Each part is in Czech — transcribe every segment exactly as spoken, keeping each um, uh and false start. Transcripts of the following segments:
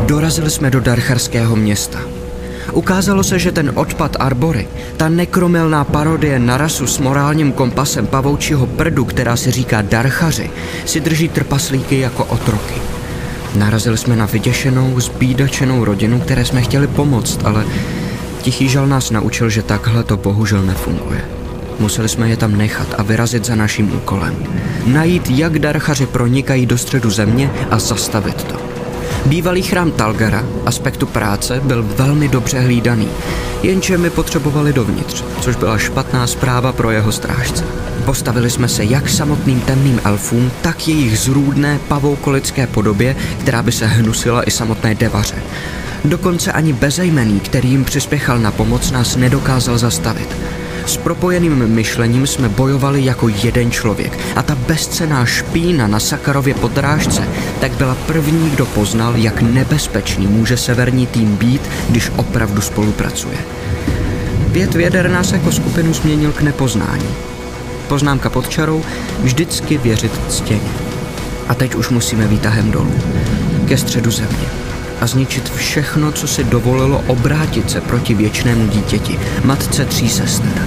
Dorazili jsme do Darcharského města. Ukázalo se, že ten odpad Arbory, ta nekromilná parodie na rasu s morálním kompasem pavoučího prdu, která se říká Darchaři, si drží trpaslíky jako otroky. Narazili jsme na vyděšenou, zbídačenou rodinu, které jsme chtěli pomoct, ale tichý žal nás naučil, že takhle to bohužel nefunguje. Museli jsme je tam nechat a vyrazit za naším úkolem. Najít, jak Darchaři pronikají do středu země a zastavit to. Bývalý chrám Talgara, aspektu práce, byl velmi dobře hlídaný, jenže my potřebovali dovnitř, což byla špatná zpráva pro jeho strážce. Postavili jsme se jak samotným temným elfům, tak jejich zrůdné pavoukolické podobě, která by se hnusila i samotné devaře. Dokonce ani bezejmenný, který jim přispěchal na pomoc, nás nedokázal zastavit. S propojeným myšlením jsme bojovali jako jeden člověk a ta bezcenná špína na Sakarově podrážce tak byla první, kdo poznal, jak nebezpečný může severní tým být, když opravdu spolupracuje. Pět věder nás jako skupinu změnil k nepoznání. Poznámka pod čarou, vždycky věřit ctěně. A teď už musíme výtahem dolů, ke středu země. A zničit všechno, co si dovolilo obrátit se proti věčnému dítěti, matce tří sester.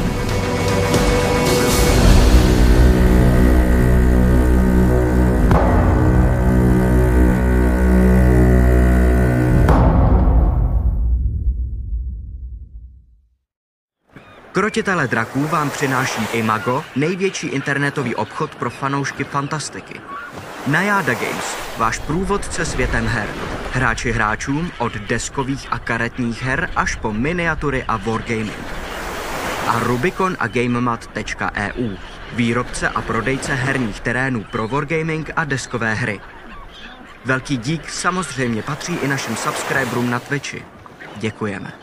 Krotitele draků vám přináší Imago, největší internetový obchod pro fanoušky fantastiky. Najada Games, váš průvodce světem her. Hráči hráčům od deskových a karetních her až po miniatury a wargaming. A Rubicon a GameMat tečka e u, výrobce a prodejce herních terénů pro wargaming a deskové hry. Velký dík samozřejmě patří i našim subscriberům na Twitchi. Děkujeme.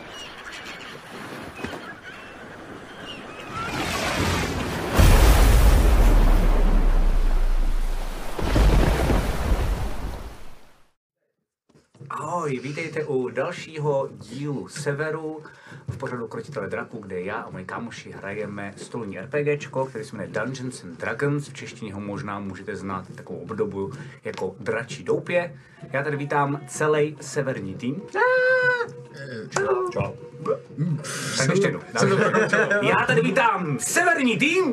Ahoj, vítejte u dalšího dílu Severu v pořadu Krotitele draků, kde já a moji kámoši hrajeme stolní RPGčko, který se jmenuje Dungeons and Dragons. V češtině ho možná můžete znát takovou obdobu jako Dračí doupě. Já tady vítám celý severní tým. Čau. Čau. Tak ještě jednou. Já tady vítám severní tým.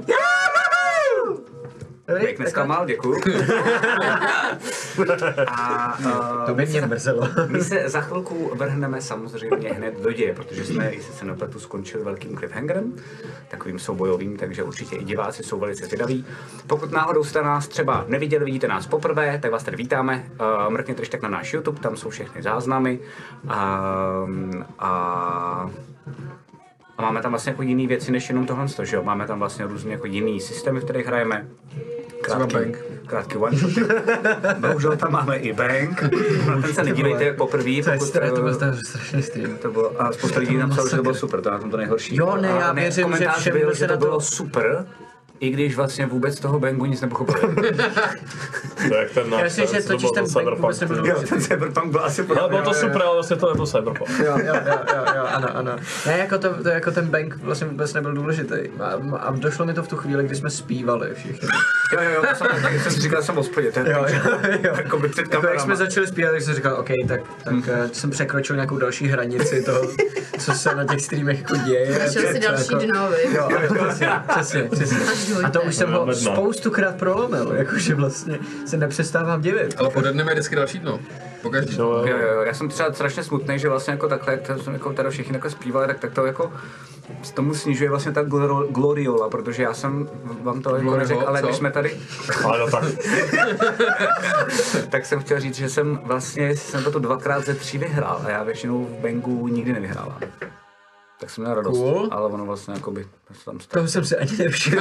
Jak nesklamal, děkuju. A uh, to by mě mrzelo. My se za chvilku vrhneme samozřejmě hned do děje, protože jsme, jestli se nepletu, skončili velkým cliffhangerem, takovým soubojovým, takže určitě i diváci jsou velice zvědaví. Pokud náhodou jste nás třeba neviděli, vidíte nás poprvé, tak vás tady vítáme. Uh, mrkněte ještě tak na náš YouTube, tam jsou všechny záznamy. Uh, a... A máme tam vlastně jako jiný věci než jenom tohle, že jo? Máme tam vlastně různě jako jiný systémy, v kterých hrajeme. Krátký, krátký one shot. Bohužel tam máme i bank. Na ten se nedívejte poprvé, pokud... To bylo strašně stream. To bylo, a spousta lidí napsalo, že to bylo super, to je na tom to nejhorší. Jo, ne, já věřím, že všem, byl, kdo že se to na to... bylo super, i když vlastně vůbec z toho bangu nic nepochopili. To jak ten náš, já myslím, že totiž ten bank vůbec nebyl důležitý. Jo, ten Cyberpunk byl asi pro... No, bylo to super, ale vlastně to nebyl Cyberpunk. Jo, jo, jo, jo, jo, ano, ano. Ne, jako, to, to, jako ten bank vlastně vůbec nebyl důležitý. A, a došlo mi to v tu chvíli, kdy jsme zpívali všichni. Jo, jo, jo, to jsem, tak jsem si říkal, že jsem hospodě, to je jo, jo, jo. Jako by před kamerama. Jak jsme začali zpívat, tak jsem říkal, OK, tak, tak hmm. jsem překročil nějakou další hranici toho, co se na těch streamech jako děje. Našel si další jako, dno, jo, přesně, přesně, přesně. A to už jsem ho spoustukrát prolomil, jakože vlastně se nepřestávám divit. Ale pode dnem je vždycky další dno. Pokaždý. Jo, jo, jo, já jsem třeba strašně smutný, že vlastně jako takhle, jak jsem jako tady všichni takhle zpívali, tak, tak to jako s tomu snižuje vlastně ta glor, gloriola, protože já jsem vám to jako neřekl, ale když jsme tady... Ale tak. Tak jsem chtěl říct, že jsem vlastně, jsem to tu dvakrát ze tří vyhrál a já většinou v bangu nikdy nevyhrávám. Tak jsem měl radost, cool. Ale ono vlastně jakoby... Tam toho jsem si ani nevšiml.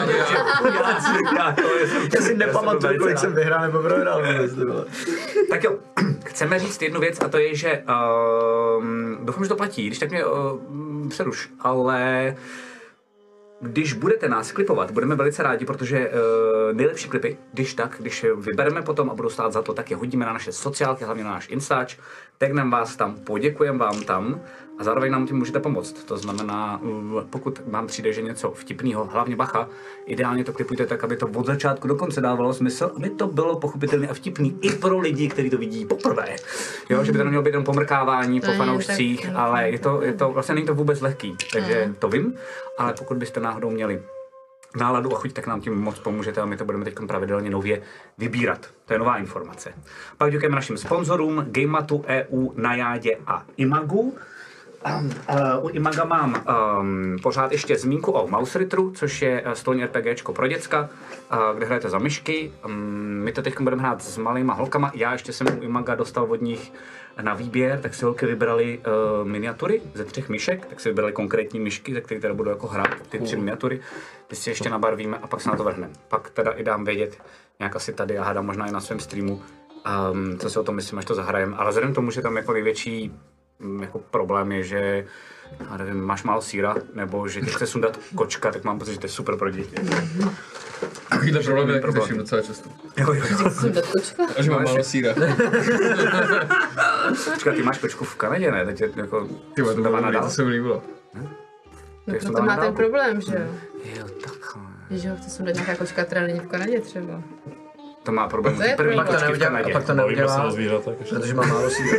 Já si nepamatuju, kolik jsem vyhrál nebo prohrál. Tak jo, chceme říct jednu věc a to je, že um, doufám, že to platí, když tak mě uh, přeruš, ale když budete nás klipovat, budeme velice rádi, protože uh, nejlepší klipy, když tak, když je vybereme potom a budou stát za to, tak je hodíme na naše sociálky, hlavně na náš Instač, tagneme vás tam, poděkujeme vám tam a zároveň nám tím můžete pomoct. To znamená, pokud vám přijde, že něco vtipného, hlavně bacha, ideálně to klipujte tak, aby to od začátku do konce dávalo smysl, aby to bylo pochopitelné a vtipný i pro lidi, kteří to vidí poprvé. Jo, že by to nemělo být jenom pomrkávání po fanoušcích, ale je to, je to, vlastně není to vůbec lehký, takže to vím, ale pokud byste náhodou měli náladu a chuť, tak nám tím moc pomůžete a my to budeme teď pravidelně nově vybírat. To je nová informace. Pak děkujeme našim sponzorům Gamematu E U, Najádě a Imagu. Um, uh, u Imaga mám um, pořád ještě zmínku o Mouse Ritteru, což je stolní RPGčko pro děcka, uh, kde hrajete za myšky. Um, my to teď budeme hrát s malýma holkama. Já ještě jsem u Imaga dostal od nich na výběr, tak si holky vybrali uh, miniatury ze třech myšek, tak si vybrali konkrétní myšky, ze kterých teda budou jako hrát ty tři miniatury. Ty si ještě nabarvíme a pak se na to vrhneme. Pak teda i dám vědět, nějak asi tady, já hádám možná i na svém streamu, um, co si o tom myslím, až to zahrajem. Ale vzhledem k tomu, že tam jako největší jako problém je, že já nevím, máš málo síra, nebo že ti chce sundat kočka, tak mám pocit, že to je super pro děti. Takovýhle problém je taky řeším docela často. Jo, jo. Sundat kočka? A že mám málo síra. Počkat, ty máš kočku v Kanadě, ne? Teď je jako Ty vole, to bylo sundávána dobrý, dál. to se mi líbilo. No Jak proto sundávána má ten dálku. problém, že jo? Jo, takhle. Že ho chce sundat nějaká kočka, která není v Kanadě třeba. To má problém. To je První problém. Pak to kočky v neudělá, a Kanadě. pak to Bavíme se neudělá, o zvířatech. ještě. protože má málo síry.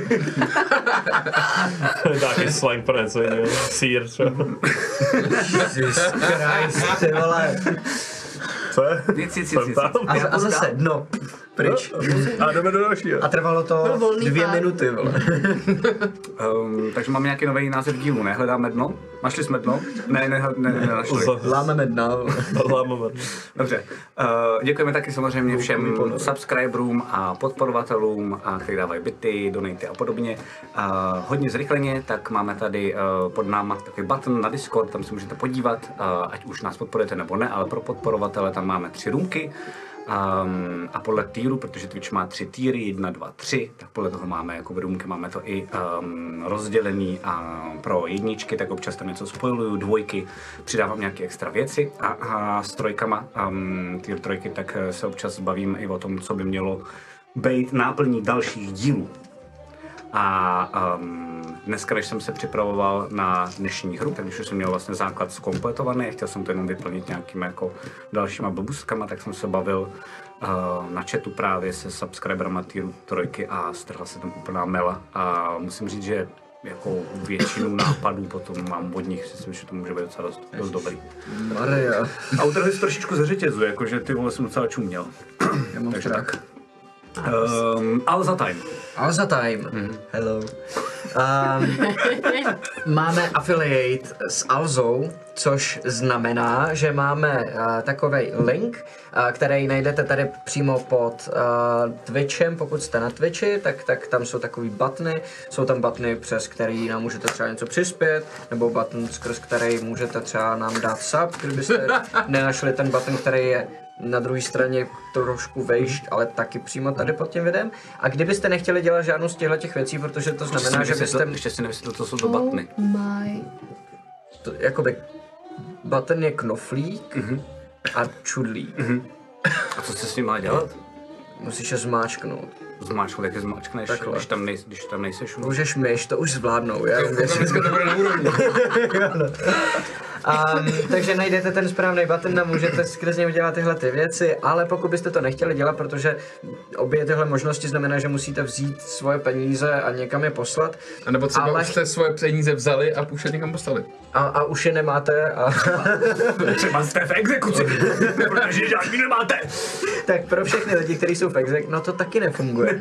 Taky slang pro něco jiného. Sýr třeba. Jesus Christ, ty vole. Co je? Nic, nic, nic, Jsem nic. tam. A, a zase dno, pryč. A jdeme do dalšího. A trvalo to Byl volný dvě pár. minuty, vole. Um, takže máme nějaký nový název dílu, ne? Hledáme dno? Našli jsme dno? Ne, ne, ne, ne, našli. Lámeme dna, vole. Lámeme. Dobře. Uh, děkujeme taky samozřejmě všem subscriberům a podporovatelům, a kteří dávají bity, donaty a podobně. Uh, hodně zrychleně, tak máme tady uh, pod náma takový button na Discord, tam se můžete podívat, uh, ať už nás podporujete nebo ne, ale pro podporovatele tam máme tři roomky. Um, a podle týru, protože Twitch má tři týry, jedna, dva, tři, tak podle toho máme jako v roomky, máme to i um, rozdělený a pro jedničky, tak občas tam něco spojuju, dvojky, přidávám nějaké extra věci a, a s trojkama, um, týr trojky, tak se občas bavím i o tom, co by mělo být náplní dalších dílů. A um, dneska, když jsem se připravoval na dnešní hru, tak když už jsem měl vlastně základ zkompletovaný, chtěl jsem to jenom vyplnit nějakými jako dalšíma blbůstkama, tak jsem se bavil uh, na chatu právě se subscriberama týru trojky a strhla se tam úplná mela. A musím říct, že jako většinu nápadů potom mám od nich, si myslím, že to může být docela dost, dost dobrý. Maria. A utrhli se trošičku ze řetězu, jakože ty vole jsem docela čuměl. Já mám Takže strach. tak. Um, ale za time. Alza Time. Hello. Um, máme affiliate s Alzou, což znamená, že máme uh, takový link, uh, který najdete tady přímo pod uh, Twitchem. Pokud jste na Twitchi, tak, tak tam jsou takový buttony. Jsou tam buttony, přes který nám můžete třeba něco přispět, nebo button, skrz který můžete třeba nám dát sub, kdybyste nenašli ten button, který je na druhé straně trošku vejš, ale taky přímo tady pod tím videem. A kdybyste nechtěli dělat žádnou z těchto těch věcí, protože to znamená, že byste... Ještě si nevysvětlil, co jsou to batny. Oh my. To, jakoby, button je knoflík a čudlík. A co se s ním má dělat? Musíš je zmáčknout. Zmáčknout, jak je zmáčkneš, Takhle. když tam, nej, když tam nejseš. Můžeš myš, to už zvládnou, já jim věřím. Dneska to bude na úrovni. Um, takže najdete ten správný button a můžete skrz něj udělat tyhle ty věci, ale pokud byste to nechtěli dělat, protože obě tyhle možnosti znamená, že musíte vzít svoje peníze a někam je poslat. A nebo třeba Ale- už jste svoje peníze vzali a už je někam poslali. A, a už je nemáte a... Třeba jste v exekuci, protože žádný nemáte. Tak pro všechny lidi, kteří jsou v exek, no to taky nefunguje.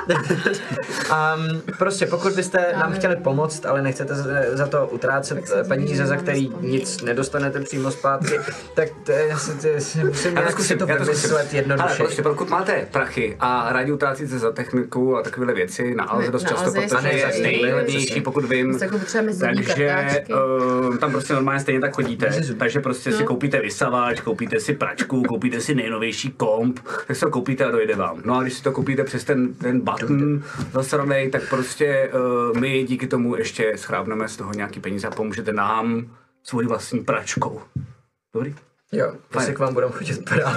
um, prostě pokud byste nám chtěli pomoct, ale nechcete za, za to utrácet peníze, za který nic nedostanete přímo zpátky, tak to je asi, to je, musím Já to nějak si zkusím, to já to zkusím. vymyslet Ale jednoduše. prostě pokud máte prachy a rádi utrácíte za techniku a takovéhle věci, na Alze dost Na často, Alze je protože je skvělý. nejlevnější, pokud vím. My se jako potřebujeme zimní Takže kartáčky. uh, tam prostě normálně stejně tak chodíte, takže prostě si koupíte vysavač, koupíte si pračku, koupíte si nejnovější komp, tak si to koupíte a dojde vám. No a když si to koupíte přes ten, ten button zasranej, tak prostě uh, my díky tomu ještě schrábneme z toho nějaký peníze a pomůžete nám svojí vlastní pračkou. Dobrý? Jo, prostě k vám budeme chodit brát.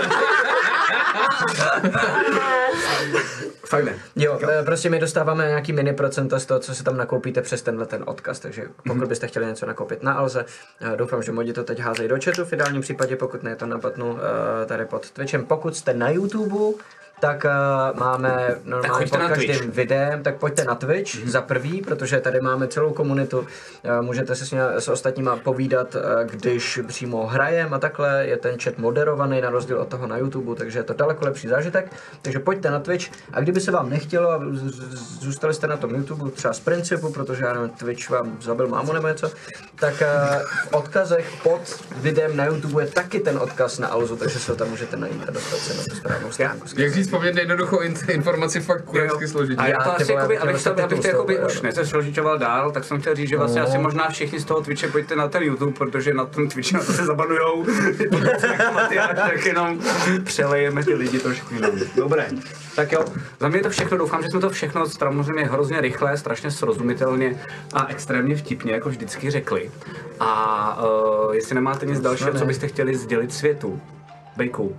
Fakt ne. Jo, e, prostě my dostáváme nějaký mini procenta z toho, co si tam nakoupíte přes tenhle ten odkaz, takže pokud byste chtěli něco nakoupit na Alze, e, doufám, že modi to teď házejí do chatu, v ideálním případě, pokud ne, to napadnu e, tady pod Twitchem. Pokud jste na YouTube, tak uh, máme normálně pod každým videem, tak pojďte na Twitch mm-hmm. za prvý, protože tady máme celou komunitu, uh, můžete se s, ně, s ostatníma povídat, uh, když přímo hrajem a takhle, je ten chat moderovaný na rozdíl od toho na YouTube, takže je to daleko lepší zážitek, takže pojďte na Twitch a kdyby se vám nechtělo a zůstali jste na tom YouTube třeba z principu, protože já nevím, Twitch vám zabil mámu nebo něco, tak uh, v odkazech pod videem na YouTube je taky ten odkaz na Alzu, takže se ho tam můžete najít a dostat se na tu správnou stránku. Poměrně jednoduchou informaci fakt kurevsky složitý. A já to asi jakoby, abych to, abych to jakoby už jo. nezešložičoval dál, tak jsem chtěl říct, že vlastně no. asi možná všichni z toho Twitche pojďte na ten YouTube, protože na tom Twitchi na to se zabanujou. Tak jenom přelejeme ty lidi trošku jinam. Dobré, tak jo, za mě je to všechno, doufám, že jsme to všechno samozřejmě hrozně rychle, strašně srozumitelně a extrémně vtipně, jako vždycky řekli. A uh, jestli nemáte nic dalšího, co byste chtěli sdělit světu, Bejku.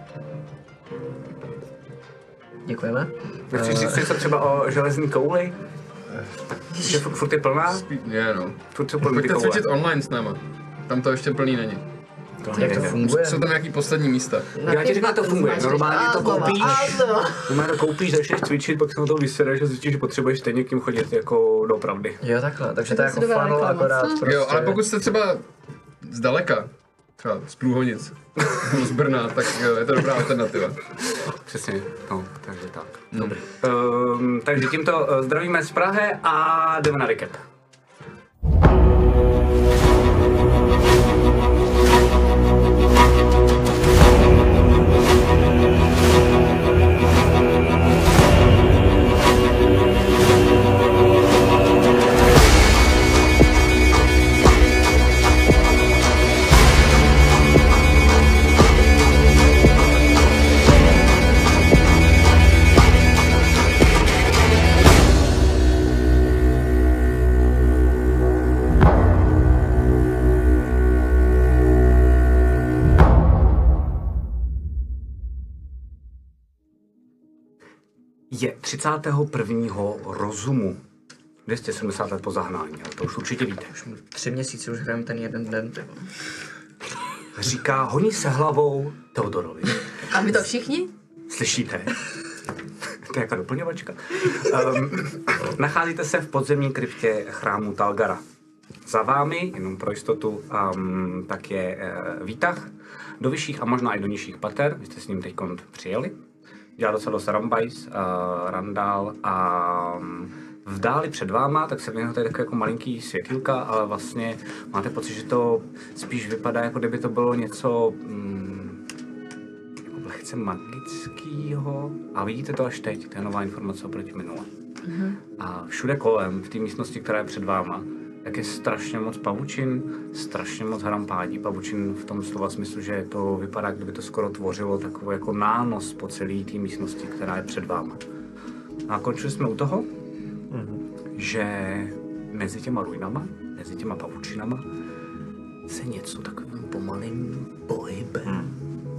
Děkujeme. Nechci říct něco třeba o železní kouli? Že furt, furt je plná? Je no. Furt jsou plný ty Pojďte koule. cvičit online s náma. Tam to ještě plný není. To Jak to funguje? Jsou tam nějaký poslední místa. Já ti řeknu, jak to funguje. Normálně to koupíš, Ano. normálně to koupíš, začneš cvičit, pak se na to vysereš a zjistíš, že potřebuješ stejně k tím chodit jako doopravdy. Jo, takhle, takže to je Tak jako to dobrá funnel reklama, akorát co? prostě... Jo, ale pokud jste třeba zdaleka, třeba z Průhonic, nebo z Brna, tak jo, je to dobrá alternativa. Přesně, no, takže tak. Dobrý. Um, takže tímto uh, zdravíme z Prahy a jdeme na recap. Je třicátého prvního rozumu. dvě stě sedmdesát let po zahnání, ale to už určitě víte. Tři měsíce už hrajeme ten jeden den, ty. Říká, honí se hlavou Teodorovi. A my to všichni? Slyšíte? To je jaká doplňovačka. Um, nacházíte se v podzemní kryptě chrámu Talgara. Za vámi, jenom pro jistotu, um, tak je uh, výtah do vyšších a možná i do nižších pater. Vy jste s ním teď přijeli. Dělá docela dost Rambajs, uh, Randál a um, v dáli před váma, tak se věnuje tady takové jako malinký světýlka, ale vlastně máte pocit, že to spíš vypadá, jako kdyby to bylo něco mm, jako lehce magického. A vidíte to až teď, to je nová informace oproti minule. Mm-hmm. A všude kolem, v té místnosti, která je před váma, tak je strašně moc pavučin, strašně moc hrampádí. Pavučin v tom slova smyslu, že to vypadá, kdyby to skoro tvořilo takový jako nános po celé té místnosti, která je před váma. A končili jsme u toho, mm-hmm. že mezi těma ruinama, mezi těma pavučinama se něco takovým pomalým pohybem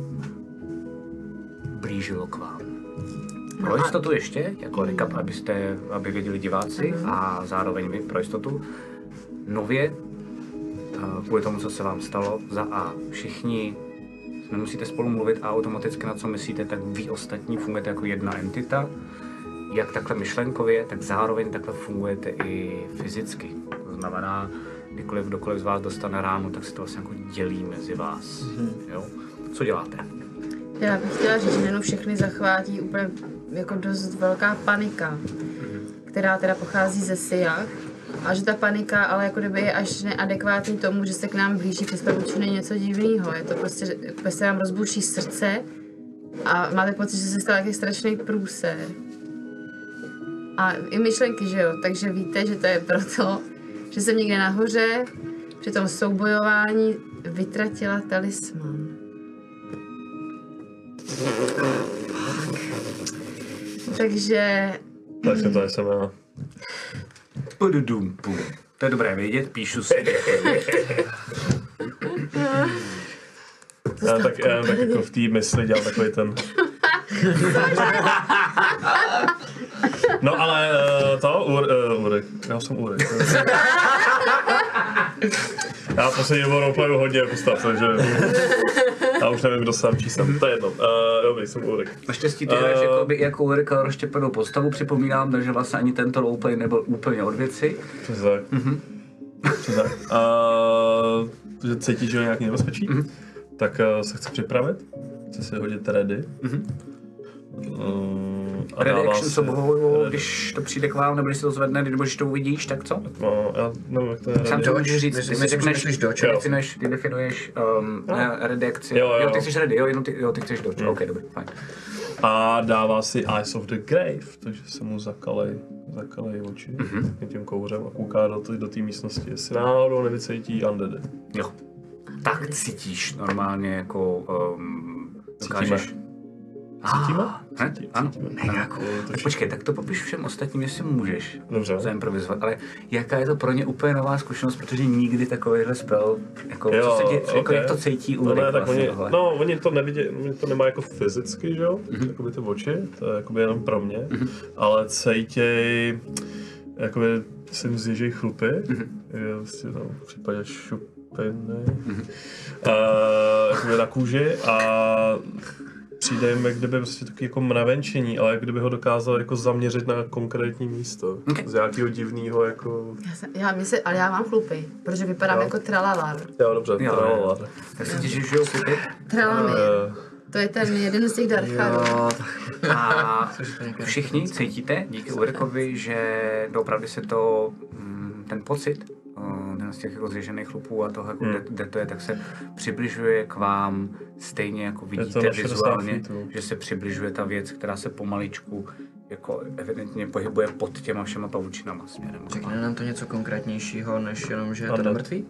blížilo k vám. Pro jistotu ještě, jako recap, abyste, aby věděli diváci a zároveň vy pro jistotu, nově, kvůli tomu, co se vám stalo, za A, všichni nemusíte spolu mluvit a automaticky na co myslíte, tak vy ostatní fungujete jako jedna entita, jak takhle myšlenkově, tak zároveň takhle fungujete i fyzicky. To znamená, kdykoliv kdokoliv z vás dostane ránu, tak se to vlastně jako dělí mezi vás. Mm-hmm. Jo? Co děláte? Já bych chtěla říct, že jenom všechny zachvátí úplně jako dost velká panika, mm-hmm. která teda pochází ze Sijach. A že ta panika ale jako kdyby je až neadekvátní tomu, že se k nám blíží přes pavučiny něco divného. Je to prostě, že se vám rozbuší srdce a máte pocit, že se stal jaký strašný průser. A i myšlenky, že jo, takže víte, že to je proto, že jsem někde nahoře při tom soubojování vytratila talisman. Takže... Takže to jsem já. Pududum, pum. To je dobré vědět, píšu si. Já tak, já tak jako v té mysli dělal takový ten... No ale uh, to, Ur, uh, Urek, já jsem Urek. Já poslední dobou roleplayuju hodně postav, takže já už nevím, kdo jsem, čí jsem, to je jedno. Uh, dobrý, jsem Urek. Naštěstí ty hraješ uh, jako Ureka rozštěpenou postavu, připomínám, takže vlastně ani tento roleplay nebyl úplně od věci. Přesně tak. Mm-hmm. Přesně tak. Uh, že cítíš, že je nějaký nebezpečí, mm-hmm. tak uh, se chci připravit, chci si hodit ready. Mm-hmm. Uh, ready action, co bohu, když to přijde k vám, nebo když se to zvedne, nebo když to uvidíš, tak co? No, já nevím, jak to je. Sám to můžu říct, Myslím, ty mi že řekneš, myslíš doč. ty definuješ, ty definuješ um, no. ready akci. Jo, jo. jo, ty chceš ready, jo, jenom ty, jo, ty chceš doč, mm. ok, dobrý, fajn. A dává si Eyes of the Grave, takže se mu zakalej, zakalej oči mm-hmm. tím kouřem a kouká do té do místnosti, jestli náhodou nevycítí undeady. Jo. Tak cítíš normálně jako um, dokážeš... Cítíme? Ne? Cítí, Ano. cítíme. Ne, jako, Je to tak počkej, tak to popiš všem ostatním, jestli můžeš Dobře. zaimprovizovat, ale jaká je to pro ně úplně nová zkušenost, protože nikdy takovýhle spell, jako, Jo, co se děje, okay. jako jak to cítí u no, lidí ne, tak vlastně oni, tohle. no, oni to nevidí, oni to nemá jako fyzicky, že jo, mm-hmm. jakoby ty oči, to je jakoby jenom pro mě, mm-hmm. ale cítěj, jakoby se jim zježej chlupy, mm-hmm. je vlastně no, v případě šupiny, mm-hmm. uh, jakoby na kůži a přijde jim, jak kdyby prostě taky jako mravenčení, ale jak kdyby ho dokázal jako zaměřit na konkrétní místo. Okay. Z nějakého divného jako... Já, jsem, já myslím, ale já mám chlupy, protože vypadám Jo. jako tralalar. Jo, dobře, tralalar. Tak si těšíš, že jo, chlupy? Tralami. Uh, To je ten jeden z těch darchárů. A všichni cítíte díky Ulrikovi, že opravdu se to, ten pocit, ten z těch jako zježených chlupů a toho, jako hmm. kde to je, tak se přibližuje k vám stejně jako vidíte vizuálně, že se přibližuje ta věc, která se pomaličku jako evidentně pohybuje pod těma všema pavučinama směrem. Řekne nám to něco konkrétnějšího, než jenom, že je to mrtvý?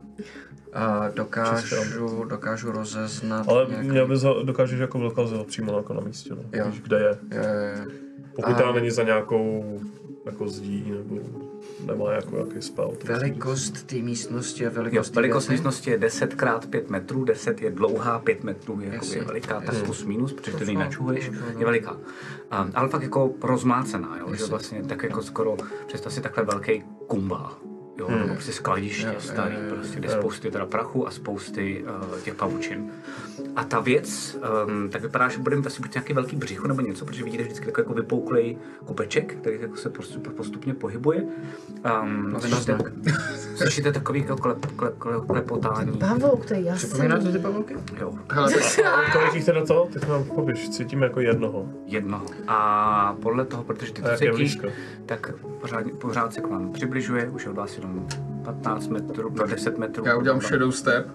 A dokážu, dokážu rozeznat ale nějaký... měl bys ho, dokážeš jako lokalizovat přímo jako na místě, no. Jo. Víš, kde je. Je, je, je. Pokud tam není za nějakou jako zdí, nebo nemá jako jaký spell. Velikost té místnosti a velikost jo, velikost místnosti je deset krát pět metrů, deset je dlouhá, pět metrů je, jako je veliká, tak plus minus, protože ty načuhuješ, je veliká. Um, ale fakt jako rozmácená, jo, že vlastně tak jako skoro, představ si takhle velký kumbál. Jo, hmm. nebo prostě skladiště jo, starý, jo, prostě, kde jo. spousty teda prachu a spousty uh, těch pavučin. A ta věc, um, tak vypadá, že bude mít asi nějaký velký břicho nebo něco, protože vidíte vždycky takový jako vypouklej kupeček, který jako se postupně pohybuje. Um, no, slyšíte, slyšíte takový jako klep, klep, klep, klepotání. Pavouk, to je jasný. Připomíná to ty pavouky? Jo. Kolik jich teda to? Teď nám popiš, cítíme jako jednoho. Jednoho. A podle toho, protože ty to cítíš, tak pořád, pořád se k vám přibližuje, už je od vás jenom patnáct metrů, no deset metrů. Já udělám shadow step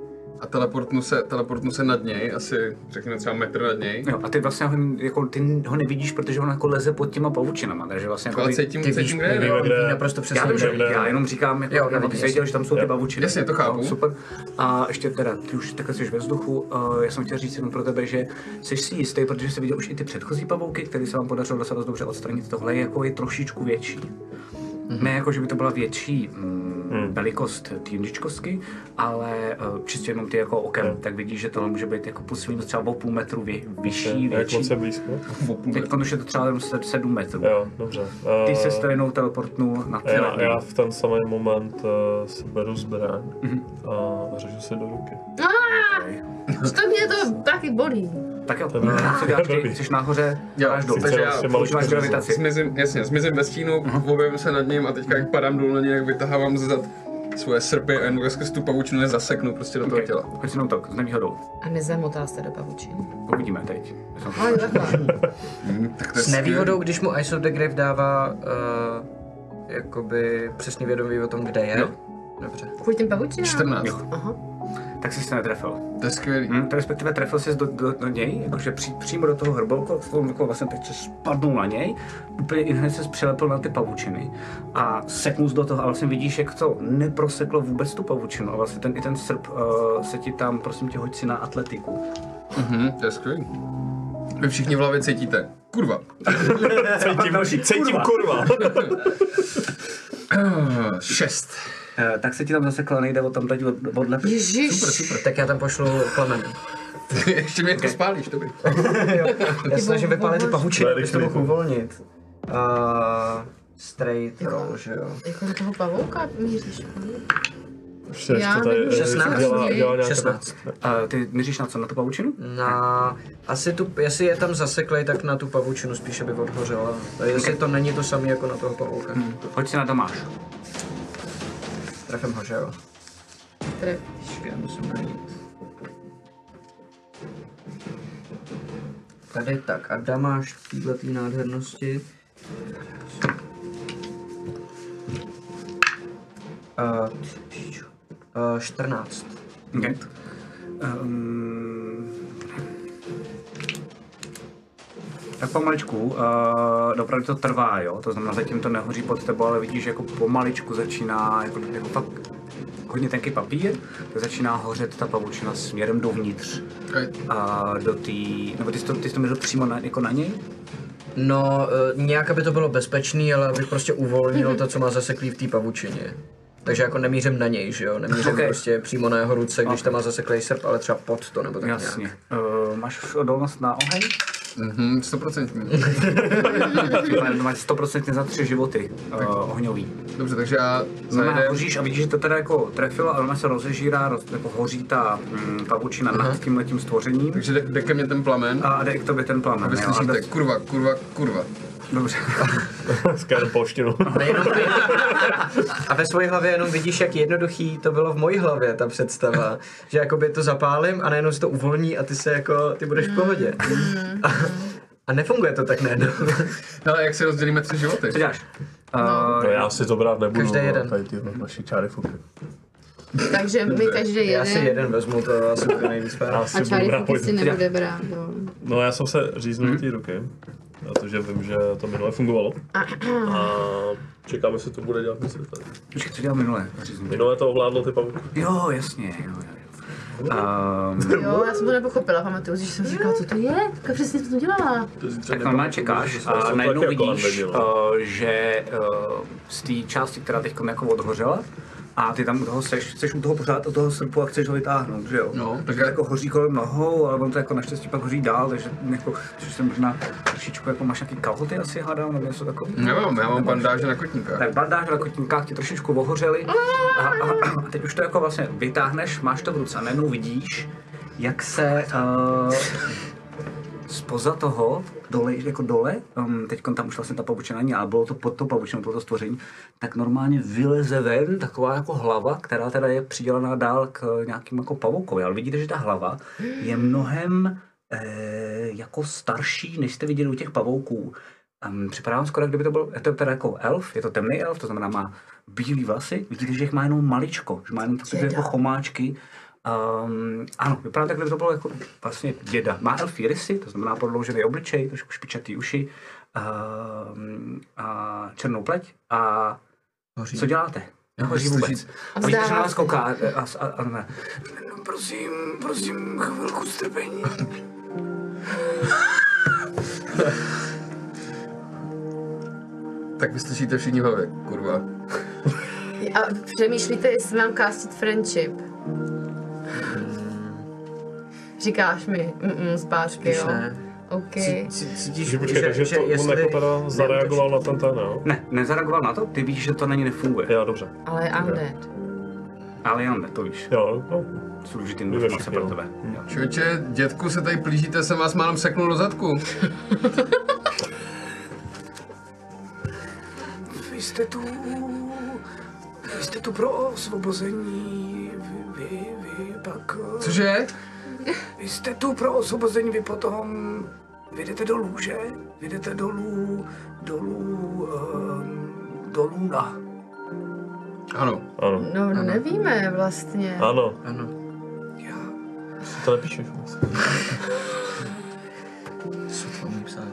a teleportnu se, teleportnu se nad něj, asi řekněme třeba metr nad něj. Jo, a ty vlastně ho, jako, ty ho nevidíš, protože on jako leze pod těma pavučinama, takže vlastně jako... Ale cítím, ty cítím, víš, kde je, ví naprosto přesně. Já vím, že já jenom říkám, jako, jo, já ty jsi věděl, že tam jsou ty pavučiny. Jasně, to chápu. No, super. A ještě teda, ty už takhle jsi ve vzduchu, uh, já jsem chtěl říct jenom pro tebe, že jsi si jistý, protože jsi viděl už i ty předchozí pavouky, které se vám podařilo docela dost dobře odstranit, tohle je jako je trošičku větší. Mm-hmm. Ne jako, že by to byla větší mm, mm. velikost té indičkostky, ale uh, čistě jenom ty jako okem, mm. tak vidíš, že tohle může být jako plus minus třeba o půl metru vě, vyšší, okay. větší. Jak moc je blízko? Teď už je to třeba jenom sedm metrů. Jo, dobře. Uh, ty se stejnou teleportnul na ty já, já v ten samý moment uh, si beru zbraň mm-hmm. a řežu si do ruky. Okay. To mě to taky bolí. Tak jo, co děláš ty? Jsi nahoře, děláš dolů, takže já používáš gravitaci. Zmizím, jasně, zmizím ve stínu, uh-huh. objevím se nad ním a teďka jak padám dolů na něj, jak vytahávám ze zad svoje srpy a jen skrz tu pavučinu je zaseknu prostě do toho okay. těla. Pojď si jenom tak, s nevýhodou. A nezamotá jste do pavučin. Uvidíme teď. Ale takhle. mm, tak s nevýhodou, když mu Eyes of the Grave dává uh, jakoby přesně vědomí o tom, kde je. Jo. Dobře. Kvůli těm pavučinám? čtrnáct. Jo. Aha. Tak jsi se netrefil. To je skvělý. Hmm, to respektive trefil jsi do, do, do něj, jakože při, přímo do toho hrbolku, s tou rukou vlastně teď se spadnul na něj, úplně i hned se přilepil na ty pavučiny a seknul do toho a vlastně vidíš, jak to neproseklo vůbec tu pavučinu a vlastně ten, i ten srp uh, se ti tam, prosím tě, hoď si na atletiku. Mhm, to je skvělý. Vy všichni v hlavě cítíte. Kurva. cítím, cítím kurva. Šest. Uh, tak se ti tam zasekla, nejde o tam teď od, odlepit. Ježiš. Super, super. Tak já tam pošlu plamen. Ještě mě to spálíš, dobrý. Já se snažím vypálit ty pavučiny, Ne, abys to rychlý. mohl uvolnit. Uh, straight roll, že jo? Jako do toho pavouka míříš. Ještě než Já to tady nevím, eh, šestnáct. dělá, dělá nějaké... šestnáct. A ty míříš na co? Na tu pavučinu? Na... Asi tu, jestli je tam zaseklej, tak na tu pavučinu spíš, aby odhořela. A jestli to není to samé jako na toho pavouka. Hmm. Hoď si na damáš. Trefím ho, že jo? Tref. Počkej, musím najít. Tady tak, a damáš v této nádhernosti. Uh, uh, čtrnáct. Okay. Um, tak pomaličku, uh, opravdu to trvá, jo, to znamená zatím to nehoří pod tebou, ale vidíš, že jako pomaličku začíná, jako, jako fakt hodně tenký papír, tak začíná hořet ta pavučina směrem dovnitř. Okay. A do té, nebo ty jsi to, ty jsi to měřil přímo na, jako na něj? No, uh, nějak aby to bylo bezpečný, ale abych prostě uvolnil to, co má zaseklý v té pavučině. Takže jako nemířím na něj, že jo? Nemířím Okay. prostě přímo na jeho ruce, když Okay. tam má zaseklej srp, ale třeba pod to, nebo tak Jasně. nějak. Uh, máš odolnost na oheň? Mhm, stoprocentní. Máš sto procent za tři životy uh, ohňový. Dobře, takže já Znamená, zajedem. hoříš a vidíš, že to teda jako trefilo, ale ona se rozežírá, roz, jako hoří ta mm, pavučina nad tím letím stvořením Takže jde, jde ke mně ten plamen. a jde k tobě ten A plamen. vy jo, a slyšíte to- kurva, kurva, kurva. Dobře. Skážem polštinu. Nejenom, a ve své hlavě jenom vidíš, jak jednoduchý to bylo v mojí hlavě, ta představa. Že jakoby to zapálím a najednou se to uvolní a ty se jako, ty budeš v pohodě. A, a nefunguje to tak najednou. Hele, jak si rozdělíme tři životy? Co děláš? No já si to brát nebudu, Každý jeden. tady ty naši čáry fuky. Takže my každý Já si jeden. jeden vezmu, to asi bude nejvíc fér. Já si A budu Charlie brát Fuky si hodně. nebude brát, jo. No já jsem se říznul do té ruky, protože vím, že to minule fungovalo. A čekáme, jestli to bude dělat mysli tady. Počkej, co dělal minule? Říznu. Minule to ovládlo ty pavouky. Jo, jasně, jo, jo. jo. Um, Jo, já jsem to nepochopila, pamatuju si, že jsem si říkala, co to je, tak přesně to dělá. tak normálně čekáš a jsem najednou taky jako vidíš, undead, uh, že uh, z té části, která teď jako odhořela, a ty tam u toho seš, seš u toho pořád, u toho srpu a chceš ho vytáhnout, že jo? No, takže takže- to jako hoří kolem nohou, ale on to jako naštěstí pak hoří dál, takže jako, což jsem možná trošičku jako máš nějaký kalhoty asi hádám, nebo něco takového. Nemám, já mám bandáže na kotníkách. Tak bandáž na kotníkách ti trošičku ohořely a, a, a teď už to jako vlastně vytáhneš, máš to v ruce a najednou vidíš, jak se uh, spoza toho, dole, jako dole, um, teď tam už vlastně ta pavučina není, ale bylo to pod tou pavučinou, bylo to stvoření, tak normálně vyleze ven taková jako hlava, která teda je přidělená dál k nějakým jako pavoukovi, ale vidíte, že ta hlava je mnohem eh, jako starší, než jste viděli u těch pavouků. Um, připadá vám skoro, kdyby to byl, je to teda jako elf, je to temný elf, to znamená má bílý vlasy, vidíte, že jich má jenom maličko, že má jenom takové jako chomáčky. Um, ano, vypadá tak, kdyby to bylo jako vlastně děda. Má elfí rysy, to znamená prodloužený obličej, trošku špičatý uši, um, a černou pleť a Hoří. co děláte? Nehoří vůbec. A vidíte, že na Vzdává vás se. kouká a, a, a, a ne. No, prosím, prosím, chvilku strpení. Tak vy slyšíte všichni v hlavě, kurva. A přemýšlíte, jestli mám castit friendship. Říkáš mi, mm, z pářky, Když jo? ne. OK. Cítíš, Že počkej, takže to, on jako teda zareagoval na ten ten, jo? Ne, nezareagoval na to, ty víš, že to na ní nefunguje. Jo, dobře. Ale je undead. Ale Jan, to víš. Jo, no. Jsou důležitý Víme informace všichni, pro no. tebe. Jo. Člověče, dětku, se tady plížíte, jsem vás málem seknul do zadku. Vy jste tu... Vy jste tu pro osvobození, vy, vy, vy pak... Cože? Vy jste tu pro osvobození, vy potom... Vy jdete dolů, že? Vy jdete dolů, dolů, um, do Luna. Ano. Ano. No, no nevíme vlastně. Ano. Ano. Já... Si to nepíšeš moc. Co to umí psát?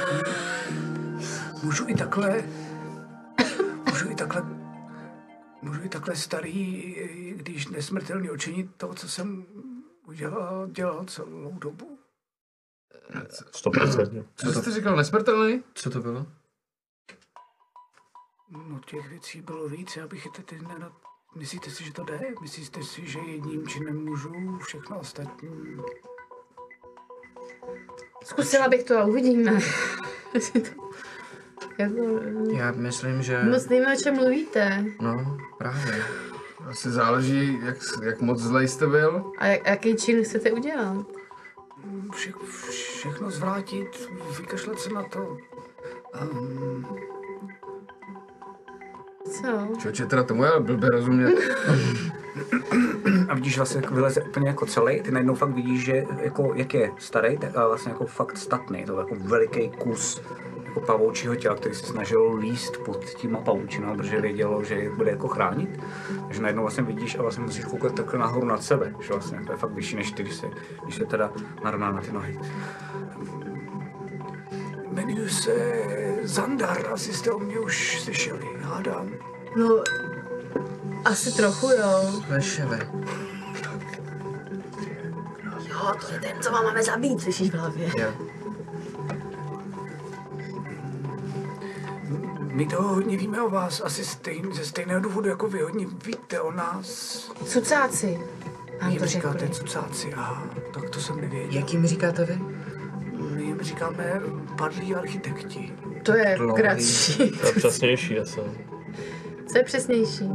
Můžu i takhle... Můžu i takhle... Můžu i takhle starý, když nesmrtelný očinit to, co jsem udělal, dělal celou dobu. sto procent. Co jste říkal, nesmrtelný? Co to bylo? No těch věcí bylo víc, já bych je teď nenad... Myslíte si, že to jde? Myslíte si, že jedním činem můžu všechno ostatní? Zkusila bych to a uvidíme. jako, Já myslím, že... moc nevím, o čem mluvíte. No, právě. Asi záleží, jak, jak moc zlej jste byl. A jak, jaký čin chcete udělat? Vše, všechno zvrátit, vykašlet se na to. Um, Co? Čoče, teda tomu je blbě rozumět. a vidíš vlastně, jak vyleze úplně jako celý, ty najednou fakt vidíš, že jako, jak je starý, tak ale vlastně jako fakt statný, to je jako veliký kus jako pavoučího těla, který se snažil líst pod těma pavoučinou, protože vědělo, že je bude jako chránit. Takže najednou vlastně vidíš a vlastně musíš koukat takhle nahoru nad sebe, že vlastně to je fakt vyšší než ty, když se, když se teda narovná na ty nohy. Jmenuji se Zandar, asi jste o mě už slyšeli, hádám. No, asi trochu jo. Veševe. Jo, to je ten, co vám máme zabít, slyšíš v hlavě. Jo. My to hodně víme o vás, asi stejn, ze stejného důvodu jako vy hodně víte o nás. Cucáci. Vám Jim to říkáte řekli. cucáci, aha, tak to jsem nevěděl. Jak jim říkáte vy? My jim říkáme padlí architekti. To je Dlouhý. kratší. To je přesnější asi. Co je přesnější?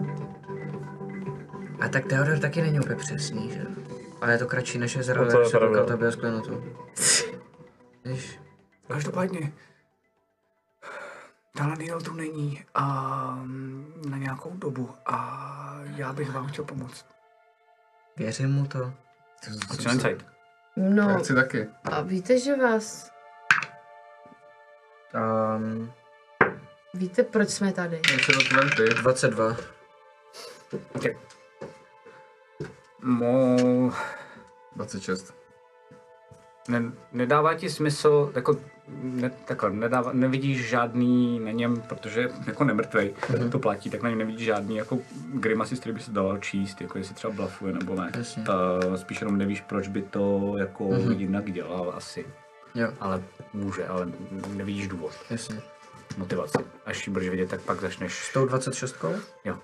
A tak Theodor taky není úplně přesný, že? Ale je to kratší než jezero, No to je jak se pravda. koukal tebe sklenutu. Víš? Každopádně, Talaniel tu není a na nějakou dobu a já bych vám chtěl pomoct. Věřím mu to. Hoď na insight. Já No, chci taky. a víte, že vás... Um, Víte, proč jsme tady? Něco do dvacet. dvacet dva. Okay. Mo... dvacet šest. Ne, nedává ti smysl, jako, ne, takhle, nedává, nevidíš žádný na něm, protože je jako nemrtvej, mm-hmm. to platí, tak na něm nevidíš žádný jako grimasy, z který by se dal číst, jako jestli třeba blafuje nebo ne. Jasně. Ta, spíš jenom nevíš, proč by to jako mm-hmm. jinak dělal asi. Jo, Ale může, ale nevidíš důvod, jasně. motivaci. Až ji budeš vidět, tak pak začneš. S tou dvacet šest? Jo.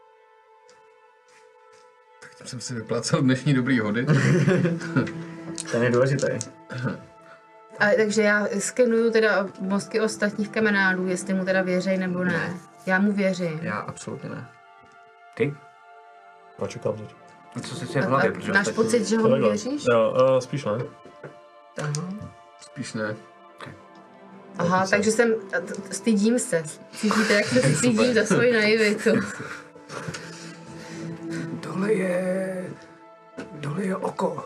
Tím jsem si vyplácel dnešní dobrý hody. Ten je důležitý. A, takže já skenuju teda mozky ostatních kamenálů, jestli mu teda věřej nebo ne. Ne. Já mu věřím. Já absolutně ne. Ty? A čekám teď. A co se v A, hlavě? a protože máš ostatní- pocit, že ho Takhle. věříš? Jo, uh, spíš ne. Aha. Spíš ne. Aha, takže jsem, a t- stydím se. Cítíte, jak se stydím za svoji naivitu. Tohle je... Tohle je oko,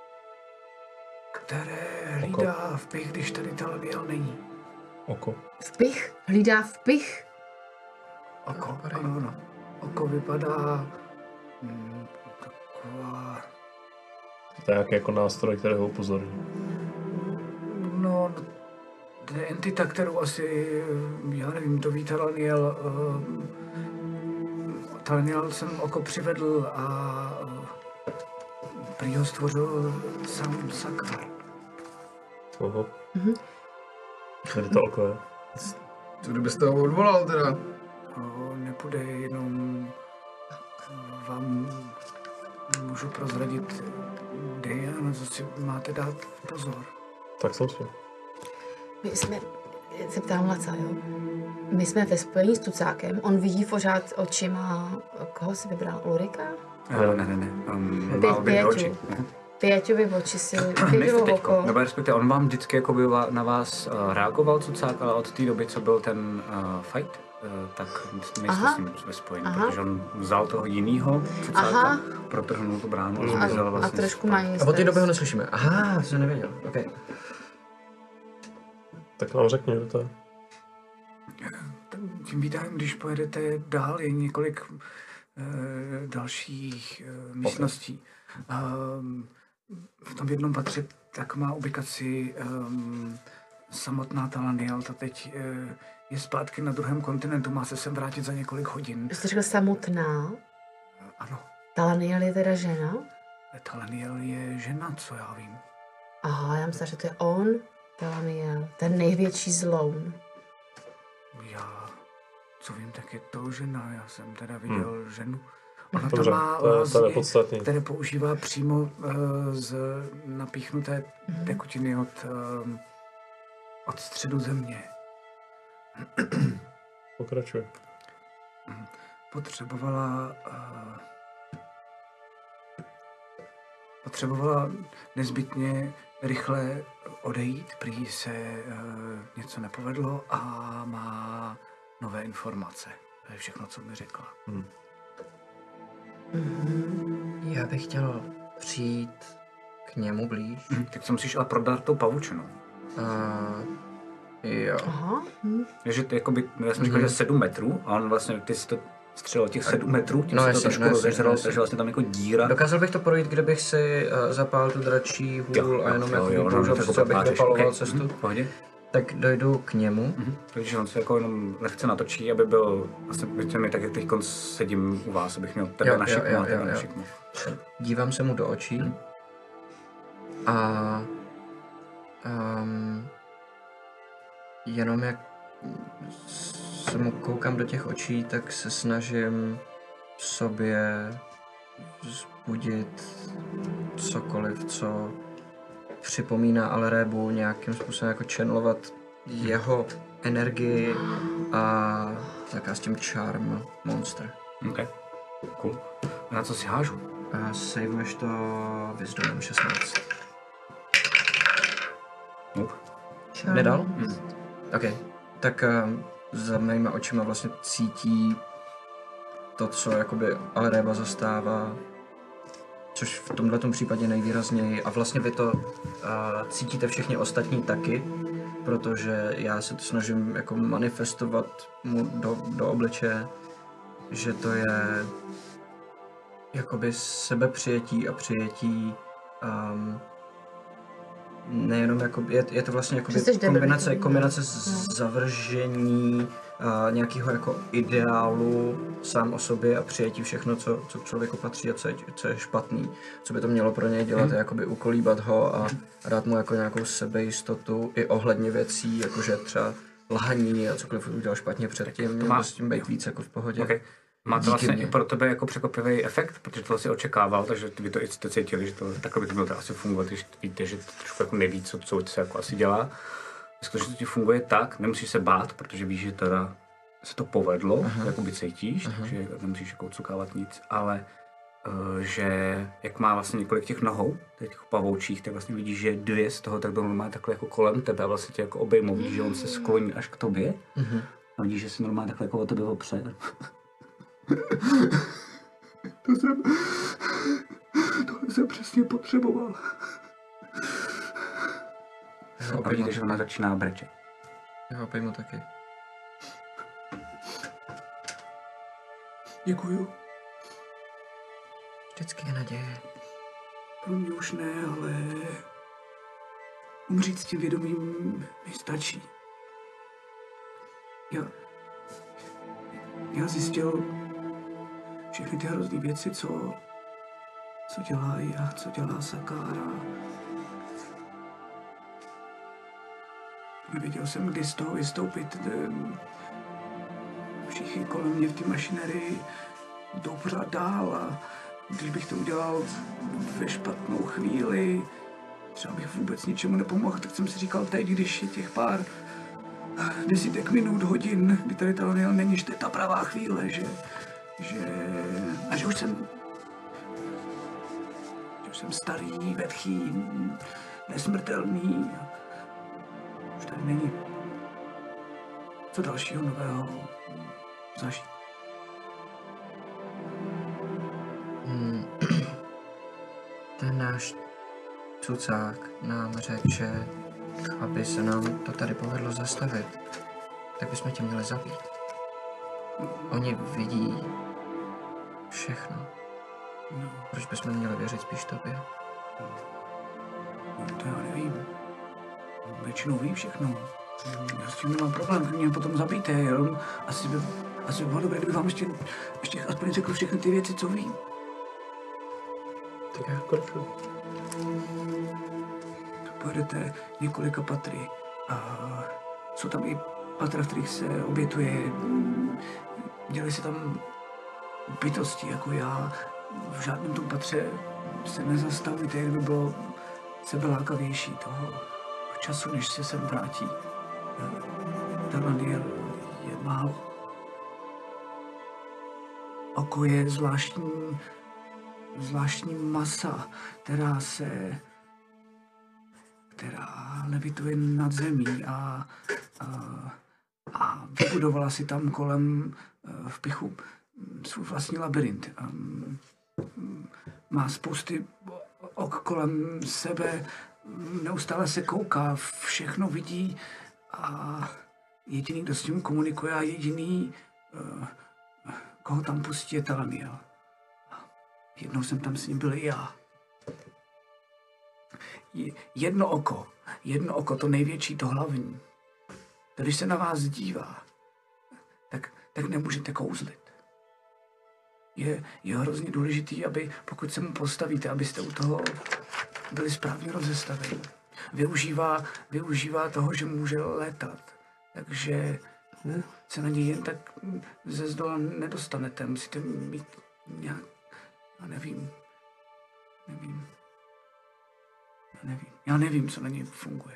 které hlídá vpich, když tady Talaniel není. Oko. Vpich? Hlídá vpich? Oko, ano, ano. Oko vypadá... Mm, taková... To je nějaký jako nástroj, který ho upozorní. No, to je entita, kterou asi, já nevím, to ví Talaniel. Uh, Talaniel jsem oko přivedl a uh, prý ho stvořil sám Sakar. Aha. Mhm. Kde to oko je? Co kdybyste ho odvolal teda? Uh, nepůjde, jenom vám můžu prozradit, kde je a na co si máte dát pozor. Tak jsem si. My jsme, se ptám Laca, jo? My jsme ve spojení s Tucákem, on vidí pořád očima, koho si vybral, Ulrika? Uh, ne, ne, ne, um, Pět- má obě dvě oči. pěťu. Pěťovi oči si, Nejste pěťovo teďko, oko. nebo respektive on vám vždycky jako by va- na vás uh, reagoval Cucák, ale od té doby, co byl ten uh, fight, uh, tak nejste Aha. s ním ve spojení, Aha. protože on vzal toho jinýho Cucáka, Aha. protrhnul tu bránu a A, zmizel a vlastně. trošku mají A od té doby ho neslyšíme. Aha, to jsem nevěděl. OK. Tak nám řekni, kdo to je. Tím výdajem, když pojedete dál, je několik uh, dalších uh, místností. Um, v tom jednom patře tak má ubikaci um, samotná Talaniel, ta teď uh, je zpátky na druhém kontinentu, má se sem vrátit za několik hodin. Jste řekl samotná? Ano, Talaniel je teda žena? Talaniel je žena, co já vím. Aha, já myslím, že to je on, Talaniel, ten největší zloun. Já, co vím, tak je to žena, já jsem teda viděl hmm. ženu. Ona Dobře, tam má to je- to je lázně, nepodstatný. které používá přímo uh, z napíchnuté tekutiny od, um, od středu země. Pokračuj. Potřebovala... Uh, potřebovala nezbytně rychle odejít, prý se uh, něco nepovedlo a má nové informace. To je všechno, co mi řekla. Hmm. Já bych chtěl přijít k němu blíž. Hm, tak se musíš ale prodat tou pavučinou. Uh, jo. Aha. Hm. Takže ty, jakoby, já jsem říkal, že sedm metrů a on vlastně, ty si to střelil těch sedm metrů, tím No se jasně, to trošku no jasně, rozežral, no jasně. takže vlastně tam jako díra. Dokázal bych to projít, kdybych si uh, zapálil tu dračí hůl a jenom jo, jako jo, použil no, přece, abych pářeš, vypaloval ok, cestu. mhm, v pohodě. Tak dojdu k němu. Mhm. Takže on se jako jenom lehce natočí, aby byl, vlastně víte mi tak, jak teď sedím u vás, abych měl tebe Jo, na jo, šikmu jo, a tebe jo, na jo. šikmu. Dívám se mu do očí. Mhm. A um, jenom jak se mu koukám do těch očí, tak se snažím v sobě vzbudit cokoliv, co připomíná Alrébu, nějakým způsobem jako channelovat jeho energii a taká s tím charm monster. OK, cool. A na co si hážu? A saveuješ to Wisdomem šestnáct. Nope. Nedal? Mm. OK. Tak um, za mýma očima vlastně cítí to, co jakoby Alréba zastává, což v tomhletom případě nejvýrazněji. A vlastně vy to uh, cítíte všichni ostatní taky, protože já se to snažím jako manifestovat mu do, do obličeje, že to je jakoby sebepřijetí a přijetí um, nejenom jako, je, je to vlastně jakoby Že jsi kombinace, debilní. kombinace z zavržení uh, nějakého jako ideálu sám o sobě a přijetí všechno, co, co k člověku patří a co je, co je špatný. Co by to mělo pro něj dělat, je jakoby ukolíbat ho a dát mu jako nějakou sebejistotu i ohledně věcí, jakože třeba lhaní a cokoliv udělal špatně předtím, To má má- s tím být víc jako v pohodě. Okay. Má to Díky vlastně mně. i pro tebe jako překvapivý efekt, protože to si očekával, takže vy to i jste cítili, že to takhle by to mělo to asi fungovat, když víte, že to trošku jako neví, co, co se jako asi dělá. Skutečně to ti funguje tak, nemusíš se bát, protože víš, že teda se to povedlo, uh-huh. jako by cítíš, uh-huh. takže nemusíš jako odcukávat nic, ale uh, že jak má vlastně několik těch nohou, těch pavoučích, tak vlastně vidíš, že dvě z toho tak normálně takhle jako kolem tebe a vlastně tě jako obejmou, vidíš, že on se skloní až k tobě uh-huh. a vidíš, že se normálně takhle jako o tebe opře. To jsem, to jsem přesně potřeboval. Já ho A vidíte, obejmu, že ona začíná brečet. já ho obejmu taky. Děkuju. Vždycky je naděje. Pro mě už ne, ale umřít s tím vědomím mi stačí. Já, já zjistil všechny ty hrozný věci, co, co dělá já, co dělá Sakára. Nevěděl jsem, kdy z toho vystoupit. Všichni kolem mě v té mašinerii jdou pořád dál a když bych to udělal ve špatnou chvíli, třeba bych vůbec ničemu nepomohl, tak jsem si říkal teď, když je těch pár desítek minut, hodin, kdy tady to není, že to je ta pravá chvíle, že, že, a že už jsem, že už jsem starý, vetchý, nesmrtelný, už tady není co dalšího nového zažít. Hmm. Ten náš cucák nám řekl, že aby se nám to tady povedlo zastavit, tak bychom tě měli zabít. Oni vidí všechno. No, Proč bychom měli věřit spíš tobě? no, to já nevím. Většinou ví všechno. Já s tím nemám problém, vy mě potom zabijte, jenom asi by, asi by bylo dobré, kdyby vám ještě, ještě aspoň řekl všechny ty věci, co vím. Tak já pokračuju. Pojedete několika patry a jsou tam i patra, v kterých se obětuje. Dělají se tam bytosti jako já v žádném tom patře se nezastavujte, jen by bylo sebelákavější toho času, než se sem vrátí. Talaniel je málo. Oko je zvláštní, zvláštní masa, která se, která levituje nad zemí a, a, a vybudovala si tam kolem v pichu svůj vlastní labirint. Má spousty ok kolem sebe, neustále se kouká, všechno vidí a jediný, kdo s tím komunikuje a jediný, koho tam pustí, je Talaniel. Jednou jsem tam s ním byl i já. Jedno oko, jedno oko, to největší, to hlavní. To, když se na vás dívá, tak, tak nemůžete kouzlit. Je, je hrozně důležitý, aby pokud se mu postavíte, abyste u toho byli správně rozestaveni. Využívá, využívá toho, že může létat. Takže se na něj jen tak ze zdola nedostanete. Musíte mít nějak... Já nevím. Nevím. Já nevím. Já nevím, co na něj funguje.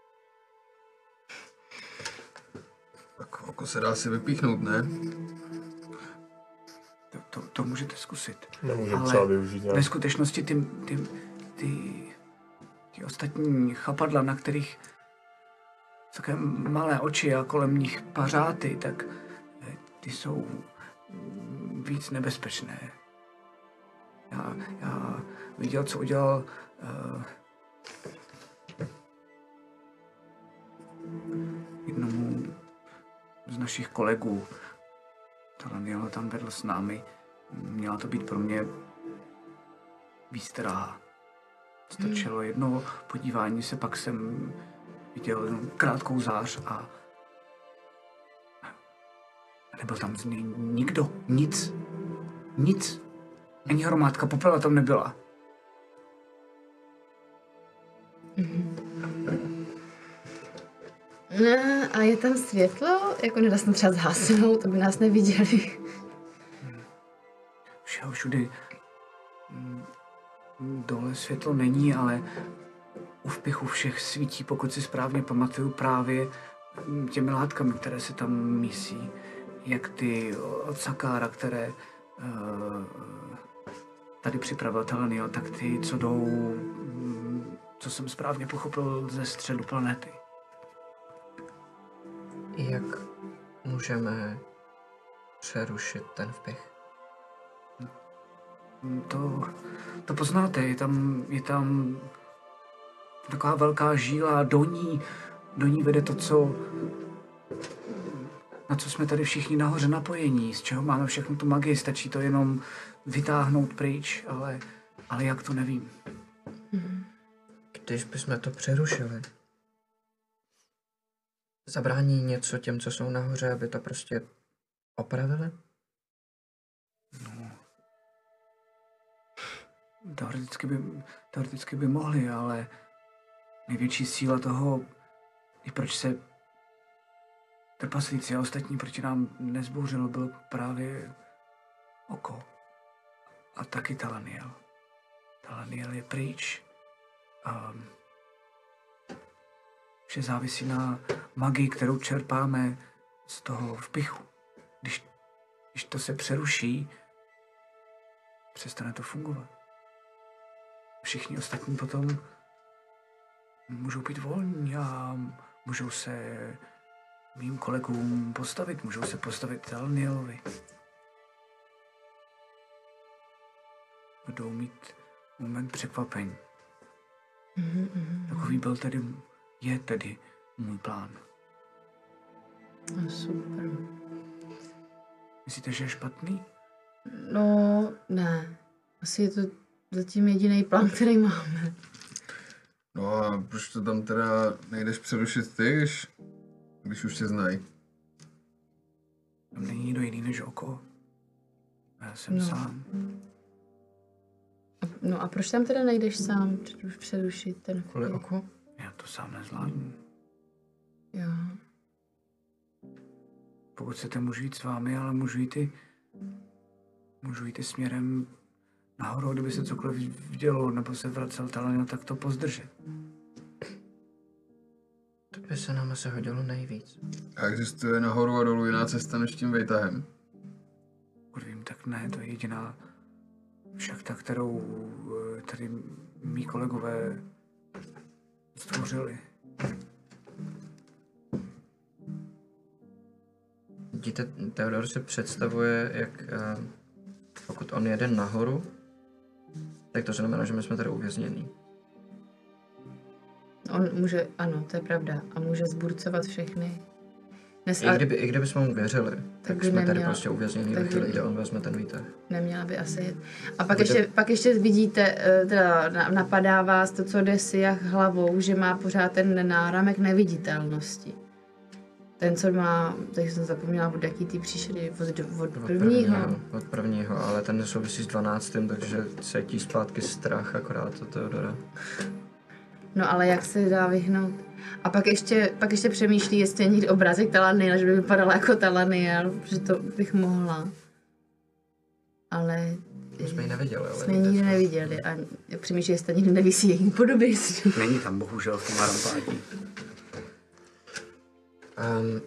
Tak oko se dá si vypíchnout, ne? To, to, to můžete zkusit. Nemůžeme třeba využít nějak. Ve skutečnosti ty, ty, ty, ty ostatní chapadla, na kterých také malé oči a kolem nich pařáty, tak ty jsou víc nebezpečné. Já, já viděl, co udělal uh, jednomu z našich kolegů. Talaniel tam vedl s námi. Měla to být pro mě výstraha. Stačilo jedno podívání se, pak jsem viděl jenom krátkou zář a nebyl tam z něj nikdo, nic, nic. Ani hromádka popela tam nebyla. Ne, a je tam světlo? Jako nedá se tam třeba zhasnout, aby nás neviděli. Všeho všudy dole světlo není, ale u vpichu všech svítí, pokud si správně pamatuju, právě těmi látkami, které se tam mísí. Jak ty od Sakára, které uh, tady připravil Talaniel, tak ty, co jdou, co jsem správně pochopil, ze středu planety. Jak můžeme přerušit ten vpich? To, to poznáte, je tam, je tam taková velká žíla, do ní, do ní vede to, co, na co jsme tady všichni nahoře napojení, z čeho máme všechno tu magii, stačí to jenom vytáhnout pryč, ale, ale jak to nevím. Když bychom to přerušili, zabrání něco těm, co jsou nahoře, aby to prostě opravili? No. Teoreticky by, teoreticky by mohli, ale největší síla toho, i proč se trpaslíci a ostatní proti nám nezbouřilo, bylo právě oko. A taky Talaniel. Talaniel je pryč. Um, vše závisí na magii, kterou čerpáme z toho vpichu. Když, když to se přeruší, přestane to fungovat. Všichni ostatní potom můžou být volní a můžou se mým kolegům postavit, můžou se postavit Talanielovi. Budou mít moment překvapení. Mm-hmm. Takový byl tedy, je tedy můj plán. No, super. Myslíte, že je špatný? No, ne. Asi je to zatím jediný plán, který máme. No a proč to tam teda nejdeš přerušit ty, když, když už tě znají? Tam není nikdo jiný než oko. Já jsem No. sám. A, no a proč tam teda nejdeš sám přeruš- přerušit ten Kvůli vpich? oku? Já to sám nezvládnu. Jo. Pokud chcete, můžu jít s vámi, ale můžu jít i můžu jít i směrem nahoru, kdyby se cokoliv dělo, nebo se vracel Talanil, tak to pozdržet. To by se nám asi hodilo nejvíc. A existuje nahoru a dolů jiná cesta než tím vejtahem? Pokud vím, tak ne, to je jediná šachta, kterou eh, tady mý kolegové stvořili. Vidíte, Theodor si představuje, jak uh, pokud on jede nahoru, tak to znamená, že my jsme tady uvěznění. On může, ano, to je pravda, a může zburcovat všechny. Dnes, I, kdyby, I kdyby jsme mu věřili, tak, tak tak jsme neměla, tady prostě uvěznění ve tak chvíli, by- kdy on vezme ten výtah. Neměla by asi jet. A pak, Bude- ještě, pak ještě vidíte, eh, teda na- napadá vás to, co jde si jak hlavou, že má pořád ten náramek neviditelnosti. Ten, co má, teď jsem zapomněla, od jaký ty příšery, od, od Od prvního. Od prvního, ale ten souvisí s dvanáctým, takže cítí zpátky strach akorát to Theodora. No ale jak se dá vyhnout? A pak ještě, pak ještě přemýšlí, jestli je někdy obrázek Talaniel, že by vypadala jako Talaniel, že to bych mohla. Ale My jsme ji neviděli, ale jsme ji nikdy neviděli a přemýšlí, jestli nikdy nevisí její podoby. Není tam bohužel v tom rampádí. Um,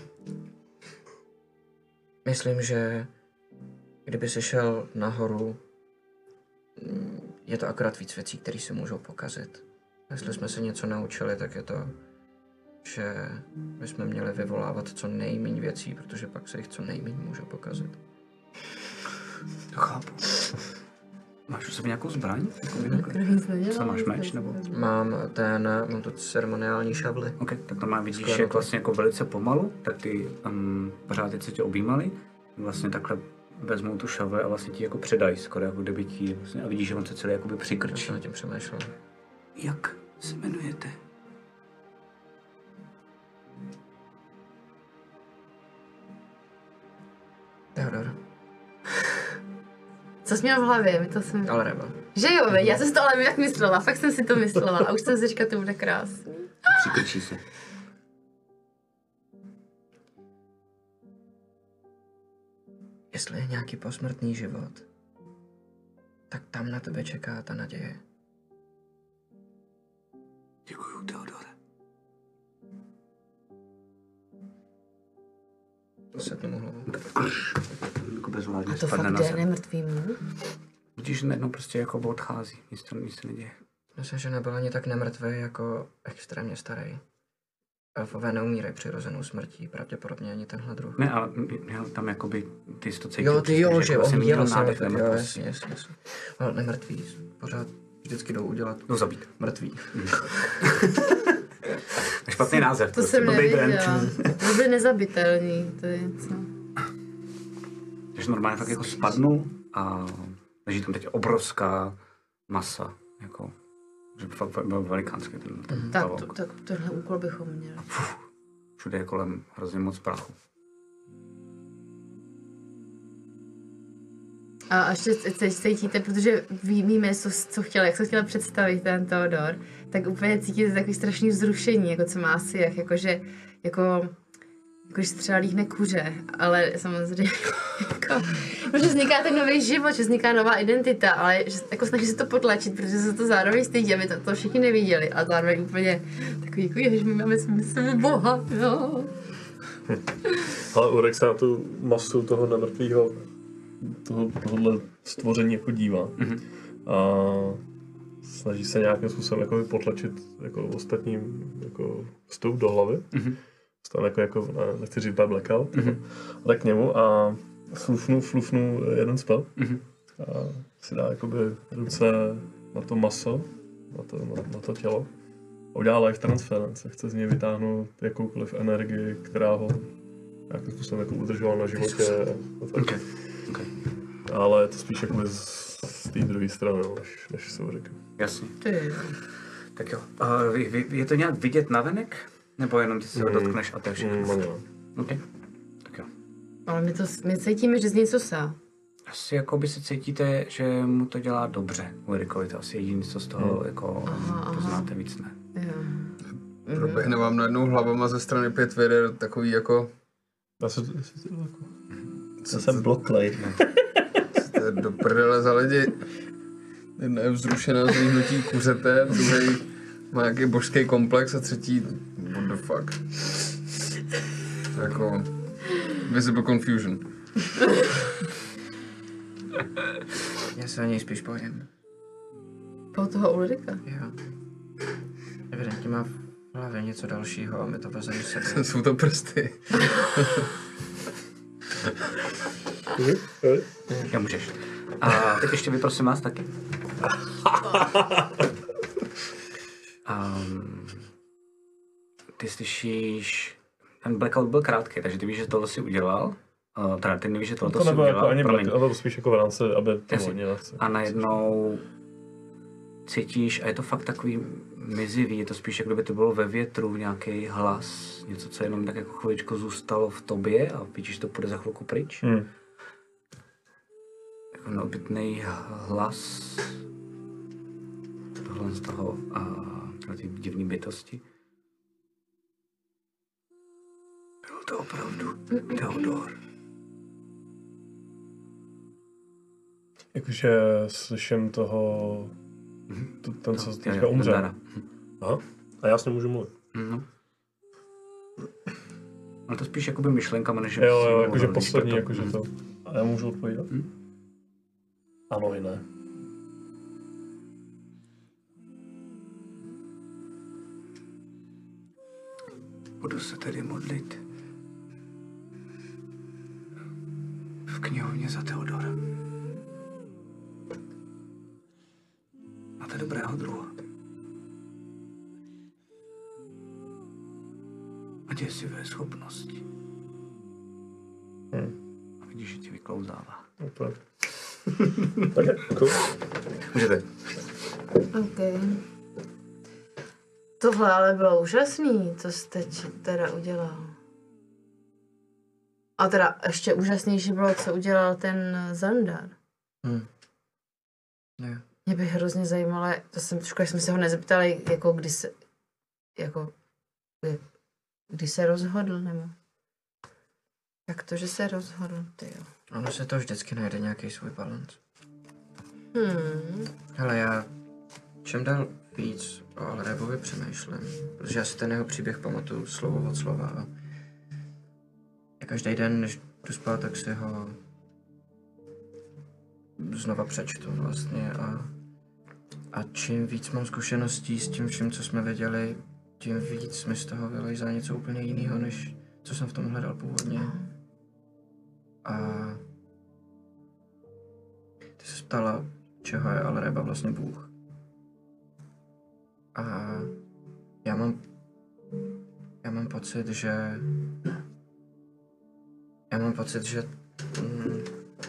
myslím, že kdyby se šel nahoru, mm, je to akorát víc věcí, které se můžou pokazit. Jestli jsme se něco naučili, tak je to, že bychom měli vyvolávat co nejméně věcí, protože pak se jich co nejméně může pokazit. To chápu. Máš u sebe nějakou zbraň? Kdo nic nedělá, Co máš, nic meč, nebo? nedělá. Mám ten, mám tu ceremoniální šavli. OK, tak to má vidíš, Skvěle. jak vlastně jako velice pomalu, tak ty um, pořád teď se tě objímali, vlastně takhle vezmou tu šavli a vlastně ti jako předají skoro, jako kdyby ti vlastně, a vidíš, že on se celý jakoby Já přikrčí. jsem nad tím přemýšlel. Jak se jmenujete? Theodor. Co jsi měl v hlavě? My to jsem... Ale Reba. Že jo, veď, já jsem si to ale jak myslela, fakt jsem si to myslela a už jsem si říkala, to bude krásný. Přikrčí se. Jestli je nějaký posmrtný život, tak tam na tebe čeká ta naděje. Děkuju, Teodore. Setnu mu hlavu. Jako A bezvládně to spadne fakt na jde zem. nemrtvýmu? Vidíš, že najednou prostě jako odchází, nic to, nic to neděje. Myslím, že nebyl ani tak nemrtvý jako extrémně starý. Elfové neumírají přirozenou smrtí, pravděpodobně ani tenhle druh. Ne, ale měl tam jakoby, ty jsi to cítil. Jo, ty jo, přesně, že jako on jsem je měl vlastně nádech nemrtvý, jo, nemrtvosti. jasně, jasně, jasně. Ale nemrtvý, pořád vždycky jdou udělat Jdou zabít. mrtvý. Špatný název. To prostě jsem blbý brand. neviděla. To byly nezabitelný, to je něco. Takže normálně fakt jako spadnul a leží tam teď obrovská masa, jako, že fakt byl velikánský ten, ten Tak, pavouk. to, tak tenhle úkol bychom měli. Všude je kolem hrozně moc prachu. A ještě teď cítíte, protože ví, víme, co, co chtěl, jak se chtěl představit ten Theodor, tak úplně cítíte takový strašný vzrušení, jako co má asi, jak, jakože, jako, jako když třeba líhne kuře, ale samozřejmě, jako, protože vzniká ten nový život, že vzniká nová identita, ale že, jako snaží se to potlačit, protože se to zároveň stydí, aby to, to všichni neviděli a zároveň úplně takový, jako ježiš, my máme smysl Boha, jo. Ale Urek se na tu masu toho nemrtvého, toho, tohohle stvoření jako dívá. Mm-hmm. A snaží se nějakým způsobem jako potlačit jako ostatním jako vstup do hlavy. Mm-hmm. Stane jako, jako ne, nechci říct blackout, mm-hmm. ale k němu a flufnu, flufnu jeden spell. Mm-hmm. A si dá jakoby ruce na to maso, na to, na, na to tělo. A udělá life transference, chce z něj vytáhnout jakoukoliv energii, která ho nějakým způsobem jako udržovala na životě. Okay. Okay. Ale je to spíš jako z, z té druhé strany, než, než se říká. Jasně. Ty. Tak jo. Uh, vy, vy, je to nějak vidět navenek? Nebo jenom ty se ho Mm. dotkneš a to je všechno? Mm, no. OK. Tak jo. Ale my, to, my cítíme, že z něco sá. Asi jako by se cítíte, že mu to dělá dobře. Ulrikovi to asi jediný, co z toho Mm. jako Aha, poznáte víc, ne? Jo. Proběhne vám najednou hlavama ze strany pět věder takový jako... Já se, se, se, jako, co jsem blockplay. Jste do prdele za lidi. Jedna je vzrušená z výhnutí kuřete, druhý má nějaký božský komplex a třetí what the fuck. Jako visible confusion. Já se o něj spíš bojím. Po toho Ulrika. Jo. Evidentně má v hlavě něco dalšího a my to vezeme s sebou. Jsou to prsty. Já můžeš. A teď ještě vy, prosím vás, taky. Um, ty slyšíš, ten blackout byl krátký, takže ty víš, že tohle si udělal. Uh, teda ty nevíš, že tohle To si nebylo udělal. jako ani promiň. black, ale to spíš jako v rámci, aby to Jasně. hodně nechce. A najednou cítíš, a je to fakt takový mizivý, je to spíš, jak kdyby to bylo ve větru, nějaký hlas, něco, co jenom tak jako chviličku zůstalo v tobě a vidíš, že to půjde za chvilku pryč. Hmm. Jako neobytný hlas tohle z toho a tyhle ty divné bytosti. Byl to opravdu Theodor. Jakože slyším toho, to, ten, co Jo, teďka jo, umřel. Dara. Aha. A já s ním můžu mluvit. No. Ale to spíš jakoby myšlenkama, než... Jo, si jo, mohl jakože říct poslední, to. jakože Hm. to. A já můžu odpovídat? Hm? Ano i ne. Budu se tedy modlit v knihovně za Theodora. Máte dobrého druha. A děsivé schopnosti. Hm. A vidíš, že ti vyklouzává. Úplně. Tak je, cool. Můžete. OK. Tohle ale bylo úžasný, co jste či- teda udělal. A teda ještě úžasnější bylo, co udělal ten Zandar. Hm. Jo. Mě by hrozně zajímalo, to jsem trošku, jak jsme se ho nezeptali, jako kdy se, jako, jak- kdy se rozhodl, nebo jak to, že se rozhodl, tyjo. Ono se to vždycky najde nějaký svůj balans. Hmm. Hele, já čím dál víc o Alrebovi přemýšlím, protože já si ten jeho příběh pamatuju slovo od slova a já každý den, než jdu spát, tak si ho znova přečtu vlastně a, a čím víc mám zkušeností s tím vším, co jsme věděli, tím víc mi z toho vylejzá něco úplně jiného, než co jsem v tom hledal původně. A ty se ptala, čeho je Alreba vlastně Bůh. A já mám, já mám pocit, že, já mám pocit, že mm,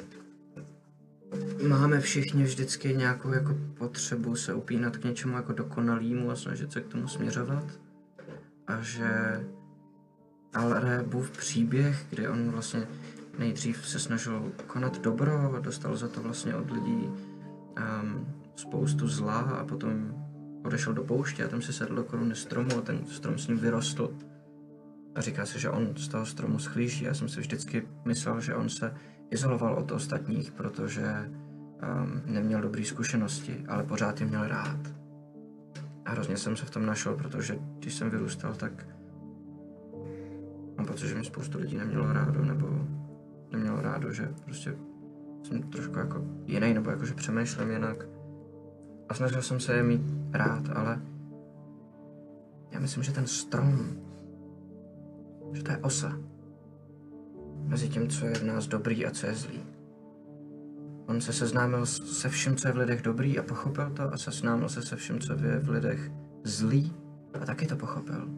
máme všichni vždycky nějakou jako potřebu se upínat k něčemu jako dokonalýmu a snažit se k tomu směřovat. A že Alrebův příběh, kdy on vlastně nejdřív se snažil konat dobro a dostal za to vlastně od lidí um, spoustu zla a potom odešel do pouště a tam si sedl do koruny stromu a ten strom s ním vyrostl. A říká se, že on z toho stromu schlíží. Já jsem si vždycky myslel, že on se izoloval od ostatních, protože um, neměl dobré zkušenosti, ale pořád je měl rád. A hrozně jsem se v tom našel, protože když jsem vyrůstal, tak mám pocit, že mi spoustu lidí nemělo rádo, nebo nemělo rádo, že prostě jsem trošku jako jiný, nebo jako, že přemýšlím jinak. A snažil jsem se je mít rád, ale já myslím, že ten strom, že to je osa mezi tím, co je v nás dobrý a co je zlý. On se seznámil se vším, co je v lidech dobrý a pochopil to a seznámil se se vším, co je v lidech zlý a taky to pochopil.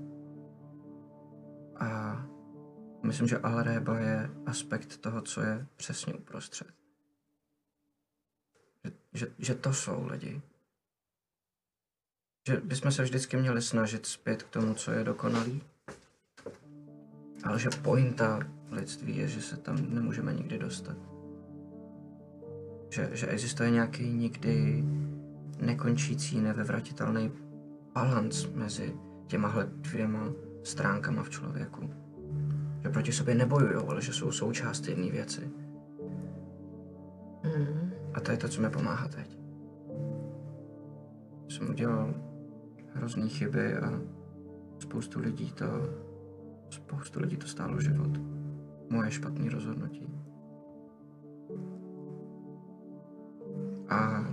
A myslím, že Alreba je aspekt toho, co je přesně uprostřed. Že, že, že to jsou lidi. Že bychom se vždycky měli snažit zpět k tomu, co je dokonalý. Ale že pointa lidství je, že se tam nemůžeme nikdy dostat. Že, že existuje nějaký nikdy nekončící, nevyvratitelný balans mezi těmahle dvěma stránkama v člověku. Že proti sobě nebojujou, ale že jsou součást jedné věci. Hmm. to je to, co mi pomáhá teď. Jsem udělal hrozný chyby a spoustu lidí to, spoustu lidí to stálo život. Moje špatné rozhodnutí. A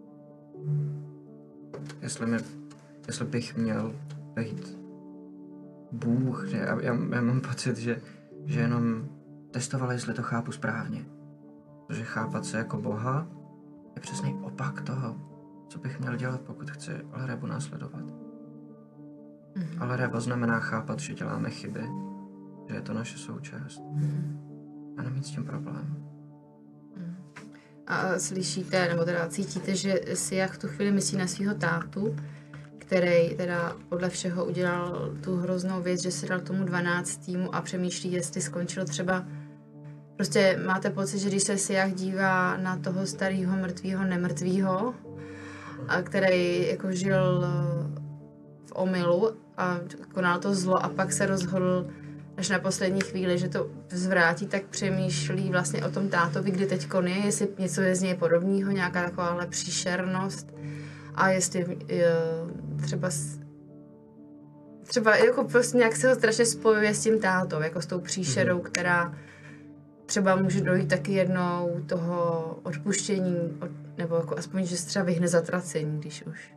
jestli, mi, jestli bych měl být Bůh, že já, já, já mám pocit, že, že jenom testoval, jestli to chápu správně. Protože chápat se jako Boha je přesně opak toho, co bych měl dělat, pokud chci Al-Rebu následovat. Mm-hmm. Al-Reba znamená chápat, že děláme chyby, že je to naše součást. Mm-hmm. A nemít s tím problém. A slyšíte, nebo teda cítíte, že Siach v tu chvíli myslí na svého tátu, který teda podle všeho udělal tu hroznou věc, že se dal tomu dvanáctému a přemýšlí, jestli skončil třeba. Prostě máte pocit, že když se Siach dívá na toho starého mrtvého nemrtvého, a který jako žil v omylu a konal to zlo a pak se rozhodl až na poslední chvíli, že to zvrátí, tak přemýšlí vlastně o tom tátovi, kdy teďkon je, jestli něco je z něj podobného, nějaká taková příšernost a jestli je, třeba třeba jako prostě nějak se ho strašně spojuje s tím tátou, jako s tou příšerou, která třeba může dojít taky jednou toho odpuštění, od, nebo jako aspoň, že se třeba vyhne zatracení, když už.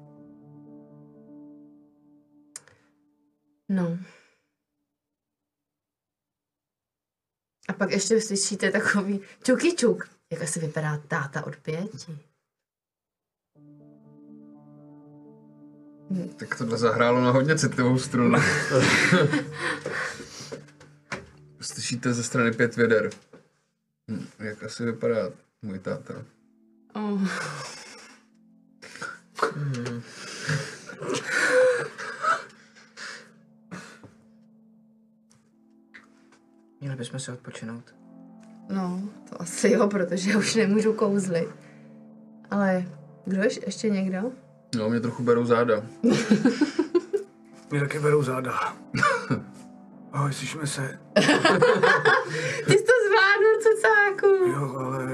No. A pak ještě slyšíte takový čuky čuk. Jak asi vypadá táta od pěti. Tak tohle zahrálo na hodně citlivou strunu. Slyšíte ze strany pět věder. Hm, jak asi vypadá můj táta? Oh. Hmm. Měli bychom se odpočinout. No, to asi jo, protože já už nemůžu kouzlit. Ale kdo ještě, ještě někdo? No, mě trochu berou záda. Mě taky berou záda. Ahoj, slyšíme se. Ty jsi to zvládnul, cucáku. Jo, ale...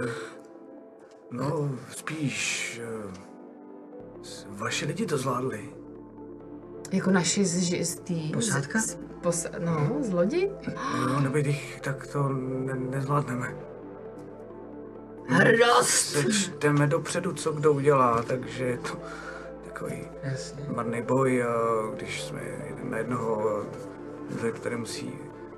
No, spíš... Vaši lidi to zvládli. Jako naši z, z tý... Posádka? Z, pos, no, z lodi? No, nebejt jich, tak to ne, nezvládneme. Hrdost! Teď jdeme dopředu, co kdo udělá, takže je to takový Jasně. marný boj, a když jsme jeden na jednoho, který musí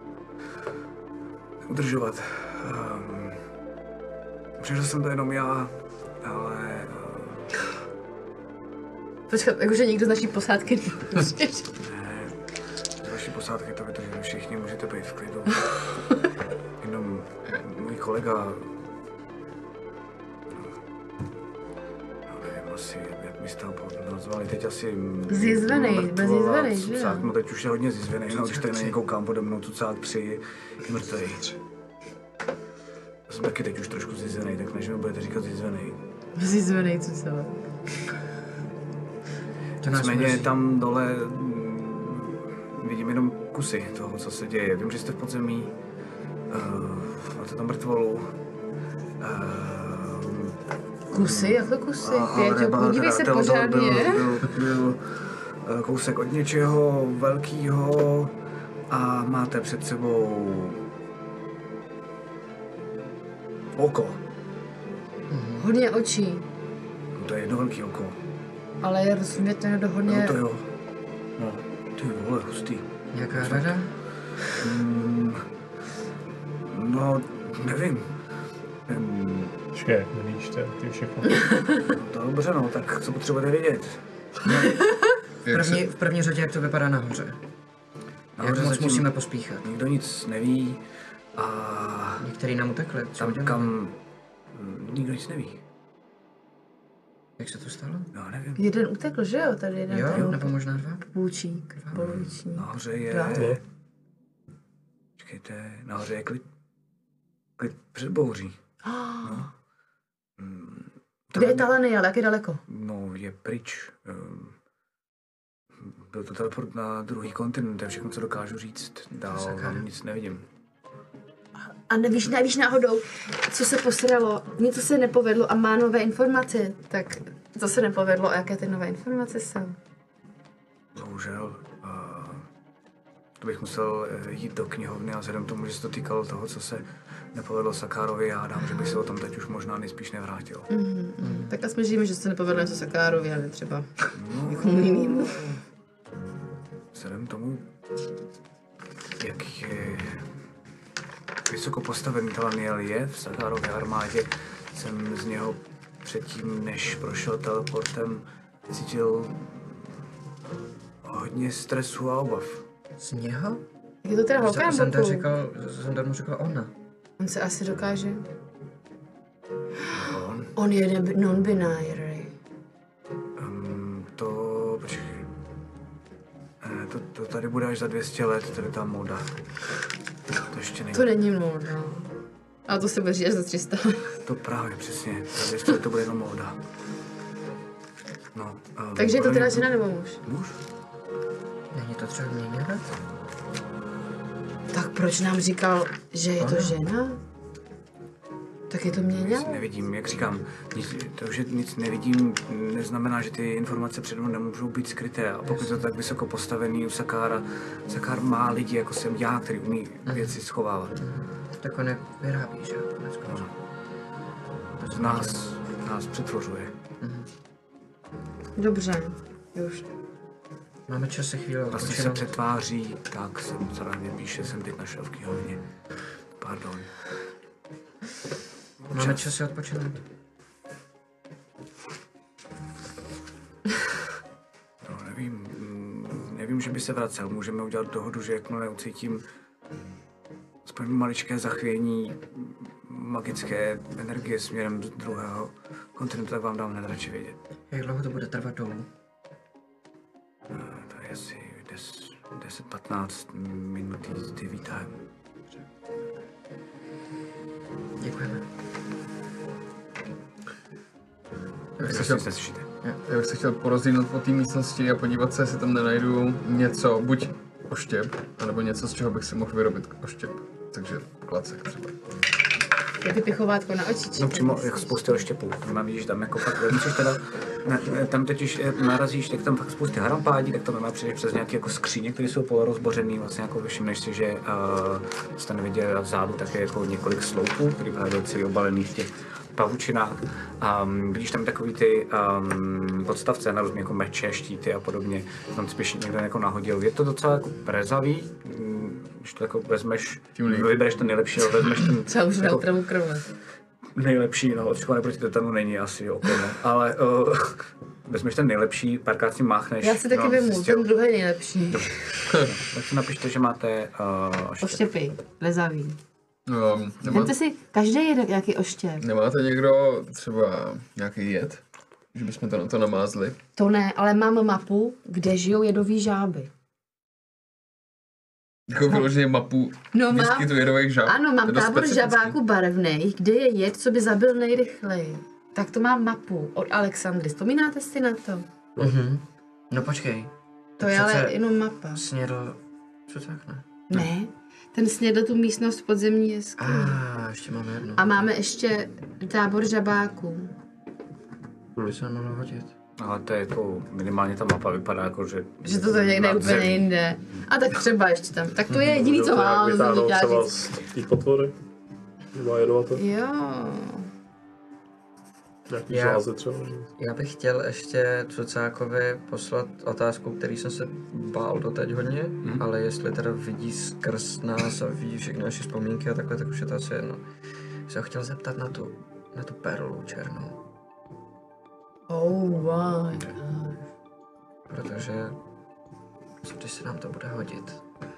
udržovat. Um, Přešel jsem to jenom já, ale... Uh, Počkat, jakože někdo z naší posádky nemůže. ne, z vaší posádky to vydržíme všichni, můžete být v klidu. Jenom můj kolega... Asi, jak byste ho nazvali, teď asi... Zjizvenej, byl zjizvenej, že jo? No teď už je hodně zjizvenej, no když tady na někoho kam pode mnou, Cucák tři je mrtvej. Já jsem taky teď už trošku zjizvenej, tak než mi budete říkat zjizvenej. Zjizvenej, cucák. Nicméně tam dole mm, vidím jenom kusy toho, co se děje. Vím, že jste v podzemí, uh, máte tam mrtvolu. Uh, Kusy? Jak to kusy? A- ale Pěťo, Reba- podívej se teda byl- pořádně. Byl, byl, byl eh, kousek od něčeho velkýho a máte před sebou oko. Hodně očí, To je jedno velký oko. ale je rozmětné do hodně... No to jo. No, ty vole, hustý. Nějaká rada? Mm, no, nevím. Um, Počkej, jak nevíš, to je ty všechno. dobře no, tak co potřebujete vědět? V první, v první řadě, jak to vypadá nahoře. Jak moc zatím musíme pospíchat. Nikdo nic neví a Některý nám utekli. Co tam udělali? kam mm, nikdo nic neví. Jak se to stalo? No, nevím. Jeden utekl, že jo? Tady jeden Jo, ten nebo možná dva? půlčík, poloviční. Nahoře je... Dva? No. Počkejte, nahoře je klid... Klid před bouří. No. Mm, Kde je tam- Talaniel? Jak je daleko? No, je pryč. Um, byl to teleport na druhý kontinent, to je všechno, co dokážu říct. Dál Sakra. vám nic nevidím. a nevíš, nevíš náhodou, co se posralo, něco se nepovedlo a má nové informace, tak to se nepovedlo a jaké ty nové informace jsou? Bohužel, uh, to bych musel jít do knihovny a vzhledem k tomu, že se to týkalo toho, co se nepovedlo Sakárovi, já dám, že bych se o tom teď už možná nejspíš nevrátil. Mm-hmm. Mm. Tak aspoň žijeme, že se nepovedlo něco Sakárovi, ale třeba no, někomu jinému. Vzhledem k tomu, jak je vysoko postavený Talaniel je v Sakárově armádě, jsem z něho předtím, než prošel teleportem, cítil hodně stresu a obav. Z něho? Je to teda holka nebo Zanda kluk? říkal, Zanda mu říkal ona. On se asi dokáže. On? On je neb- non-binary. Um, to... počkej. Eh, to, to tady bude až za dvě stě let, tady ta moda. To ještě není. To není móda. Ale to se bude říct až za tři sta. To právě, přesně. Za dvě stě let to bude jenom moda. No, uh, Takže je to teda žena nebo muž? Muž? Není to třeba měněné? Tak proč nám říkal, že je to žena? Tak je to měňa? Nic nevidím, jak říkám, nic, to, že nic nevidím, neznamená, že ty informace předem nemůžou být skryté. A pokud to tak vysoko postavený u Sakára, Sakár má lidi, jako jsem já, který umí věci schovávat. Tak on je vyrábí, že jo? Nás, nás přetvořuje. Dobře, už. Máme čas se chvíli Vlastně se odpočinout. přetváří, tak jsem celé píše, jsem teď našel v knihovně. Pardon. Máme čas si odpočinout. No, nevím, mm, nevím, že by se vracel. Můžeme udělat dohodu, že jakmile ucítím aspoň maličké zachvění magické energie směrem do druhého kontinentu, tak vám dám hned radši vědět. Jak dlouho to bude trvat dolů? No, to je asi deset patnáct minut jízdy výtahem. Děkujeme. Já bych se Prosím, chtěl, se neslyšíte. já bych se chtěl porozlídnout po té místnosti a podívat se, jestli tam nenajdu něco, buď oštěp, anebo něco, z čeho bych si mohl vyrobit oštěp. Takže klacek třeba. Je vypichowátko na očičky. No přímo jako spousty oštěpů. Mám vidíš tam jako fakt, musíš teda, ne, ne, tam totiž eh, narazíš, tak tam fakt spousty harampádí, tak tam má přijdeš přes nějaké jako skříně, které jsou polorozbořený, vlastně jako všimneš si, že uh, jste neviděl vzadu také jako několik sloupů, který právě byl celý obalený v těch pavučinách. Um, vidíš tam takový ty um, podstavce na různé jako meče, štíty a podobně, tam spíš někdo jako nahodil. Je to docela jako prezavý, mm, když to jako vezmeš, vybereš ten nejlepší, ale vezmeš ten Třeba už na úpravu krve. nejlepší, no očkování proti tetanu není asi okolo, ale uh, vezmeš ten nejlepší, párkrát si máchneš. Já si taky no, vemu, zjistil- ten druhý nejlepší. Tak si napište, že máte uh, oštěp. Oštěpy, lezavý. Um, nemá, Vemte si, každý je nějaký oštěp. nemáte někdo třeba nějaký jed? Že bychom to na to namázli? To ne, ale mám mapu, kde žijou jedový žáby. Jako vyloženě mapu No mám, výskytu jedových žab? ano, To mám je dost tábor specifický. žabáků barevných, kde je jed, co by zabil nejrychleji. Tak to mám mapu od Alexandry. Vzpomínáte si na to? Mhm. No počkej. To je ale Přece jenom mapa. Snědo... Co tak ne? Ne, ten snědl tu místnost v podzemní jeskyni. A ještě máme jednu. A máme ještě tábor žabáků. To by se mohlo hodit. Ale to je jako, minimálně ta mapa vypadá jako, že... Že to tady někde nad úplně zemí. jinde. A tak třeba ještě tam. Tak to je jediný, co mám. to jsem Vytáhnout chtěla třeba říct. z těch potvory. Má jedovaté. Jo. Nějaký Já- žlázy třeba. Já bych chtěl ještě Cucákovi poslat otázku, který jsem se bál doteď hodně, Mhm. ale jestli teda vidí skrz nás a ví všechny naše vzpomínky a takhle, tak už je to asi jedno. Se ho chtěl zeptat na tu, na tu perlu černou, Oh my god. protože co když se nám to bude hodit?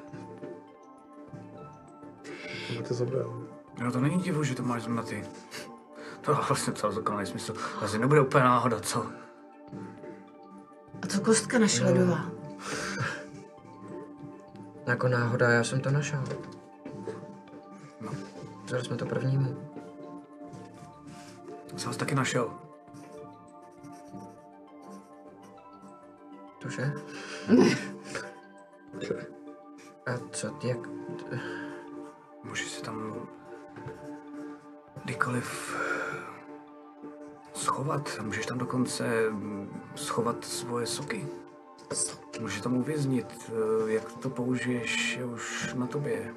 To by to zabral. No to není divu, že to máš na ty. To je vlastně celý dokonalý smysl. Asi nebude úplně náhoda, co? A co kostka naše ledová? Jako náhoda, já jsem to našel. No. Vzali jsme to prvnímu. Jsem vás taky našel. Tuže? A co, jak... Můžeš si tam kdykoliv schovat. Můžeš tam dokonce schovat svoje soky. Můžeš tam uvěznit. Jak to použiješ, je už na tobě.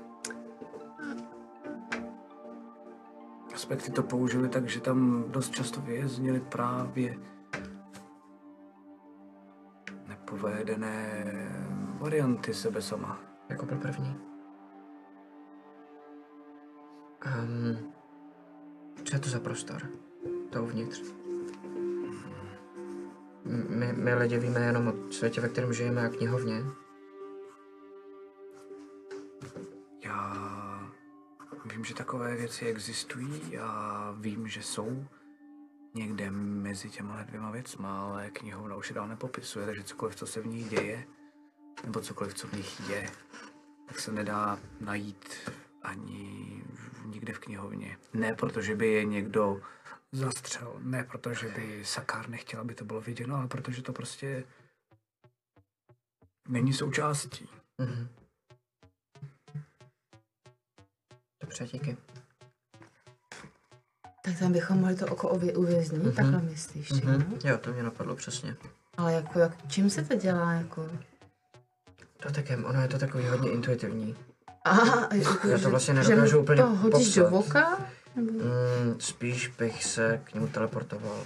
Aspekty to použili tak, že tam dost často věznili právě nepovedené varianty sebe sama. Jako byl první. Um, co je to za prostor? To uvnitř. My, my lidi víme jenom o světě, ve kterém žijeme, a knihovně. Já vím, že takové věci existují a vím, že jsou někde mezi těma dvěma věcma, ale knihovna už je dál nepopisuje, takže cokoliv, co se v nich děje, nebo cokoliv, co v nich je, tak se nedá najít ani nikde v knihovně. Ne protože by je někdo zastřel, ne protože by Sakár nechtěl, aby to bylo viděno, ale protože to prostě není součástí. Mhm. Dobře, díky. Tak tam bychom mohli to oko ově- uvěznit, mm-hmm. takhle myslíš, Mhm. jo? Jo, to mě napadlo přesně. Ale jako, jak, čím se to dělá, jako? Dotekem, ono je to takový hodně intuitivní. Aha, jako, Já to že- vlastně že nedokážu mu úplně to hodíš do popsat. voka? Nebo Mm, spíš bych se k němu teleportoval.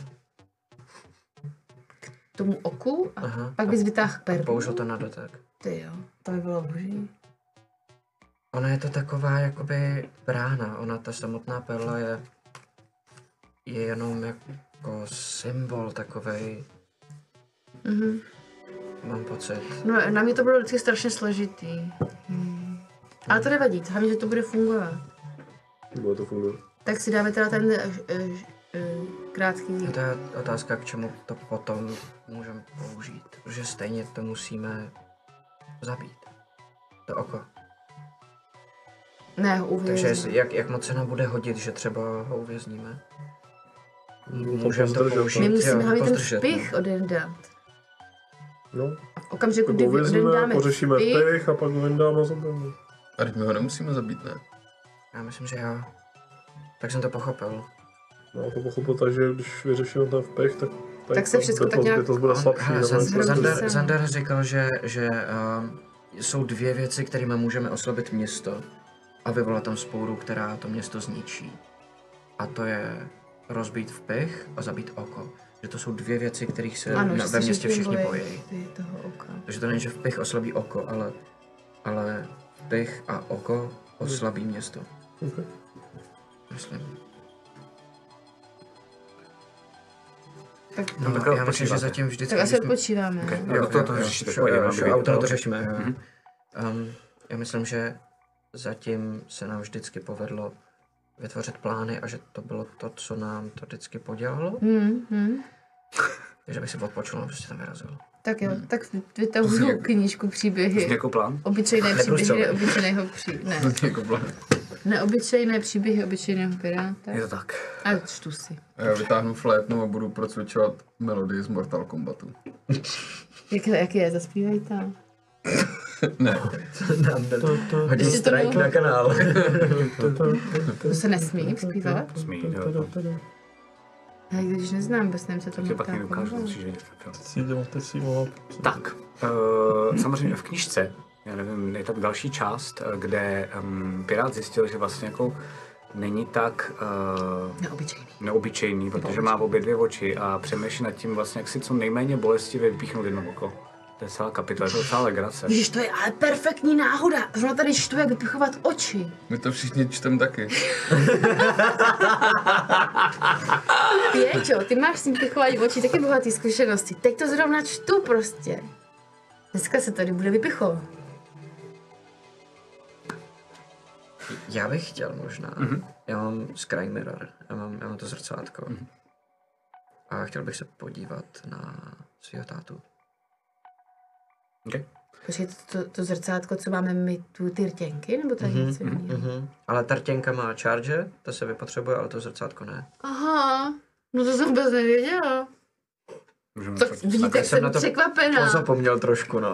k tomu oku? A Aha. pak bys vytáhl perlu? Použil to na dotek. Ty jo, to by bylo boží. Ona je to taková jakoby brána, ona ta samotná perla je, je jenom jako symbol takovej, Mhm. mám pocit. No, na mě to bylo vždycky strašně složitý. Hmm. Ale to nevadí, hlavně, že to bude fungovat. Bude to fungovat. Tak si dáme teda ten uh, uh, uh, krátký... A to je otázka, k čemu to potom můžeme použít, protože stejně to musíme zabít. To oko. Ne, Takže uvězní. jestli, jak, jak moc se nám bude hodit, že třeba ho uvězníme. Můžeme Můžeme to použít. My musíme jo, hlavně ten pozdržet, špich odevzdat. No, A v okamžiku, tak kdy ho uvězníme, odevzdáme pořešíme špich, pich a pak ho vyndáme a zabijeme. A teď my ho nemusíme zabít, ne? Já myslím, že jo. Tak jsem to pochopil. No, to pochopil tak, že když vyřešíme ten vpich, tak, Tak se ta všechno tak bytost- nějak- bytost bude slabší. Hele, nebo Zan- něco. Zhroutí Zandar, se. Zandar říkal, že, že um, jsou dvě věci, kterými můžeme oslabit město a vyvolat tam spouru, která to město zničí. A to je rozbít vpich a zabít oko. Že to jsou dvě věci, kterých se ano, na, že ve se městě všichni bojí. ty toho oka. Takže to není, že vpich oslabí oko, ale, ale vpich a oko oslabí město. Okay. Myslím. Tak, No, tak já myslím, že zatím vždycky... tak asi když jsme- odpočíváme. Okay. ne? Jo, to, to řešíte, šo- pojďme, jo, mám šo- být. auto to Jo. řešíme, jo. Mhm. Um, já myslím, že zatím se nám vždycky povedlo vytvořit plány a že to bylo to, co nám to vždycky podělalo. Hmm, hmm. Takže bych si odpočul a prostě tam vyrazil. Tak jo, tak vytahuju knížku příběhy. Jako plán? Obyčejné příběhy Neprůstřelné. neobyčejného pří... Ne. Jako plán. Neobyčejné příběhy obyčejného piráta. Je to tak. A čtu si. A já vytáhnu flétnu a budu procvičovat melodii z Mortal Kombatu. Jak, jak je, zaspívaj tam. Ne. Nám dal hodí Jestli to strike bylo- na kanál. To se nesmí zpívat? Smí, jo. Já když neznám, vůbec nevím, co to Tě pak má nedokážu, musíš vidět ten film. Teď si jdem, teď si mohla... Tak, uh, samozřejmě v knížce, já nevím, je tam další část, eh, kde um, pirát zjistil, že vlastně jako není tak uh, Neobyčejný. neobyčejný, protože má obě dvě oči a přemýšlí nad tím vlastně, jak si co nejméně bolestivě vypíchnout jedno oko. To je celá kapitola, to je celá legrace. Ježiš, to je ale perfektní náhoda. Zrovna tady čtu, jak vypichovat oči. My to všichni čtem taky. Pěťo, ty máš s tím pichování očí taky bohatý zkušenosti. Teď to zrovna čtu prostě. Dneska se tady bude vypichovat. Já bych chtěl možná. Mm-hmm. Já mám Scry Mirror, já mám, já mám to zrcátko. Mm-hmm. A chtěl bych se podívat na svého tátu. Okay. Počkej, to, to, to zrcátko, co máme my, tu ty rtěnky, nebo to je Mhm, něco jiného? mhm. Ale ta rtěnka má charge, to se vypotřebuje, ale to zrcátko ne. Aha, no to jsem vůbec nevěděla. Můžeme Tak fakt- vidíte, tak jak jsem jsem na to překvapená. Pozapomněl trošku, no.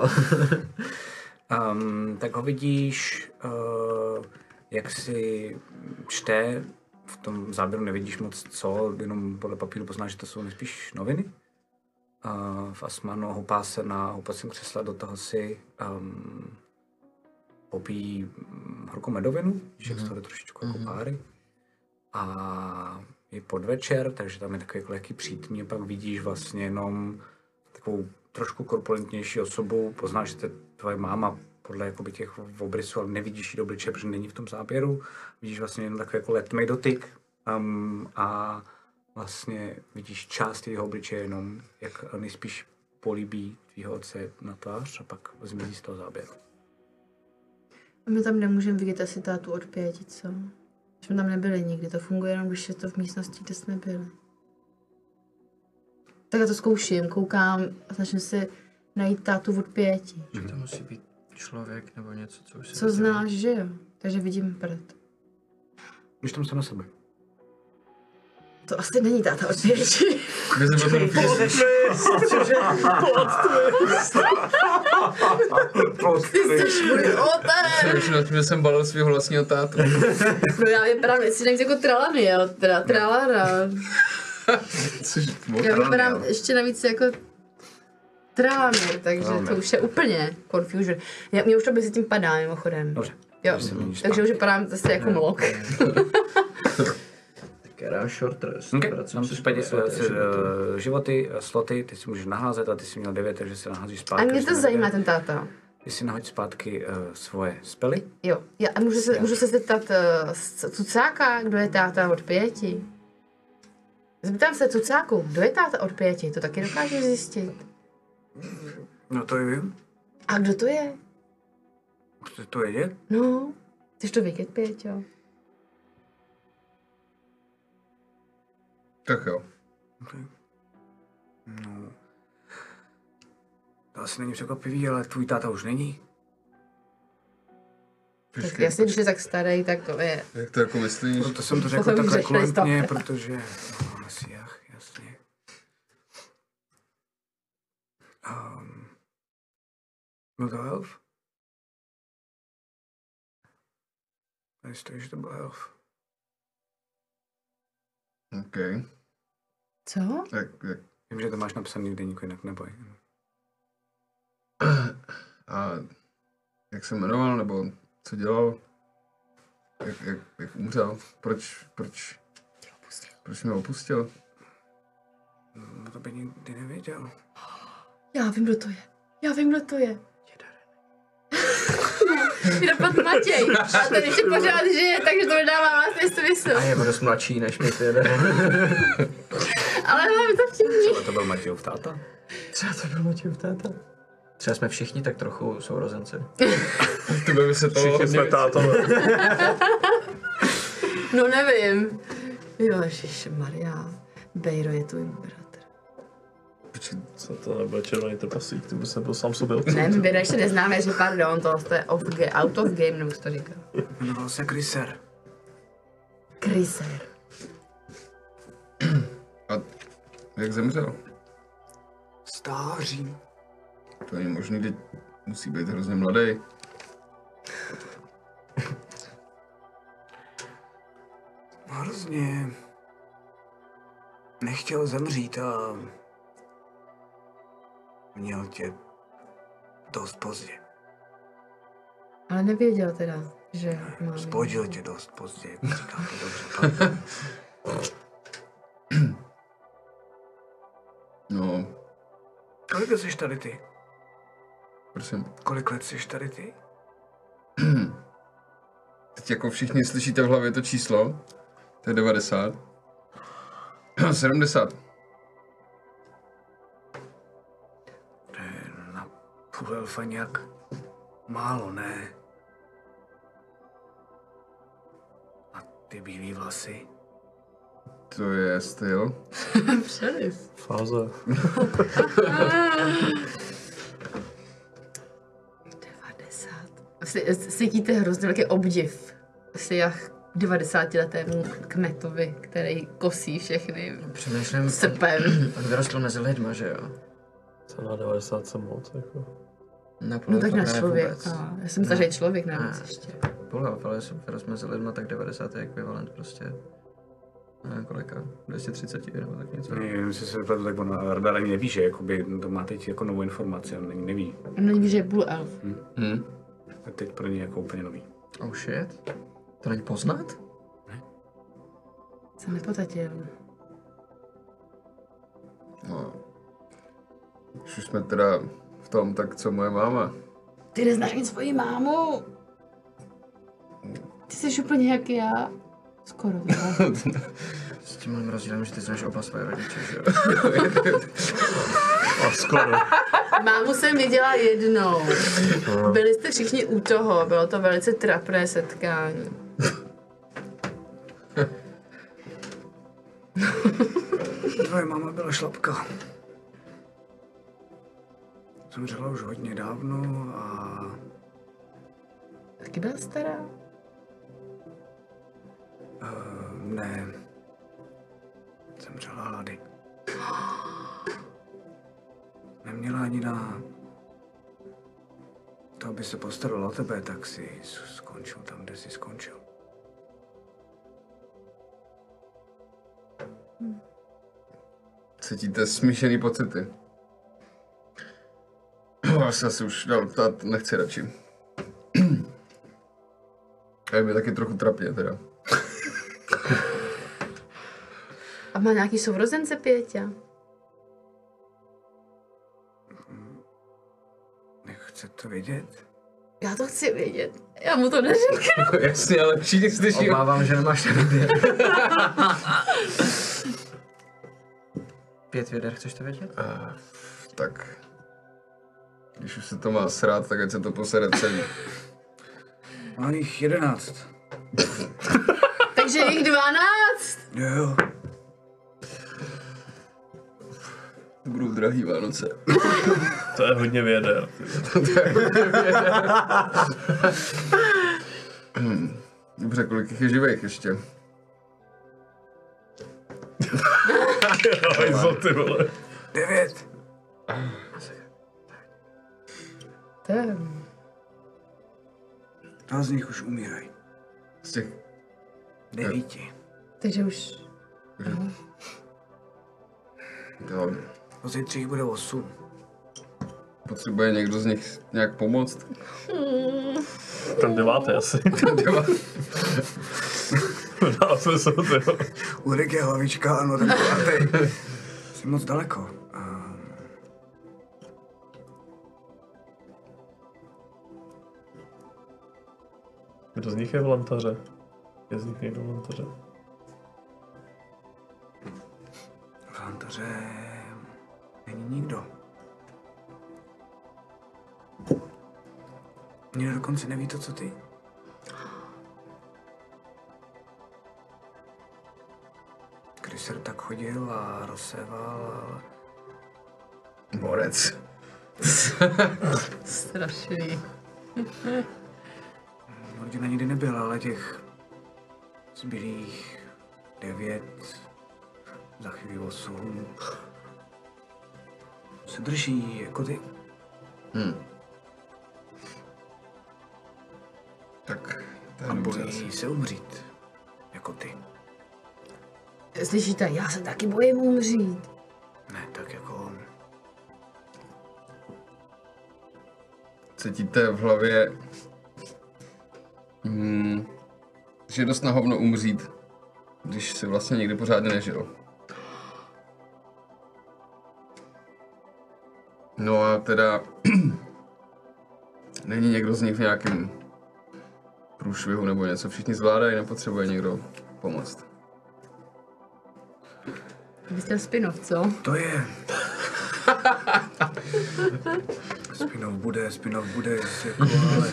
Um, tak ho vidíš, uh, jak si čte v tom záběru nevidíš moc co, jenom podle papíru poznáš, že to jsou nejspíš noviny. Uh, v Asmanu houpá se na houpacím křesle, do toho si um, popíjí um, horkou medovinu, že mm-hmm. to trošičku mm-hmm. jako páry. A je podvečer, takže tam je takový jako lehký přítmí a pak vidíš vlastně jenom takovou trošku korpulentnější osobu, poznáš, že to je tvoje máma podle jakoby těch obrysů, ale nevidíš jí do obličeje, protože není v tom záběru. Vidíš vlastně jenom takový jako letmý dotyk um, a vlastně vidíš část jeho obličeje jenom, jak nejspíš políbí tvýho otce na tvář a pak zmizí z toho záběru. A my tam nemůžeme vidět asi tátu od pěti, co? Jsme tam nebyli nikdy, to funguje jenom, když je to v místnosti, kde jsme byli. Tak já to zkouším, koukám a snažím se najít tátu od pěti. Že to musí být člověk nebo něco, co už se... Co znáš, že jo? Takže vidím prd. Když tam se na sebe. To asi není táta od pěti. My jsme potom Plot twist! Plot twist! Plot Ty jsi můj otec! Přemýšlím nad tím, že jsem balil svého vlastního tátu. No já vypadám, jestli nejvíc jako Tralany, jo? Teda Tralana. Což Já vypadám ještě navíc jako Tralany, takže to už je úplně confusion. Já, mě už to mezi tím padá, mimochodem. Dobře. Jo, takže už vypadám zase jako mlok. Která short rest. Okay. Tam jsou případě životy. životy, sloty, ty si můžeš naházet a ty si měl devět, takže si naházíš zpátky. A mě to zajímá, ten táta. Ty si nahoď zpátky uh, svoje spely. Jo, já, a můžu se, můžu se zeptat uh, Cucáka, kdo je táta od pěti? Zeptám se Cucáku, kdo je táta od pěti? To taky dokážeš zjistit. No to vím. A kdo to je? Chceš to vědět? No, chceš to vědět, Pěťo? Tak jo. Okay. No. To asi není překvapivý, ale tvůj táta už není. Tak jasně, když je tak starý, tak to je. Jak to jako myslíš? Proto jsem to řekl Potom takhle řekli kulantně, stop. protože... No, asi jak, jasně. Um, byl to elf? Nejistý, že to byl elf. OK. Co? Jak, jak, Vím, že to máš napsaný v deníku, jinak neboj. a jak se jmenoval, nebo co dělal? Jak, jak, jak umřel? Proč, proč, proč mě opustil? No to by nikdy nevěděl. Já vím, kdo to je. Já vím, kdo to je. Mi dopadl Matěj. A ten ještě pořád žije, takže to nedává vlastně smysl. A je dost mladší než my tedy. Ale máme to vtipný. Ale to byl Matějův táta? Třeba to byl Matějův táta. Třeba jsme všichni tak trochu sourozenci. To by se to Všichni jsme tátové. No nevím. Jo, ježišmarja. Bejro je tvůj bratr. Co to nebyl červený trpaslík, ty bys nebyl sám sobě Ne, my Bejro ještě neznáme, že pardon, to, to je off ga- out of game, nebo jsi to říkal. Jmenoval se Kryser. Kryser. A jak zemřel? Stáří. To není možný, teď musí být hrozně mladý. Hrozně nechtěl zemřít a měl tě dost pozdě. Ale nevěděl teda, že má... Spodil tě dost pozdě, jak říkám to dobře. No, Kolik let jsi tady ty? prosím. Kolik let jsi tady ty? Teď jako všichni slyšíte v hlavě to číslo. To je devadesát. sedmdesát. To je na půl elfa nějak málo, ne? A ty bílý vlasy? To je styl. Přeliv. Fáze. devadesát. Cítíte hrozně velký obdiv. Asi jak devadesátiletému kmetovi, který kosí všechny Přemýšlím, srpem. on vyrostl mezi lidma, že jo? Co na devadesát jsem moc, jako. Na No tak na ne člověka. vůbec. Já jsem stařej člověk Ne. navíc ještě. Půl, ale jsem vyrost mezi lidma, tak devadesát je ekvivalent prostě Ne, kolika? dvě stě třicet nebo tak něco. Ne, jenom si se vypadl, tak on Arbor ani neví, že jakoby, to má teď jako novou informaci, on neví. On neví, že je půl elf. Hm. A teď pro ně jako úplně nový. Oh shit. To není poznat? Jsem nepotatil. No. Když už jsme teda v tom, tak co moje máma? Ty neznáš ani svoji mámu. Ty jsi úplně jak já. Skoro teda. S tím malým rozdílem, že ty znáš oba své rodiče, že jo? A skoro. Mámu jsem viděla jednou. Byli jste všichni u toho, bylo to velice trapné setkání. Tvoje máma byla šlapka. Zemřela už hodně dávno a... Taky byla stará? Uh, ne. Zemřela hlady. Neměla ani na to, aby se postarala o tebe, tak si skončil tam, kde jsi skončil. Cítíte smíšený pocity? Já se asi už dál ptát nechci radši. A je mi taky trochu trapně teda. A má nějaký sourozence, Pěťa? Nechce to vědět? Já to chci vědět. Já mu to neřeknu. Jasně, ale všichni slyší. Obávám, že nemáš ten vědět. Pět věder, chceš to vědět? Uh, tak. Když už se to má srát, tak ať se to posere celý. Má jich jedenáct. Takže jich dvanáct. Jo, jo. To budou drahý Vánoce. To je hodně věder. hmm. Dobře, kolik jich je živých ještě? Hajzl, ty vole. Devět. Ten. Dva z nich už umírají. Z těch... Devíti. Takže už... Jo. Po zítřích bude osm. Potřebuje někdo z nich nějak pomoct? Ten devátý asi. Dá se se to. Ulrik je hlavička, ano, ten devátý. Jsi moc daleko. Um... Kdo z nich je v lantaře? Je z nich někdo v lantaře? V lantaře není nikdo. Nikdo dokonce neví to, co ty. Když jsem tak chodil a rozséval, Borec. Strašný. rodina nikdy nebyla, ale těch zbylých devět, za chvíli osm, se drží jako ty. Hmm. Tak, to je A dobře bojí asi. se umřít, jako ty. Slyšíte, já se taky bojím umřít. Ne, tak jako on. Cítíte v hlavě, hmm, že je dost na hovno umřít, když si vlastně nikdy pořádně nežil. No a teda není někdo z nich v nějakém průšvihu nebo něco, všichni zvládají, nepotřebuje někdo pomoct. Vy jste spin-off, co? To je. Spin-off bude, spin-off bude, jako, ale...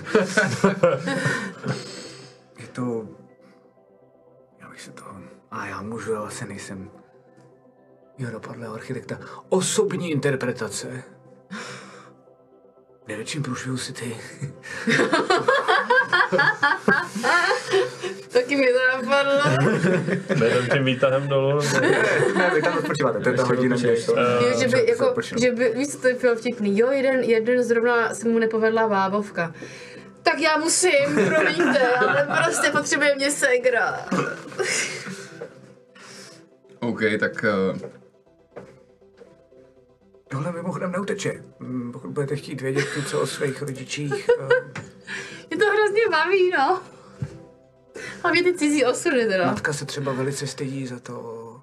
Je to... Já bych se toho... A já můžu, ale asi nejsem... Jo, dopadlého architekta. Osobní interpretace. V největším průšvihu si ty. Taky mi to napadlo. Nejdem tím výtahem dolů, nebo... Ne, vy tam odpočíváte, to je ta hodina, než to... Jo, že by, jako, Odpočinu. že by, víš, co to bylo vtipný. Jo, jeden, jeden zrovna se mu nepovedla bábovka. Tak já musím, promiňte, ale prostě potřebuje mě ségra. OK, tak... Uh... Tohle mimochodem neuteče. Hm, Pokud budete chtít vědět něco o svých rodičích. Uh, Je to hrozně baví, no. Hlavně ty cizí osudy teda. Matka se třeba velice stydí za to,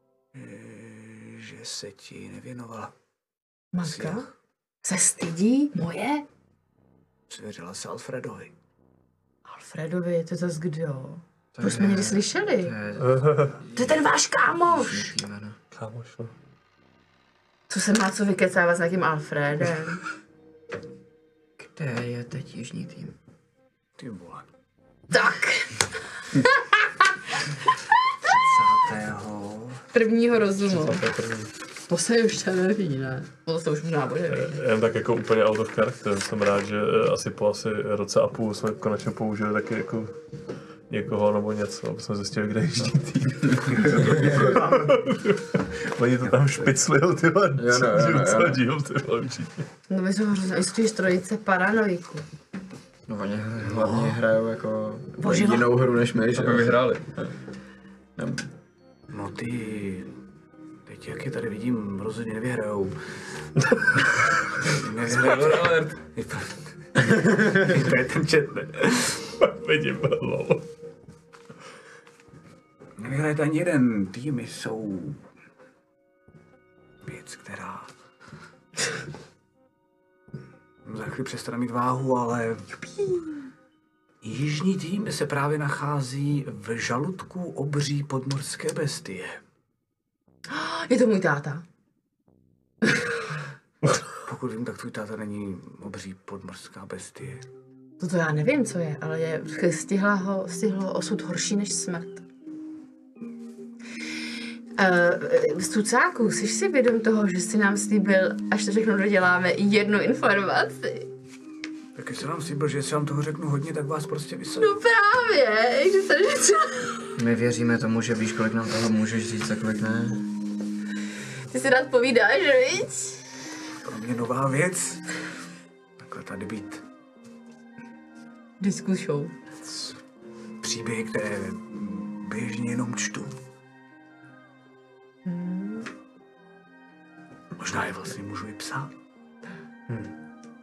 že se ti nevěnovala. Matka? Se stydí? Moje? Svěřila se Alfredovi. Alfredovi, to zas kdo? To Proč jsme někdy slyšeli? To je... To je ten váš kámoš. Kámoš, no. Co se má co vykecávat s nějakým Alfredem? Kde je teď jižní tým? Ty vole. Tak. třicátého Prvního rozumu. To se už tam neví, ne? To se už možná bude vědět. Jen tak jako úplně out of character. Jsem rád, že eh, asi po asi roce a půl jsme konečně použili taky jako někoho nebo něco, aby jsme zjistili, kde je jižní tým. Oni to tam špiclil, ty vole, Jo, no, jo, no, celý jo. díl, ty vole, určitě. No my jsme hrozně, existuješ trojice paranoiků. No oni hlavně hrajou jako Bože, jinou hru než my, že Aby vyhráli. No ty... Teď jak je tady vidím, rozhodně nevyhrajou. Spoiler alert. To je ten chat, ne? Vidím, lol. Nevyhrajete ani jeden. Týmy jsou... věc, která... za chvíli přestane mít váhu, ale... Jižní tým se právě nachází v žaludku obří podmorské bestie. Je to můj táta. Pokud vím, tak tvůj táta není obří podmorská bestie. No to já nevím, co je, ale je, stihla ho, stihlo osud horší než smrt. Uh, Stucáku, jsi si vědom toho, že jsi nám slíbil, až to všechno doděláme, jednu informaci? Tak když jsem vám slíbil, že jestli vám toho řeknu hodně, tak vás prostě vysadím. No právě, že to něco... My věříme tomu, že víš, kolik nám toho můžeš říct a kolik ne. Ty si rád povídáš, víc? Pro mě nová věc. Takhle tady být. Diskusou. Příběhy, které běžně jenom čtu. Hmm. Možná je vlastně můžu i psát. Hmm.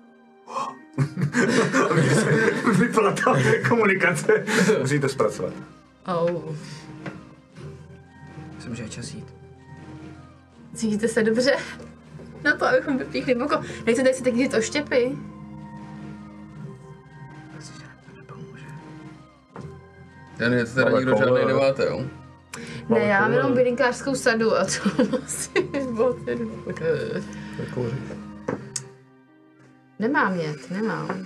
Vypala ta komunikace. Musí to zpracovat. Oh. Myslím, že je čas jít. Cítíte se dobře? Na to, abychom vypíchli boko. Nechcete si taky jít oštěpy? Myslím, že nám to nepomůže. Já ne, to teda Máme nikdo koule, žádnej jo. nemáte, jo? Ne, já mám no. koule. jenom bylinkářskou sadu a to asi boty. Nekouří. Nemám jet, nemám.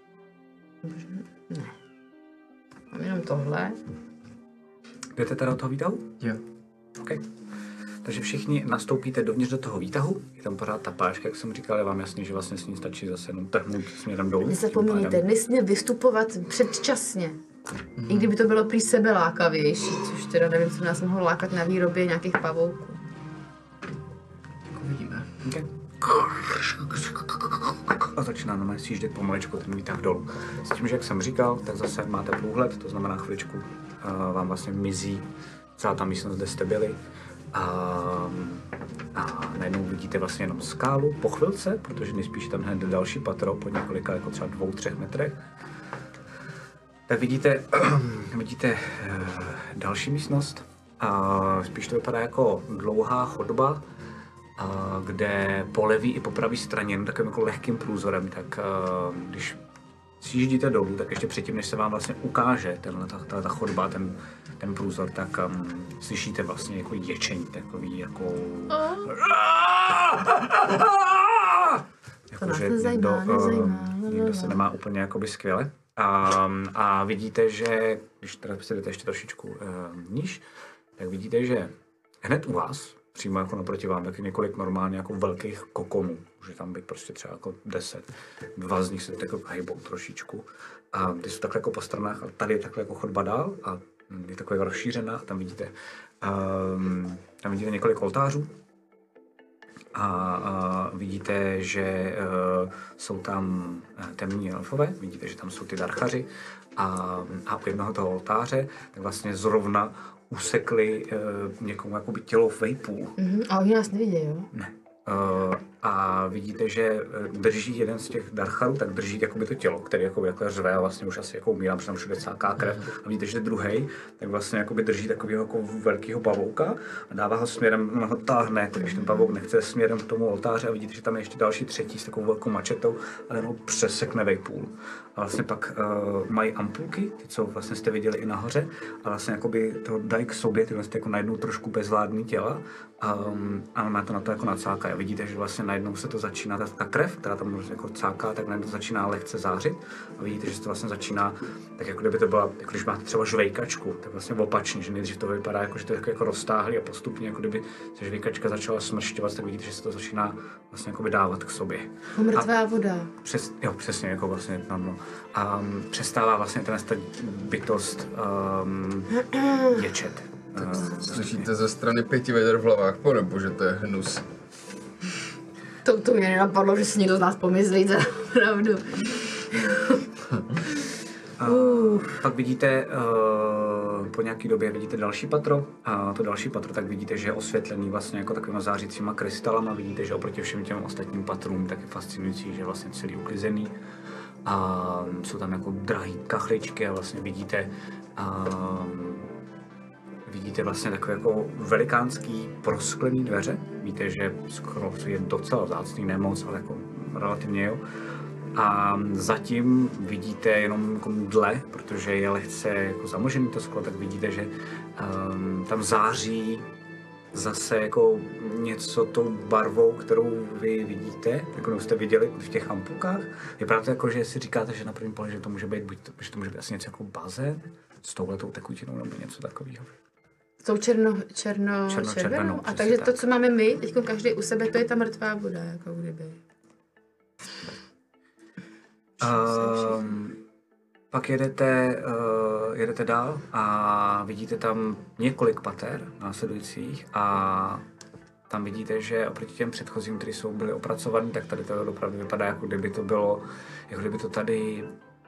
Ne. Mám jenom tohle. Jdete teda do toho výtahu? Jo. OK. Takže všichni nastoupíte dovnitř do toho výtahu. Je tam pořád ta páška, jak jsem říkal, je vám jasný, že vlastně s ní stačí zase jenom trhnout směrem dolů. Nezapomeňte, nesmí vystupovat předčasně. Mm. I kdyby to bylo prý sebe lákavější, což teda nevím, co nás mohlo lákat na výrobě nějakých pavouků. Uvidíme. Okay. A začíná na mě sjíždět pomalečku ten výtah dolů. S tím, že jak jsem říkal, tak zase máte průhled, to znamená chviličku uh, vám vlastně mizí celá ta místnost, kde jste byli. A, a najednou vidíte vlastně jenom skálu po chvilce, protože nejspíš tam hned další patro po několika, jako třeba dvou, třech metrech. Tak vidíte, vidíte uh, další místnost. A spíš to vypadá jako dlouhá chodba, Uh, kde po levý i po pravý straně, no takovým jako lehkým průzorem, tak uh, když sjíždíte dolů, tak ještě předtím, než se vám vlastně ukáže tenhle, ta, ta, ta chodba, ten, ten průzor, tak um, slyšíte vlastně jako ječení, takový jako... To nás že nezajímá, někdo, nezajímá. uh, někdo se nemá úplně jakoby skvěle. A, a vidíte, že, když teda se jdete ještě trošičku uh, níž, tak vidíte, že hned u vás, přímo jako naproti vám, taky několik normálně jako velkých kokonů. Může tam být prostě třeba jako deset. Dva z nich se tak jako hejbou trošičku. A ty jsou takhle jako po stranách a tady je takhle jako chodba dál a je takhle jako rozšířená a tam vidíte, um, tam vidíte několik oltářů. A, a vidíte, že uh, jsou tam temní elfové, vidíte, že tam jsou ty darchaři a, a u jednoho toho oltáře, tak vlastně zrovna usekli uh, někomu jakoby tělo vejpů. Mhm. A oni nás nevidí, jo? Ne. Uh, a vidíte, že drží jeden z těch darcharů, tak drží jakoby to tělo, který jakoby takhle řve a vlastně už asi jako umírá, protože tam všude cáká krev. A vidíte, že druhý, tak vlastně jakoby drží takového jako velkého pavouka a dává ho směrem, on ho táhne, když ten pavouk nechce směrem k tomu oltáři a vidíte, že tam je ještě další třetí s takovou velkou mačetou a ten ho přesekne vejpůl. A vlastně pak uh, mají ampulky, ty, co vlastně jste viděli i nahoře, a vlastně jakoby to dají k sobě, ty vlastně jako najednou trošku bezvládný těla um, a má to na to jako nacáká. A vidíte, že vlastně najednou se to začíná, ta, ta krev, která tam jako cáká, tak najednou začíná lehce zářit a vidíte, že se to vlastně začíná, tak jako kdyby to byla, jako když máte třeba žvejkačku, tak vlastně opačně, že nejdřív to vypadá jako, že to je jako, jako roztáhlý a postupně, jako kdyby se žvejkačka začala smršťovat, tak vidíte, že se to začíná vlastně jako dávat k sobě. Mrtvá a voda. Přes, jo, přesně, jako vlastně, no, no. A um, přestává vlastně ten bytost um, ječet. Uh, Slyšíte ze strany pěti veder v hlavách, panebože, to je hnus. To, to mě nenapadlo, že si někdo z nás pomyslí, to pravdu. Uh, pak vidíte, uh, po nějaký době vidíte další patro a to další patro tak vidíte, že je osvětlený vlastně jako takovýma zářícíma krystalama, vidíte, že oproti všem těm ostatním patrům tak je fascinující, že je vlastně celý uklizený a jsou tam jako drahý kachličky a vlastně vidíte uh, vidíte vlastně takové jako velikánský prosklený dveře, víte, že skoro je docela vzácný, ne moc, ale jako relativně jo. A zatím vidíte jenom jako mdle, protože je lehce jako zamožený to sklo, tak vidíte, že um, tam září zase jako něco tou barvou, kterou vy vidíte, jako jste viděli v těch ampulkách. Vypadá to jako, že si říkáte, že na první pohled, že to může být, buď to, že to může být asi něco jako bazén s touhletou tekutinou nebo něco takového. S tou černo, černo, Černo- červenou. červenou, A přesně takže tak. to, co máme my, teď každý u sebe, to je ta mrtvá voda, jako kdyby. Um, pak jedete, uh, jedete dál a vidíte tam několik pater následujících a tam vidíte, že oproti těm předchozím, které jsou byly opracované, tak tady to opravdu vypadá, jako kdyby to bylo, jako kdyby to tady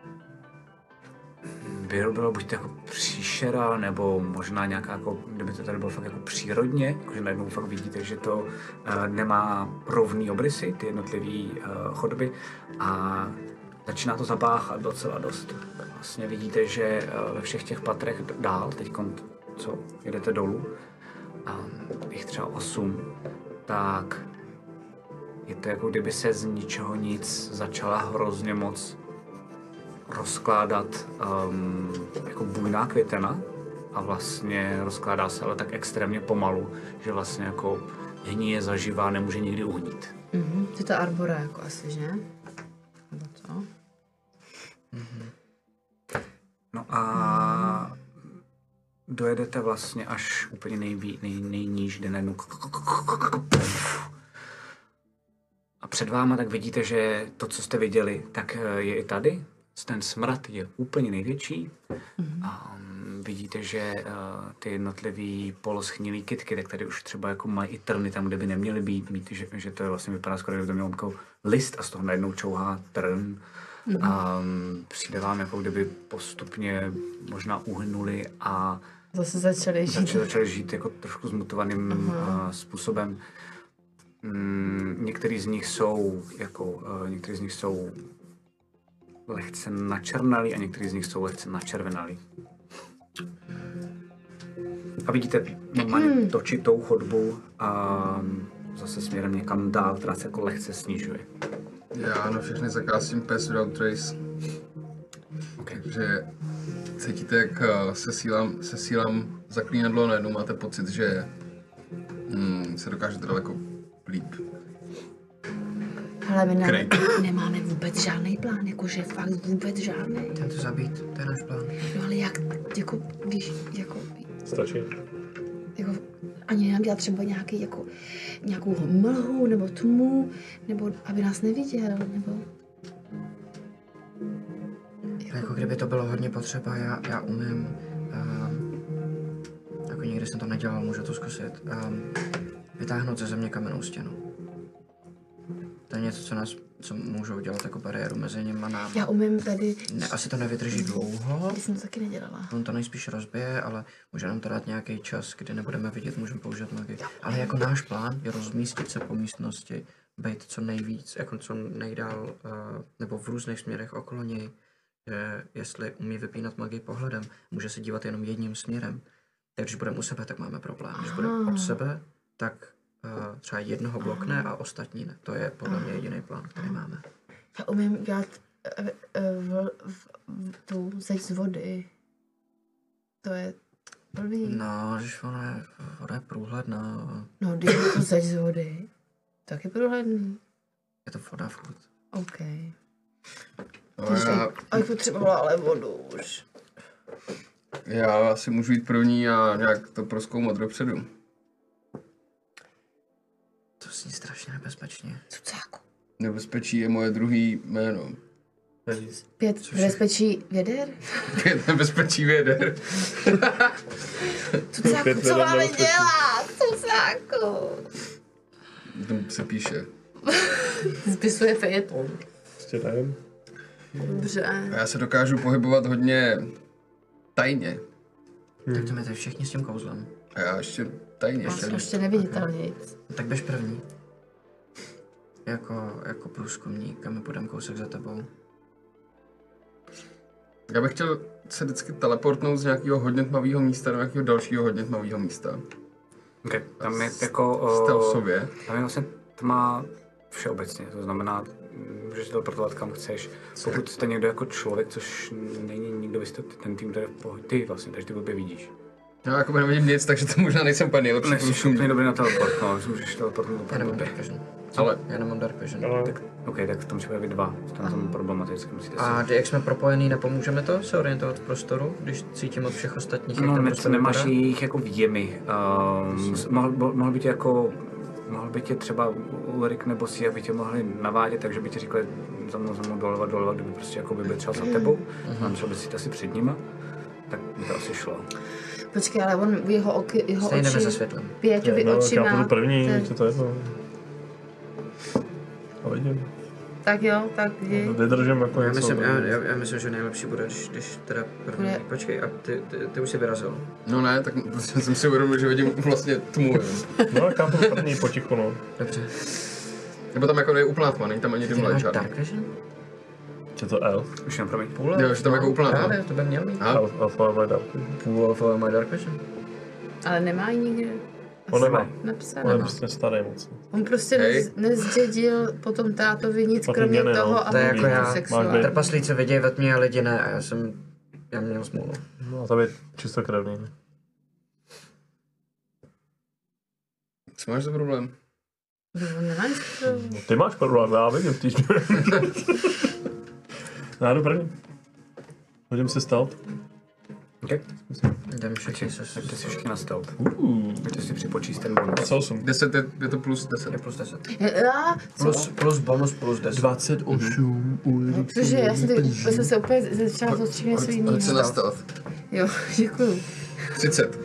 bylo, bylo buď to jako příšera, nebo možná nějaká, jako, kdyby to tady bylo fakt jako přírodně, jakože najednou fakt vidíte, že to uh, nemá rovný obrysy, ty jednotlivé uh, chodby a začíná to zabáchat docela dost. Vlastně vidíte, že uh, ve všech těch patrech dál, teď co jedete dolů, um, jich třeba osm, tak je to jako kdyby se z ničeho nic začala hrozně moc rozkládat um, jako bujná květena a vlastně rozkládá se ale tak extrémně pomalu, že vlastně jako hníje zaživá, nemůže nikdy uhnít. Mhm, to je ta arbora jako asi, že? Nebo co? Mm-hmm. No a dojedete vlastně až úplně nejví, nej, nejníž, kde najednou a před váma tak vidíte, že to, co jste viděli, tak je i tady. Ten smrad je úplně největší. Mm-hmm. A um, vidíte, že uh, ty jednotlivý poloschnilý kytky, tak tady už třeba jako mají i trny tam, kde by neměly být. Víte, že, že to je vlastně vypadá skoro, kdyby to mělo jako list a z toho najednou čouhá trn. Mm-hmm. A um, přijde vám, jako kdyby postupně možná uhynuli a zase začali žít. Začali, začali žít jako trošku zmutovaným uh, způsobem. Mm, některý z nich jsou jako, uh, některý z nich jsou lehce načernalí a některý z nich jsou lehce načervenalí. A vidíte normálně točitou chodbu a zase směrem někam dál, která se jako lehce snižuje. Já na všechny zakázím Pass Without Trace. Okay. Takže cítíte, jak se sílám, se sílám zaklínadlo, najednou máte pocit, že hmm, se dokážete daleko líp. Ale my ne, Krejt. nemáme vůbec žádný plán, jakože fakt vůbec žádný. Jdem to zabít, to je náš plán. No ale jak, jako, víš, jako, Stačí. jako, ani nám dělat třeba nějaký, jako, nějakou mlhu, nebo tmu, nebo aby nás neviděl, nebo... Jako, jako kdyby to bylo hodně potřeba, já, já umím, um, jako nikdy jsem to nedělal, můžu to zkusit, um, vytáhnout ze země kamennou stěnu. To je něco, co nás, co můžou dělat jako bariéru mezi nimi a námi. Já umím tady... Ne, asi to nevydrží dlouho. Já jsem to taky nedělala. On to nejspíš rozbije, ale může nám to dát nějaký čas, kdy nebudeme vidět, můžeme použít magii. Ale jako náš plán je rozmístit se po místnosti, být co nejvíc, jako co nejdál, uh, nebo v různých směrech okolo něj. Že jestli umí vypínat magii pohledem, může se dívat jenom jedním směrem. Tak když budeme u sebe, tak máme problém. Když budeme od sebe, tak uh, třeba jednoho blokne a ostatní ne. To je podle mě jediný plán, který máme. Já umím dělat uh, v, v, v, tu zeď z vody. To je blbý. No, když ona je, ona je průhledná. No, když je to zeď z vody, tak je průhledný. Je to voda furt. OK. No, Takže já, a jak potřebovala ale vodu už. já asi můžu jít první a nějak to prozkoumat dopředu. To zní strašně nebezpečně. Cucáku. Nebezpečí je moje druhý jméno. Pět bezpečí věder? Pět nebezpečí věder. Cucáku, Pět co věder máme nebezpečí. dělat? Cucáku. Tam se píše. Zpisuje fejeton. Prostě nevím. Dobře. A já se dokážu pohybovat hodně tajně. Tak to máte všichni s tím kouzlem. A já ještě tajně. Já jsem ještě neviditelnějc. No, tak běž první. Jako, jako průzkumník a my půjdeme kousek za tebou. Já bych chtěl se vždycky teleportnout z nějakého hodně tmavého místa do nějakého dalšího hodně tmavého místa. Okay. Tam je jako... Uh, Stealthově. tam je vlastně tma všeobecně, to znamená, můžeš teleportovat kam chceš. Pokud jste někdo jako člověk, což není nikdo, vy jste ten tým, který ty vlastně, takže ty blbě vidíš. Já jako nevidím nic, takže to možná nejsem úplně nejlepší Nejsi průzkumník. úplně dobrý na teleport, no, že můžeš teleportnout Já úplně nemám blbě. Dark Vision. Ale Já nemám Dark Vision. Ale Tak, OK, tak v tom případě vy dva, to na tom problematicky musíte si... A jak jsme propojení, nepomůžeme to se orientovat v prostoru, když cítím od všech ostatních, jak No, ten ne, prostor nemáš vypadá? jich jako výjemy. Um, mohl, bo- mohl by tě jako, mohl by tě třeba Ulrik nebo si, aby tě mohli navádět, takže by ti říkali za mnou, za mnou doleva, doleva, kdyby prostě jako by byl třeba za tebou, a třeba by si to asi před nima, tak by to asi šlo. Počkej, ale on jeho, oky, jeho Stejně jdeme oči, za světlem. Pěťovi no, tak oči já má. budu první, ten- to, to je jedno. A vidím. Tak jo, tak jdi. Vydržím jako Já něco. myslím, já, já, já myslím, že nejlepší bude, když, když teda první. Bude- Počkej, a ty, ty, ty už jsi vyrazil. no ne, tak prostě jsem si uvědomil, že vidím vlastně tmu. Jo. No, tak já budu první potichu, no. Dobře. Nebo tam jako není úplná tma, není tam ani Ty dim light nemáš žádný. Dark Vision? Už to elf? Už jenom promiň. Půl Jo, že tam jako úplná tma. Právě, to by měl mít. A? Alfa alfa má Dark Vision. Půl alfa má Dark Vision. Ale nemá ji nikde On nemá. On napsané. je prostě starý moc. On prostě Hej. nez, nezdědil potom tátovi nic, Pak ty kromě geny, no. toho, To aby je byl jako já. homosexuál. Máš být- Trpaslíci vidějí ve tmě a lidi ne a já jsem, já měl smůlu. No a to je čistokrevný. ne? Co máš za problém? No, on nemá nic pro- No, ty máš problém, já vidím, ty Já jdu první. Hodím si stealth. Okay. Jdem všichni se... Pojďte si všichni na stealth. Uh, Pojďte si připočíst ten bonus. dvacet osm. deset je, je to plus deset. Je plus deset. Já? Co? Plus, plus bonus plus deset. dvacet osm. No, protože já jsem, teď, já jsem se úplně začala soustředit něco Hoď se jiného. na stealth. Jo, děkuju. třicet.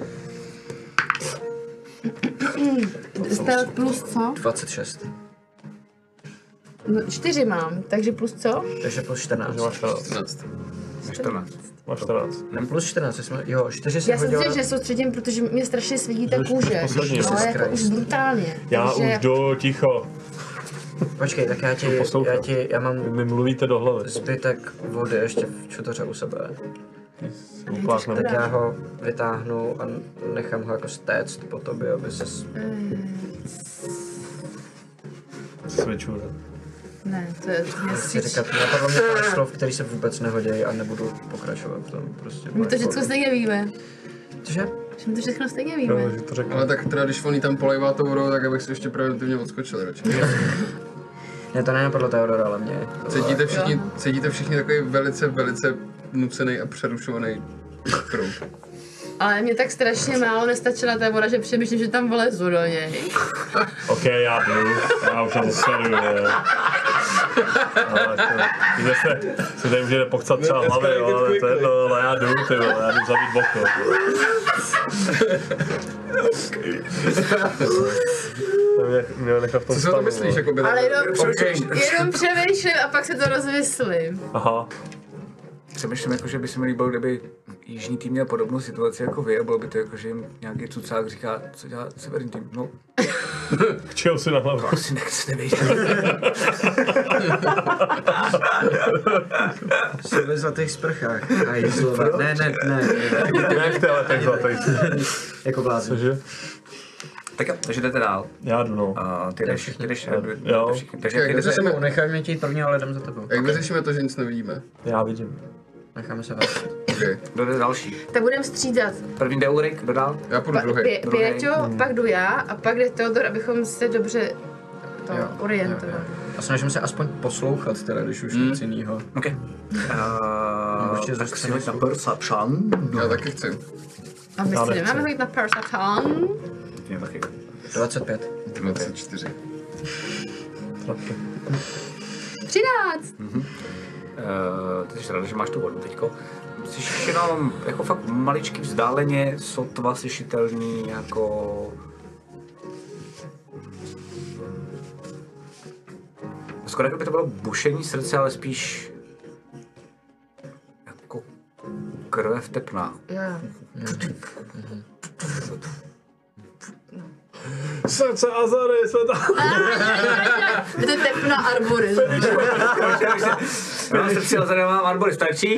Stealth plus co? dvacet šest. No, čtyři mám, takže plus co? Takže plus čtrnáct. Máš čtrnáct. čtrnáct. Na čtrnáct. Máš čtrnáct. Ne, plus čtrnáct, jsme, jo, čtyři jsem Já se hodila. že soustředím, protože mě strašně svidí ta Jsi kůže. poslední, Ale Jesus jako už Christ. brutálně. Já takže už jdu ticho. Počkej, tak já ti, poslouchám. já ti, já Vy mám mi mluvíte do hlavy. zbytek vody ještě v čutoře u sebe. Uplácneme. Tak já ho vytáhnu a nechám ho jako stéct po tobě, aby se... Switchu, ne? Ne, to je to mě Chci stříč. říkat, napadlo mě pár slov, který se vůbec nehodí a nebudu pokračovat v tom. Prostě My to všechno stejně víme. Cože? Že my to všechno stejně Jo, víme. že to řeknu. Ale tak teda, když on tam polejvá tou vodou, tak abych si ještě preventivně odskočil radši. Ne, to nenapadlo Teodora, ale mě. Cítíte všichni, cítíte všichni takový velice, velice nucený a přerušovaný proud. Ale mě tak strašně málo nestačila ta voda, že přemýšlím, že tam vlezu do něj. OK, já jdu. Já už to sleduju, je. Ale to, že se, se tady může pochcat třeba hlavy, jo, ale to je jedno, ale já jdu, ty vole, já jdu zabít boko. Mě nechá v tom Co si o to myslíš, jako by Ale jenom, okay. jenom přemýšlím a pak se to rozmyslím. Aha. Přemýšlím, jako, že by se mi líbilo, kdyby jižní tým měl podobnou situaci jako vy a bylo by to jako, že jim nějaký cucák říká, co dělá severní tým. No, Čeho si na hlavu? asi nechcete vědět. Jsou ve zlatých sprchách. A jízlové. Ne, ne, ne. Ne v téhle tak zlatý. Jako blázen. Cože? Tak jo, takže jdete dál. Já jdu, no. Uh, ty jdeš, ty jdeš, Jo. všichni. Takže Jak ty jdeš, vyřešíme, Nechaj mě tít první, ale jdem za tebou. jak vyřešíme to, že nic nevidíme? Já vidím. Necháme se vás. Okay. kdo jde další? Tak budeme střídat. První jde Ulrik, kdo dál? Já půjdu Pa, druhý. pě, Druhý. Pěťo, pak jdu já a pak jde Teodor, abychom se dobře to Jo, orientovali. A snažím se aspoň poslouchat, teda, když už nic jinýho. OK. Uh, určitě tak zase si hoď na Perception. Já taky chci. A my Já si nechci. nemáme hodit na Perception. Já taky. dvacet pět. dvacet čtyři. třináct. Uh, ty jsi ráda, že máš tu vodu teďko. Jsi jenom jako fakt maličky vzdáleně, sotva slyšitelný jako... Skoro jako by to bylo bušení srdce, ale spíš jako krve v tepnách. Jo. Srdce Azary, jsme tam. To je tepna arbory. Já jsem si rozhodl, mám arbory, stačí?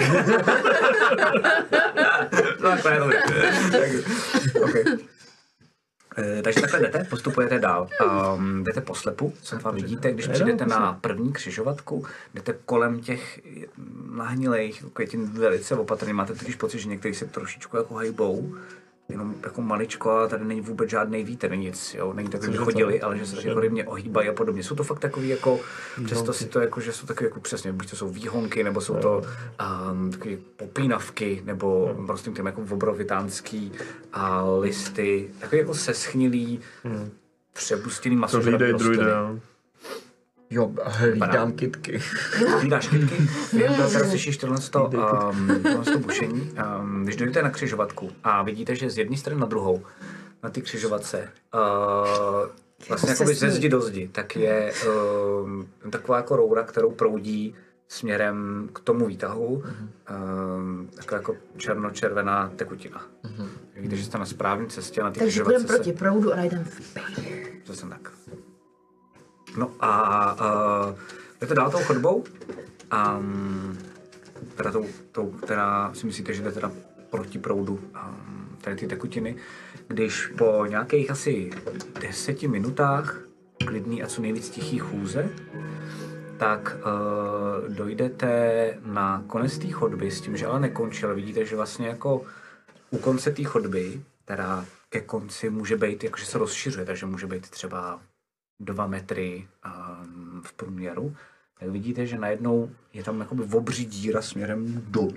Tak to je dobré. Okay. E, takže takhle jdete, postupujete dál. Um, jdete po slepu, co vám vidíte, když přijdete na první křižovatku, jdete kolem těch nahnilejch květin velice opatrně, máte totiž pocit, že některý se trošičku jako hejbou, jenom jako maličko, a tady není vůbec žádný vítr, není nic, jo, není tak, že by chodili, ale že se tak jako rybně ohýbají a podobně. Jsou to fakt takový jako, přesto si to jako, že jsou takový jako přesně, buď to jsou výhonky, nebo jsou to um, takové popínavky, nebo prostě tím jako obrovitánský a listy, takový jako seschnilý, hmm. přebustěný To masožravý vyjdej rostliny. druide, jo. Jo, hlídám kytky. Hlídáš kytky, během toho teda slyšíš tohle to, um, tohle to bušení. Um, když dojdete na křižovatku a vidíte, že z jedné strany na druhou, na ty křižovatce, uh, vlastně jakoby ze zdi do zdi, tak je um, taková jako roura, kterou proudí směrem k tomu výtahu, um, taková jako černočervená tekutina. Vidíte, že jste na správné cestě, na ty Takže budeme křižovatce proti proudu a najdeme vpěch. Přesně tak. No a uh, jdete dál tou chodbou, um, teda tou, tou, která si myslíte, že jde teda proti proudu um, tady ty tekutiny, když po nějakých asi deseti minutách klidný a co nejvíc tichý chůze, tak uh, dojdete na konec té chodby s tím, že ale nekončí, ale vidíte, že vlastně jako u konce té chodby, která ke konci může být, jakože se rozšiřuje, takže může být třeba dva metry um, v průměru, tak vidíte, že najednou je tam jakoby obří díra směrem dolů.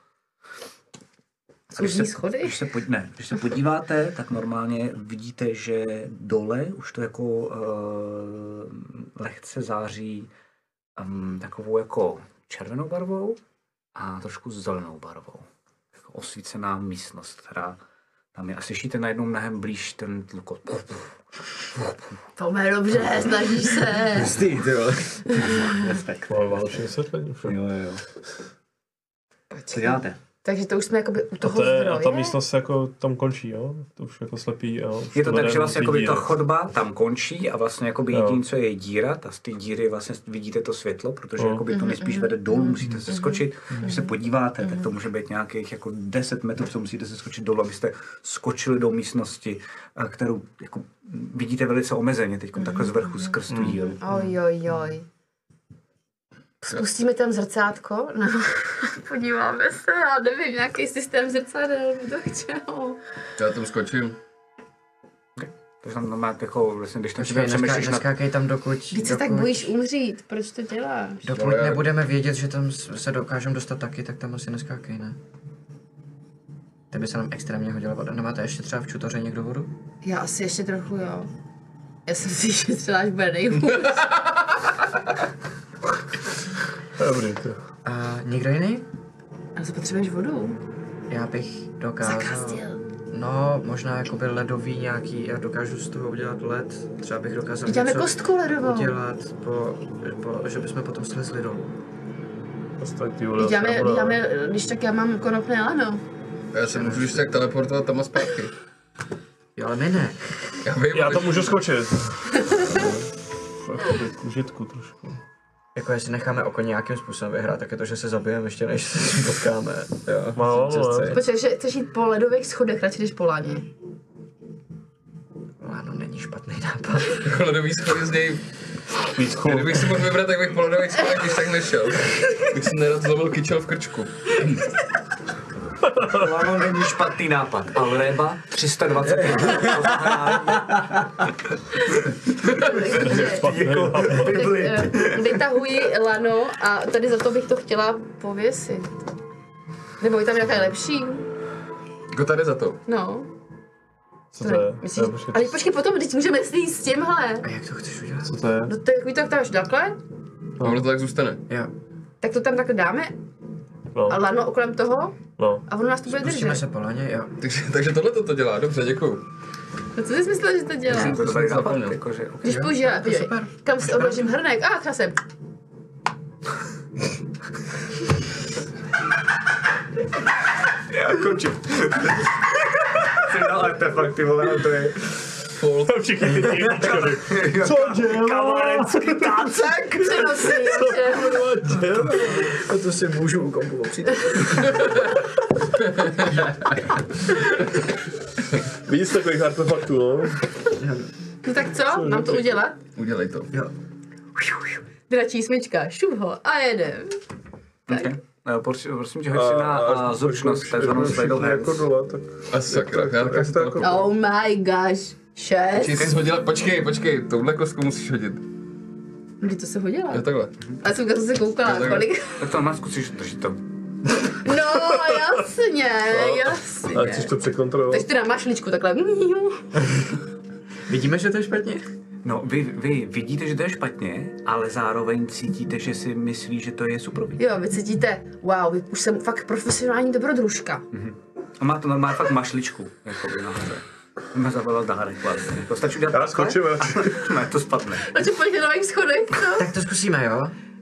A když se, schody? když, se pod, ne, když se podíváte, tak normálně vidíte, že dole už to jako uh, lehce září um, takovou jako červenou barvou a trošku zelenou barvou. Jako osvícená místnost, která tam je. A slyšíte najednou mnohem blíž ten tlukot. Tome, dobře, snažíš se. Stý, ty vole. Respekt. Máme vánoční osvětlení. Jo, jo. Co děláte? Takže to už jsme jakoby u A, toho to je, zdroje. a ta místnost jako tam končí, jo? To už jako slepý, jo? Už Je to tak, vede že vlastně ty jakoby díry. ta chodba tam končí a vlastně jakoby Jo. jediný, co je díra, ta z té díry vlastně vidíte to světlo, protože Jo. jakoby to nejspíš vede dolů, musíte se skočit. Když se podíváte, tak to může být nějakých jako deset metrů, co musíte se skočit dolů, abyste skočili do místnosti, a kterou jako vidíte velice omezeně teď takhle z vrchu skrz tu díru. Oj, oj, oj. Spustíme tam zrcátko? No. Podíváme se, já nevím, nějaký systém zrcadel by to chtělo. Já tam skočím. Takže tam máte jako, vlastně, když tam Počkej, přemýšlíš neská, na... neskákej tam dokud, Teď se tak dokud, bojíš umřít, proč to děláš? dokud No, já- nebudeme vědět, že tam s- se dokážeme dostat taky, tak tam asi neskákej, ne? Ty by se nám extrémně hodila voda. Nemáte ještě třeba v čutoře někdo vodu? Já asi ještě trochu, jo. Já jsem si šetřila, až bude nejhůř. Dobrý, to. A někdo jiný? A co potřebuješ vodu? Já bych dokázal... Zakastil. No, možná jakoby ledový nějaký, já dokážu z toho udělat led, třeba bych dokázal Děláme něco kostku ledovou. udělat, po, po, že bychom potom slezli dolů. Děláme, děláme, když tak já mám konopné lano. Já se můžu když tak teleportovat tam a zpátky. Jo, ale my ne. Já, vím, Já to můžu skočit. Jakoby k užitku trošku. Jako jestli necháme oko nějakým způsobem vyhrát, tak je to, že se zabijeme ještě než se potkáme. Jo, Málo, ale... Počkej, že chceš jít po ledových schodech, radši než po laně. Lano není špatný nápad. Ledový schody z něj... Víc chůl. Kdybych si mohl vybrat, tak bych po ledových schodech když tak nešel. Bych si nerad zlomil kyčel v krčku. Lano není špatný nápad, ale réba tři sta dvacet pět. Vytahuji lano a tady za to bych to chtěla pověsit. Nebo je tam nějaká lepší? Jako tady za to. No. Co to je? Myslíš, Já počkej, ale počkej, potom, teď můžeme jít s tímhle. A jak to chceš udělat? Co to je? No tak to dáš takhle, No, ono to tak zůstane. Jo. tak to tam takhle dáme No, a lano okolem toho no. a ono nás to bude Pustíme držet. se po laně, jo. Takže, takže tohle to dělá, dobře, děkuju. No co jsi myslel, že to dělá? jsem To je to dobrý nápad, zapomněl. jakože... Když Jo, používá, to je podívej, super. kam si odložím hrnek, a třeba sem. Já končím. Jsi dal artefakt, ty vole, a to je... Fold. Všichni ty dílčkory. Co dělá? Kavalenský tácek! Přenosi, A to si můžu u kompu opřít. Vidíš takových artefaktů, no? No tak co? Mám to udělat? Udělej to. Jo. Dračí smyčka, šup ho a jedem. Okay. Uh, prosím, prosím tě, hoď si na uh, zručnost, takzvanou Sleight jako Hands. dole, tak... A sakra, já tak jak si to to jako- Oh my gosh. Šest. Počkej, jsi hodila, počkej, počkej, touhle kostku musíš hodit. Kdy to se hodila? Jo, takhle. A jsem to se koukala, Jo, takhle. kolik? Tak to má zkusíš držet to. No, jasně, jasně. Ale chceš to překontrolovat? Takže ty na mašličku takhle. Vidíme, že to je špatně? No, vy, vy vidíte, že to je špatně, ale zároveň cítíte, že si myslí, že to je super. Jo, vy cítíte, wow, vy už jsem fakt profesionální dobrodružka. A má to normálně fakt mašličku, jako by nahoře. Má zavolal dárek vlastně. To stačí udělat Já takhle? skočím radši. Ne, to spadne. Takže pojďte na mých schodech, co? Tak to zkusíme, jo?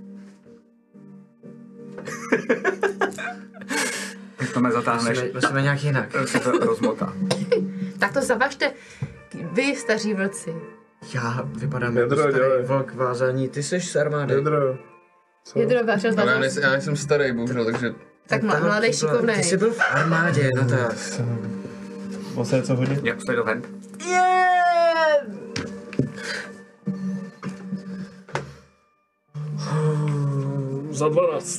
Tak to nezatáhneš, Musíme, musíme nějak jinak. se to rozmotá. Tak to zavažte, vy staří vlci. Já vypadám jako Jedro, starý dělej. vlk vázaní, ty jsi z armády. Jedro. Co? Je to váš Ale já, rozvaz. nejsem, já jsem starý, bohužel, takže... Tak Tam- mladý ty byl- šikovnej. Ty jsi byl v armádě, no tak. Mám se něco hodit? Jo, Sleight Hand. Yeah! Za dvanáct.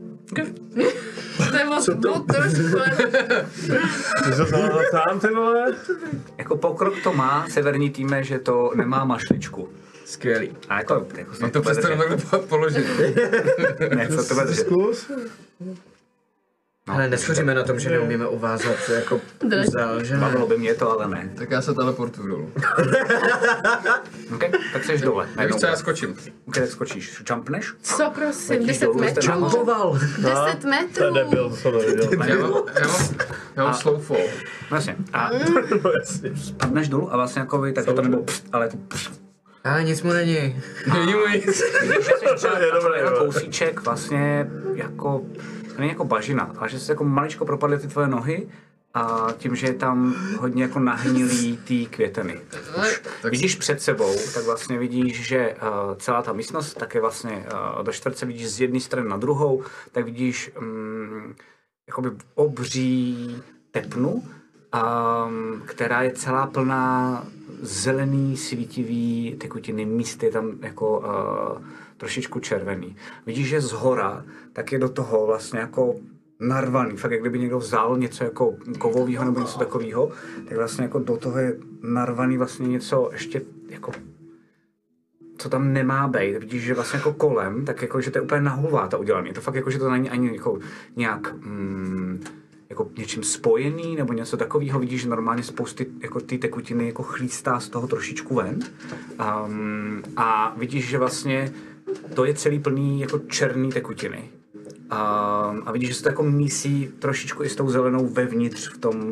To je moc, moc trošku, ale... Ty se tam, ty vole? Jako pokrok to má, severní týme, že to nemá mašličku. Skvělý. A jako, jako Mě to přestanu takhle po- položit. Ne, co to bude držet. Zkus. No, Ale neschoříme na tom, že neumíme uvázat jako uzdál, že ne? Bavilo by mě to, ale ne. Tak já se teleportuju dolů. OK, tak jsi dole. Víš co, já skočím. OK, tak skočíš. Jumpneš? Co prosím, Letíš deset dolů, jste metrů. nahoře. Jumpoval! Deset To je metrů. debil, to jsem neviděl. Já mám, já mám, já mám slow fall. Vlastně. A No jasně. padneš dolů a vlastně jako vy, tak to nebo pst, ale jako pst. Ale nic mu není. Není mu nic. Vidíš, že jsi třeba Je dobré, jako jo. kousíček vlastně jako, to není jako bažina, ale že se jako maličko propadly ty tvoje nohy a tím, že je tam hodně jako nahnilý ty květeny. Už Tak- vidíš před sebou, tak vlastně vidíš, že uh, celá ta místnost, tak je vlastně uh, do čtverce vidíš z jedné strany na druhou, tak vidíš um, jakoby obří tepnu, um, která je celá plná zelený, svítivý tekutiny, místy je tam jako uh, trošičku červený. Vidíš, že zhora tak je do toho vlastně jako narvaný, fakt jak kdyby někdo vzal něco jako kovového nebo něco takového, tak vlastně jako do toho je narvaný vlastně něco ještě jako co tam nemá být. Vidíš, že vlastně jako kolem, tak jako, že to je úplně nahová ta udělaný. Je to fakt jako, že to není ani jako nějak mm, jako něčím spojený nebo něco takového. Vidíš, že normálně spousty jako ty tekutiny jako chlístá z toho trošičku ven. Um, a vidíš, že vlastně to je celý plný jako černý tekutiny. Um, a vidíš, že se to jako mísí trošičku i s tou zelenou vevnitř v tom,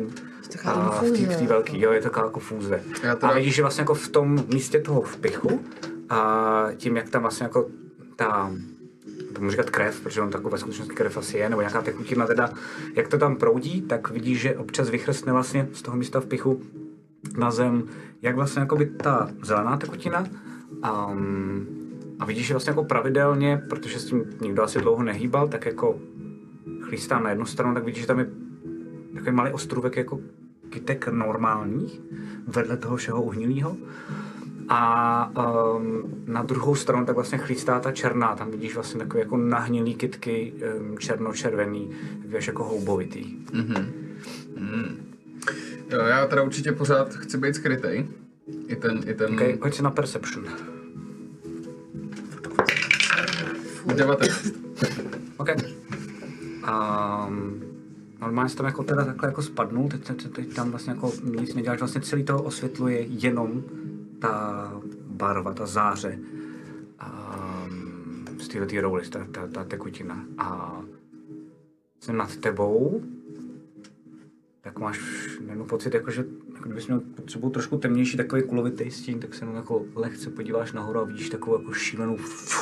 A v té v té velký, jo, je to taková jako fůze. Já teda- A vidíš, že vlastně jako v tom místě toho vpichu a tím, jak tam vlastně jako ta, tomu říkat krev, protože on takovou ve skutečnosti krev asi je, nebo nějaká tekutina teda, jak to tam proudí, tak vidíš, že občas vychrstne vlastně z toho místa vpichu na zem, jak vlastně jako by ta zelená tekutina um, a vidíš, že vlastně jako pravidelně, protože s tím nikdo asi dlouho nehýbal, tak jako chlístá na jednu stranu, tak vidíš, že tam je takový malý ostrůvek jako kytek normálních vedle toho všeho uhnilého. A um, na druhou stranu tak vlastně chlístá ta černá, tam vidíš vlastně takové jako nahnilý kytky, um, černočervený, víš, jako houbovitý. Mm-hmm. Mm. Jo, já teda určitě pořád chci být skrytej. I ten, i ten... Okay, pojď si na Perception. devatenáct. OK. Um, normálně jsi tam jako teda takhle jako spadnul, teď, teď, teď tam vlastně jako nic neděláš, vlastně celý toho osvětluje jenom ta barva, ta záře um, z této rouly, ta, ta, ta tekutina. A jsem nad tebou, tak máš jenom pocit, jako, že jako kdybys měl pod sebou trošku temnější takový kulovitý stín, tak se jenom jako lehce podíváš nahoru a vidíš takovou jako šílenou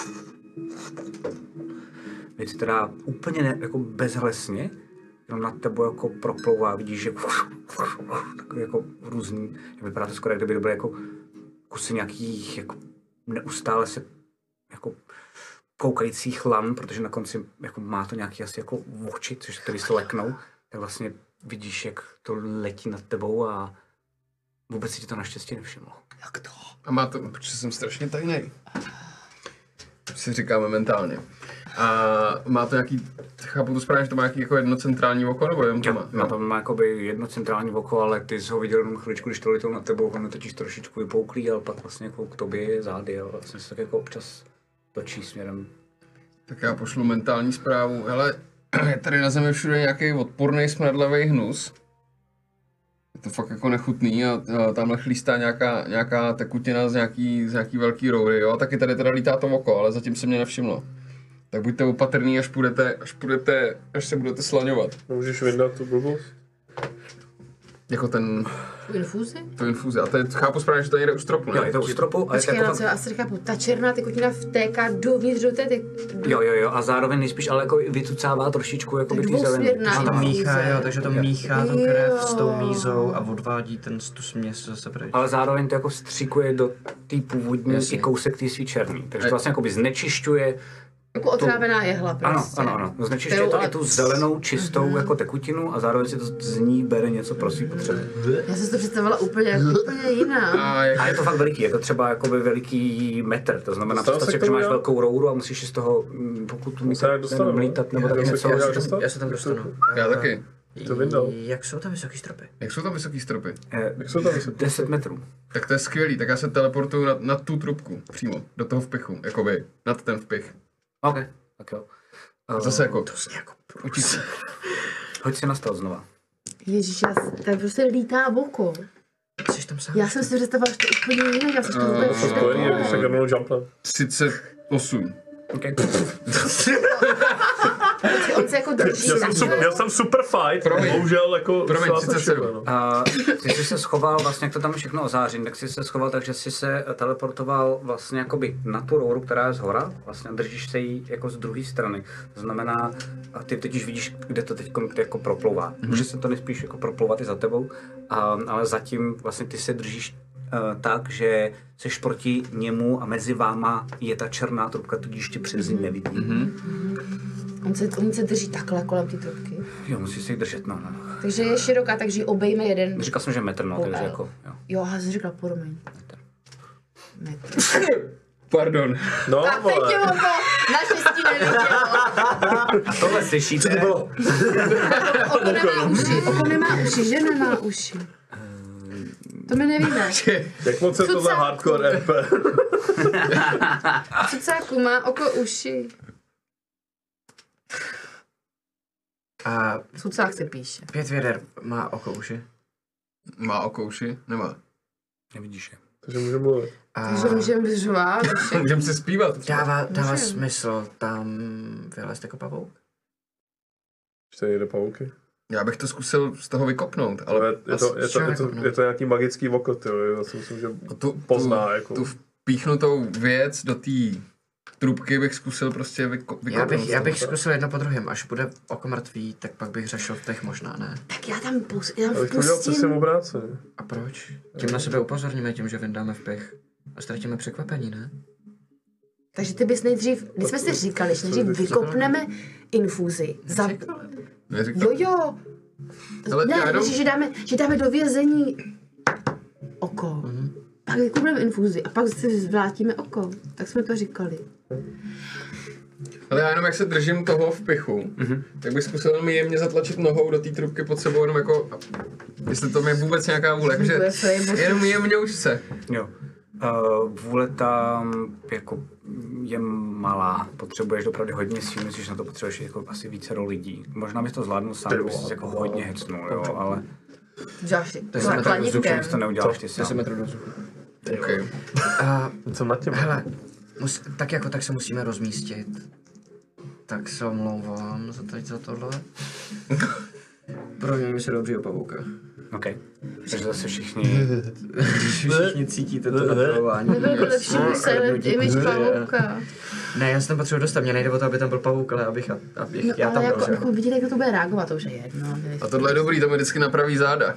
věc, která úplně ne, jako bezhlesně, jenom nad tebou jako proplouvá, vidíš, že takový jako různý, vypadá to skoro, jak kdyby to byly jako kusy nějakých jako neustále se jako koukajících lan, protože na konci jako má to nějaký asi jako oči, což který se leknou, tak vlastně vidíš, jak to letí nad tebou a vůbec si ti to naštěstí nevšimlo. Jak to? A má to, protože jsem strašně tajnej. Si říkáme mentálně. A má to nějaký, chápu to správně, že to má nějaký jako jedno centrální oko, nebo jenom to má? Na tom má jakoby jedno centrální oko, ale ty jsi ho viděl jenom chviličku, když to letěl nad tebou, on je totiž trošičku vypouklý, ale pak vlastně jako k tobě je zády, ale vlastně se tak jako občas točí směrem. Tak já pošlu mentální zprávu, hele, je tady na zemi všude nějaký odporný smradlavý hnus. Je to fakt jako nechutný a, a tamhle chlístá nějaká, nějaká tekutina z nějaký, z nějaký velký roury, jo, taky tady teda lítá to oko, ale zatím se mě nevšimlo. Tak buďte opatrný, až půjdete, až půjdete, až se budete slaňovat. Můžeš vyndat tu blbost? Jako ten, Tu infuzi? tu infuzi. A to je, chápu správně, že to jde u stropu, ne? Jo, je to u stropu a je to Počkej, jako na co já asi chápu, ta černá tekutina vtéká dovnitř do té tek... Jo, jo, jo, a zároveň nejspíš ale jako vycucává trošičku jako by Tak ty zelený. dvousměrná. To Infuze. míchá, jo, takže to míchá tu krev Jo. s tou mízou a odvádí ten, tu směs zase pryč. Ale zároveň to jako stříkuje do té původní Jasně. i kousek té svý černý. Takže to vlastně jako by znečišťuje. Jako otrávená jehla Ano, prostě. ano, ano. No, znečišťuje to Kterou i tu ale- zelenou, čistou Mhm. jako tekutinu a zároveň si to z ní bere něco pro svý potřeby. Já jsem si to představila úplně, jako úplně jiná. A jak, A je to fakt veliký, je to třeba jakoby veliký metr, to znamená Dostal představ se si, k že tomu, máš jo? velkou rouru a musíš si z toho, mm, pokud tu se jak dostanu, no? mlítat nebo Já tak se něco. k tomu Já jak se, dostat? já se tam dostanu. já A- taky. To vyndal. Jak jsou tam vysoký stropy? Jak jsou tam vysoký stropy? Eh, Jak jsou tam vysoký? deset metrů. Tak to je skvělý, tak já se teleportuju na, na tu trubku, přímo, do toho vpichu, jakoby, nad ten vpich. OK, tak jo. Eh, Zase jako, Jako utíci. Hoď si na stůl znova. Ježíš, já, tak prostě lítá oko. Jsi tam sám? Já jsem si představila, že to je úplně jiné, já jsem to vůbec Eh, To je, když se všechno. rovnou jumpem. třicet osm. OK. On se jako drží. Měl jsem, takhle. super, měl jsem super fight, Promiň. bohužel jako... Promiň, zcela třicet všechno, sedm. no. A ty jsi se schoval, vlastně jak to tam je všechno ozářen, tak jsi se schoval, takže jsi se teleportoval vlastně jakoby na tu rouru, která je zhora, vlastně držíš se jí jako z druhé strany. To znamená, a ty teď vidíš, kde to teď jako proplouvá. Mm-hmm. Může se to nejspíš jako proplouvat i za tebou, a, ale zatím vlastně ty se držíš uh, tak, že seš proti němu a mezi váma je ta černá trubka, tudíž tě přes ní nevidí. Mm-hmm. On se, on se drží takhle kolem té trubky. Jo, musíš se jí držet, no, no. Takže je široká, takže ji obejme jeden. Říkal jsem, že metr, no, takže jako, jo. Jo, já jsem říkal, promiň. Metr. Pardon. No, A teď vole. je ono, naštěstí nevidělo. Tohle slyšíte? Co to bylo? Oko nemá uši, oko nemá uši, že nemá uši. To my nevíme. Jak moc je tohle Cucáku. hardcore R P? Cucáku má oko uši. A Cucák se píše. pět věder má oko uši. Má oko uši? Nemá. Nevidíš je. Takže můžu mluvit. A Takže můžeme vyřovat. Můžeme si zpívat. dává, dává Můžem. smysl tam vylézt jako pavouk? Ještě jde pavouky. Já bych to zkusil z toho vykopnout, ale... Ale je to, je to, je to, je to nějaký magický oko, tyjo, já si myslím, že tu, pozná, tu, jako. Tu vpíchnutou věc do té trubky bych zkusil prostě vyko, vykopnout. Já bych, já bych zkusil jedno po druhém, až bude oko mrtvý, tak pak bych řešil v těch možná, ne? Tak já tam, pus, já tam Já bych to udělal přesně pustím. obráceně. A proč? Tím na sebe upozorníme, tím, že vyndáme vpich. A ztratíme překvapení, ne? Takže ty bys nejdřív, když jsme si říkali, že nejdřív vykopneme infuzi. Za, Neříkal. jo, jo. Ale já Ne, jenom- že dáme, že dáme do vězení oko. Mm-hmm. Pak vykopneme infuzi a pak si zvlátíme oko. Tak jsme to říkali. Ale já jenom jak se držím toho v pichu, mm-hmm. tak bych zkusil jenom jemně zatlačit nohou do té trubky pod sebou, jenom jako, jestli to je vůbec nějaká vůle, jakože jenom jemně už se. Jo. Uh, vůle tam jako je malá, potřebuješ opravdu hodně síl, myslíš, že na to potřebuješ jako asi více lidí. Možná bys to zvládnul sám, kdyby jsi jako hodně hecnul, jo, ale Děláš si To jsme kla- tak kladívkem. to neuděláš ty deset sám. metrů do vzduchu. Okay. A Jsem nad tím. hele, mus, tak jako tak se musíme rozmístit. Tak se omlouvám za teď za tohle. Proměňme se do obřího pavouka. OK. Takže zase všichni... Všichni cítíte to napravování. Nebyl lepší silent image pavouka. Ne, já se tam potřebuji dostat, mě nejde o to, aby tam byl pavouk, ale abych, abych No, já tam ale byl, jako, že jo. jako vidíte, jak to bude reagovat, to už je jedno. A tohle je dobrý, to mi vždycky napraví záda.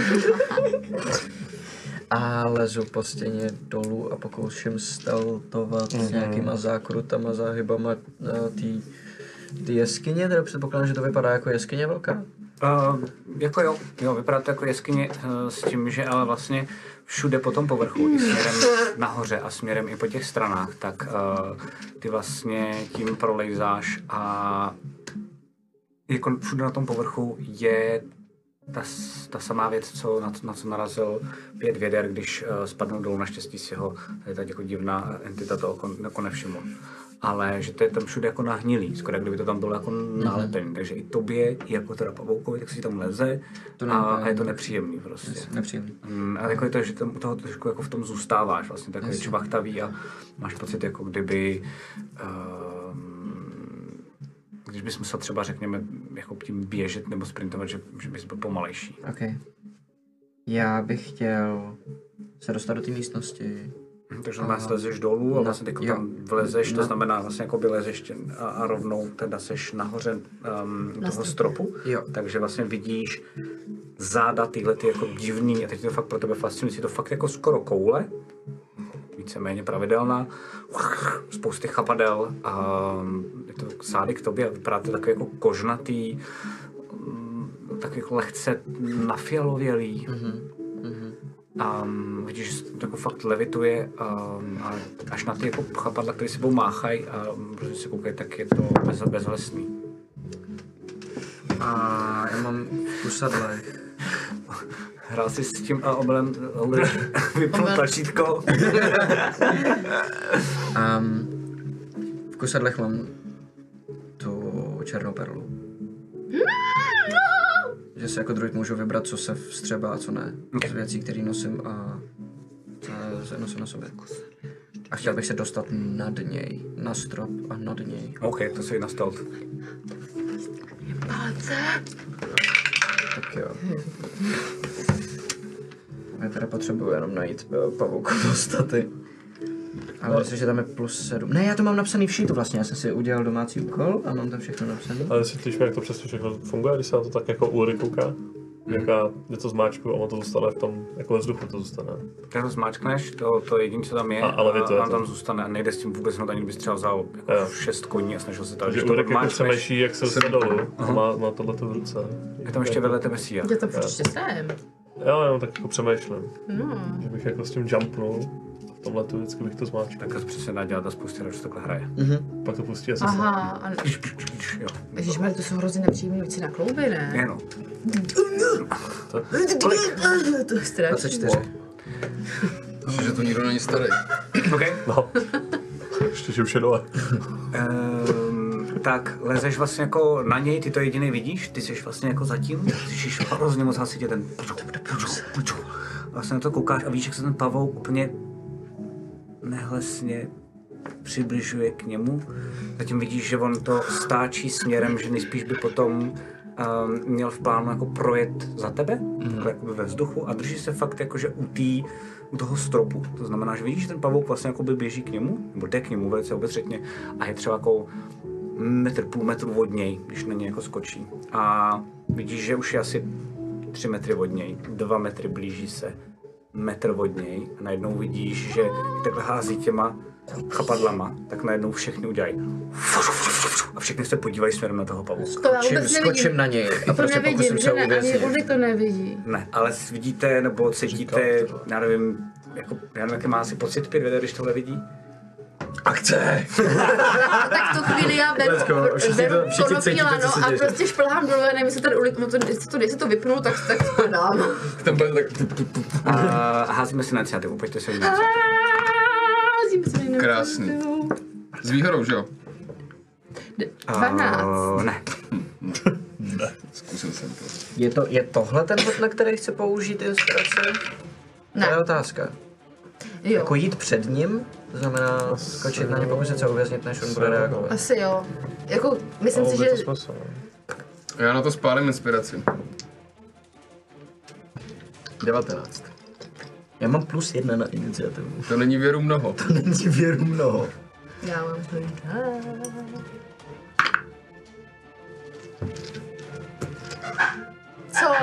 A lezu po stěně dolů a pokouším steltovat s nějakýma zákrutama, záhybama té jeskyně, teda předpokládám, že to vypadá jako jeskyně velká. Uh, jako jo, jo, vypadá to jako jeskyně uh, s tím, že ale vlastně všude po tom povrchu, i směrem nahoře a směrem i po těch stranách, tak uh, ty vlastně tím prolejzáš a jako všude na tom povrchu je ta, ta samá věc, co, na, na co narazil pět věder, když uh, spadnul dolů, naštěstí si ho tady ta jako divná entita to oko, jako nevšiml. Ale že to je tam všude jako nahnilý, skoro jak kdyby to tam bylo jako nalepený, takže i tobě, i jako teda pavoukovi, tak si tam leze To a, není a je to nepříjemný prostě. Nepříjemný. Mm, a jako je to, že tam u toho trošku jako v tom zůstáváš, vlastně takový čvachtavý a máš pocit, jako kdyby, um, když bys musel třeba, řekněme, jako tím běžet nebo sprintovat, že, že bys byl pomalejší. OK. Já bych chtěl se dostat do té místnosti. Mhm, takže znamená, slezeš dolů a Na- vlastně jako jo. tam vlezeš, to Na- znamená vlastně jako by lezeš tě- a, a rovnou teda seš nahoře um, toho stropu. stropu, Jo. takže vlastně vidíš záda tyhle ty jako divný, a teď je to fakt pro tebe fascinující, je to fakt jako skoro koule, víceméně pravidelná, spousty chapadel, um, je to zády k tobě a vypadá to takový jako kožnatý, um, tak jako lehce nafialovělý. Mhm. Mhm. Um, vidíš, že to jako fakt levituje um, a až na ty jako chapadla, které sebou máchají a prostě se koukají, tak je to bez, bezhlesný. A já mám v kusadlech. Hrál jsi s tím a omylem vypnul tlačítko. Um, v kusadlech mám tu černou perlu. Že se jako druid můžu vybrat, co se vstřebá a co ne. Z věcí, které nosím a co nosím na sobě. A chtěl bych se dostat nad něj, na strop a nad něj. OK, to se na stealth. Palce. Tak jo. Já teda potřebuji jenom najít eh, pavoukovou staty. Ale myslím, že tam je plus sedm. Ne, já to mám napsaný v sheetu vlastně, já jsem si udělal domácí úkol a mám tam všechno napsané. Ale si tušíme, jak to přesně všechno funguje, když se na to tak jako úry kouká? Jaká něco zmáčku a ono to zůstane v tom, jako ve vzduchu to zůstane. Když to zmáčkneš, to, to jediné, co tam je, A- ale vy to je a to. tam zůstane a nejde s tím vůbec hned, ani kdybys třeba vzal jako Jo. šest koní a snažil se to, Takže když to úrek jako odmáčkneš, přemýšlí, jak se dostane dolů a má, má tohleto v ruce. je tam ještě vedle tebe síja. Já to určitě jsem. Jo, jenom tak jako přemýšlím, No. že bych jako s tím jumpnul. V tomhle tu vždycky bych to zmáčkl. Tak to přesně dá dělat a spoustě hráčů takhle hraje. Pak to pustí asi Aha, a Jo. ježišmarja, to jsou hrozně nepříjemné věci na klouby, ne? Jenom. To je strašné. dvacet čtyři. Myslím, že to nikdo není starý. OK. No. Ještě, že už je dole. Um, tak lezeš vlastně jako na něj, ty to jediný vidíš, ty jsi vlastně jako zatím, slyšíš hrozně moc hlasitě ten vlastně na to koukáš a víš, jak se ten pavouk úplně nehlesně přibližuje k němu. Zatím vidíš, že on to stáčí směrem, že nejspíš by potom um, měl v plánu jako projet za tebe, mm. jako ve vzduchu a drží se fakt jakože u, tý, u toho stropu. To znamená, že vidíš, že ten pavouk vlastně jako by běží k němu, nebo jde k němu velice obezřetně a je třeba jako metr, půl metru od něj, když na něj jako skočí. A vidíš, že už je asi tři metry od něj, dva metry blíží se, metr od něj a najednou vidíš, že takhle hází těma chapadlama, tak najednou všechny udělají a všechny se podívají směrem na toho pavouka. To já Skočím, vůbec skočím nevidím. na něj a To prostě nevidím, pokusím že se ne, ani uvěznit. Ulrik to nevidí. Ne, ale vidíte nebo cítíte, já nevím, jako, já nevím, jaký má asi pocit pět věder, když tohle vidí? Akce! Tak v tu chvíli já beru, Let's go, všichni to- beru všichni konopí cítíte, co lano se a děje. prostě šplhám dole, nevím, jestli ten Ulrik, to, jestli to, jestli to vypnu, tak, tak spadám. Tam bude tak A házíme si na iniciativu, pojďte se jít. krásný. S výhodou, že jo? dvanáct. Ne. Zkusil jsem to. Je, to, je tohle ten bod, na který chce použít inspiraci? To je Ne, otázka. jo. Jako jít před ním, to znamená skočit na ně, pokusit se uvěznit, než on bude reagovat. Asi jo. Jako, myslím si, Dalo by že to smysl, no. Já na to spálím inspiraci. devatenáct. Já mám plus jedna na iniciativu. To není věru mnoho. To není věru mnoho. já mám klid. Co?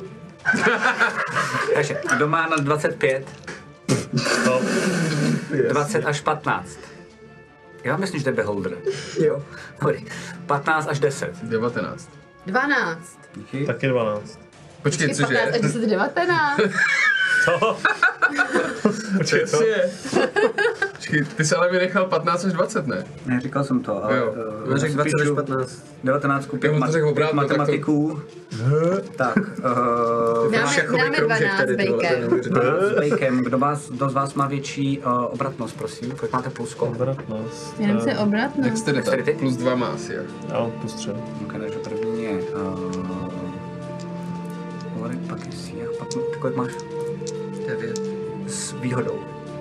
Takže, kdo má na dvacet pět, No, dvacet až patnáct. Já myslím, že to je beholder. Jo. Dobrý. patnáct až deset. devatenáct. dvanáct. Díky. taky dvanáct. Počkej, patnáct cože? až deset, devatenáct. Co? Počkej, co? Přesně. Počkej, ty jsi ale vynechal patnáct až dvacet, ne? Ne, říkal jsem to, ale... Jo. uh, On řekl si dvacet až píšu patnáct. devatenáct pět, on to řekl obrátil, tak to- matematiků. Tak, uh, Dáme, dáme dvanáct bejkem. s Bejkem. Kdo, vás, kdo z vás má větší uh, obratnost, prosím? Kolik máte plusko? Obratnost. Jenom se obratno. Dexterita. Dexterity? Plus dva má asi, jak? Já mám plus tři. Ok, takže první je... Uh, Ulrik, pak je Siach, pak ty kolik máš? devět. S výhodou.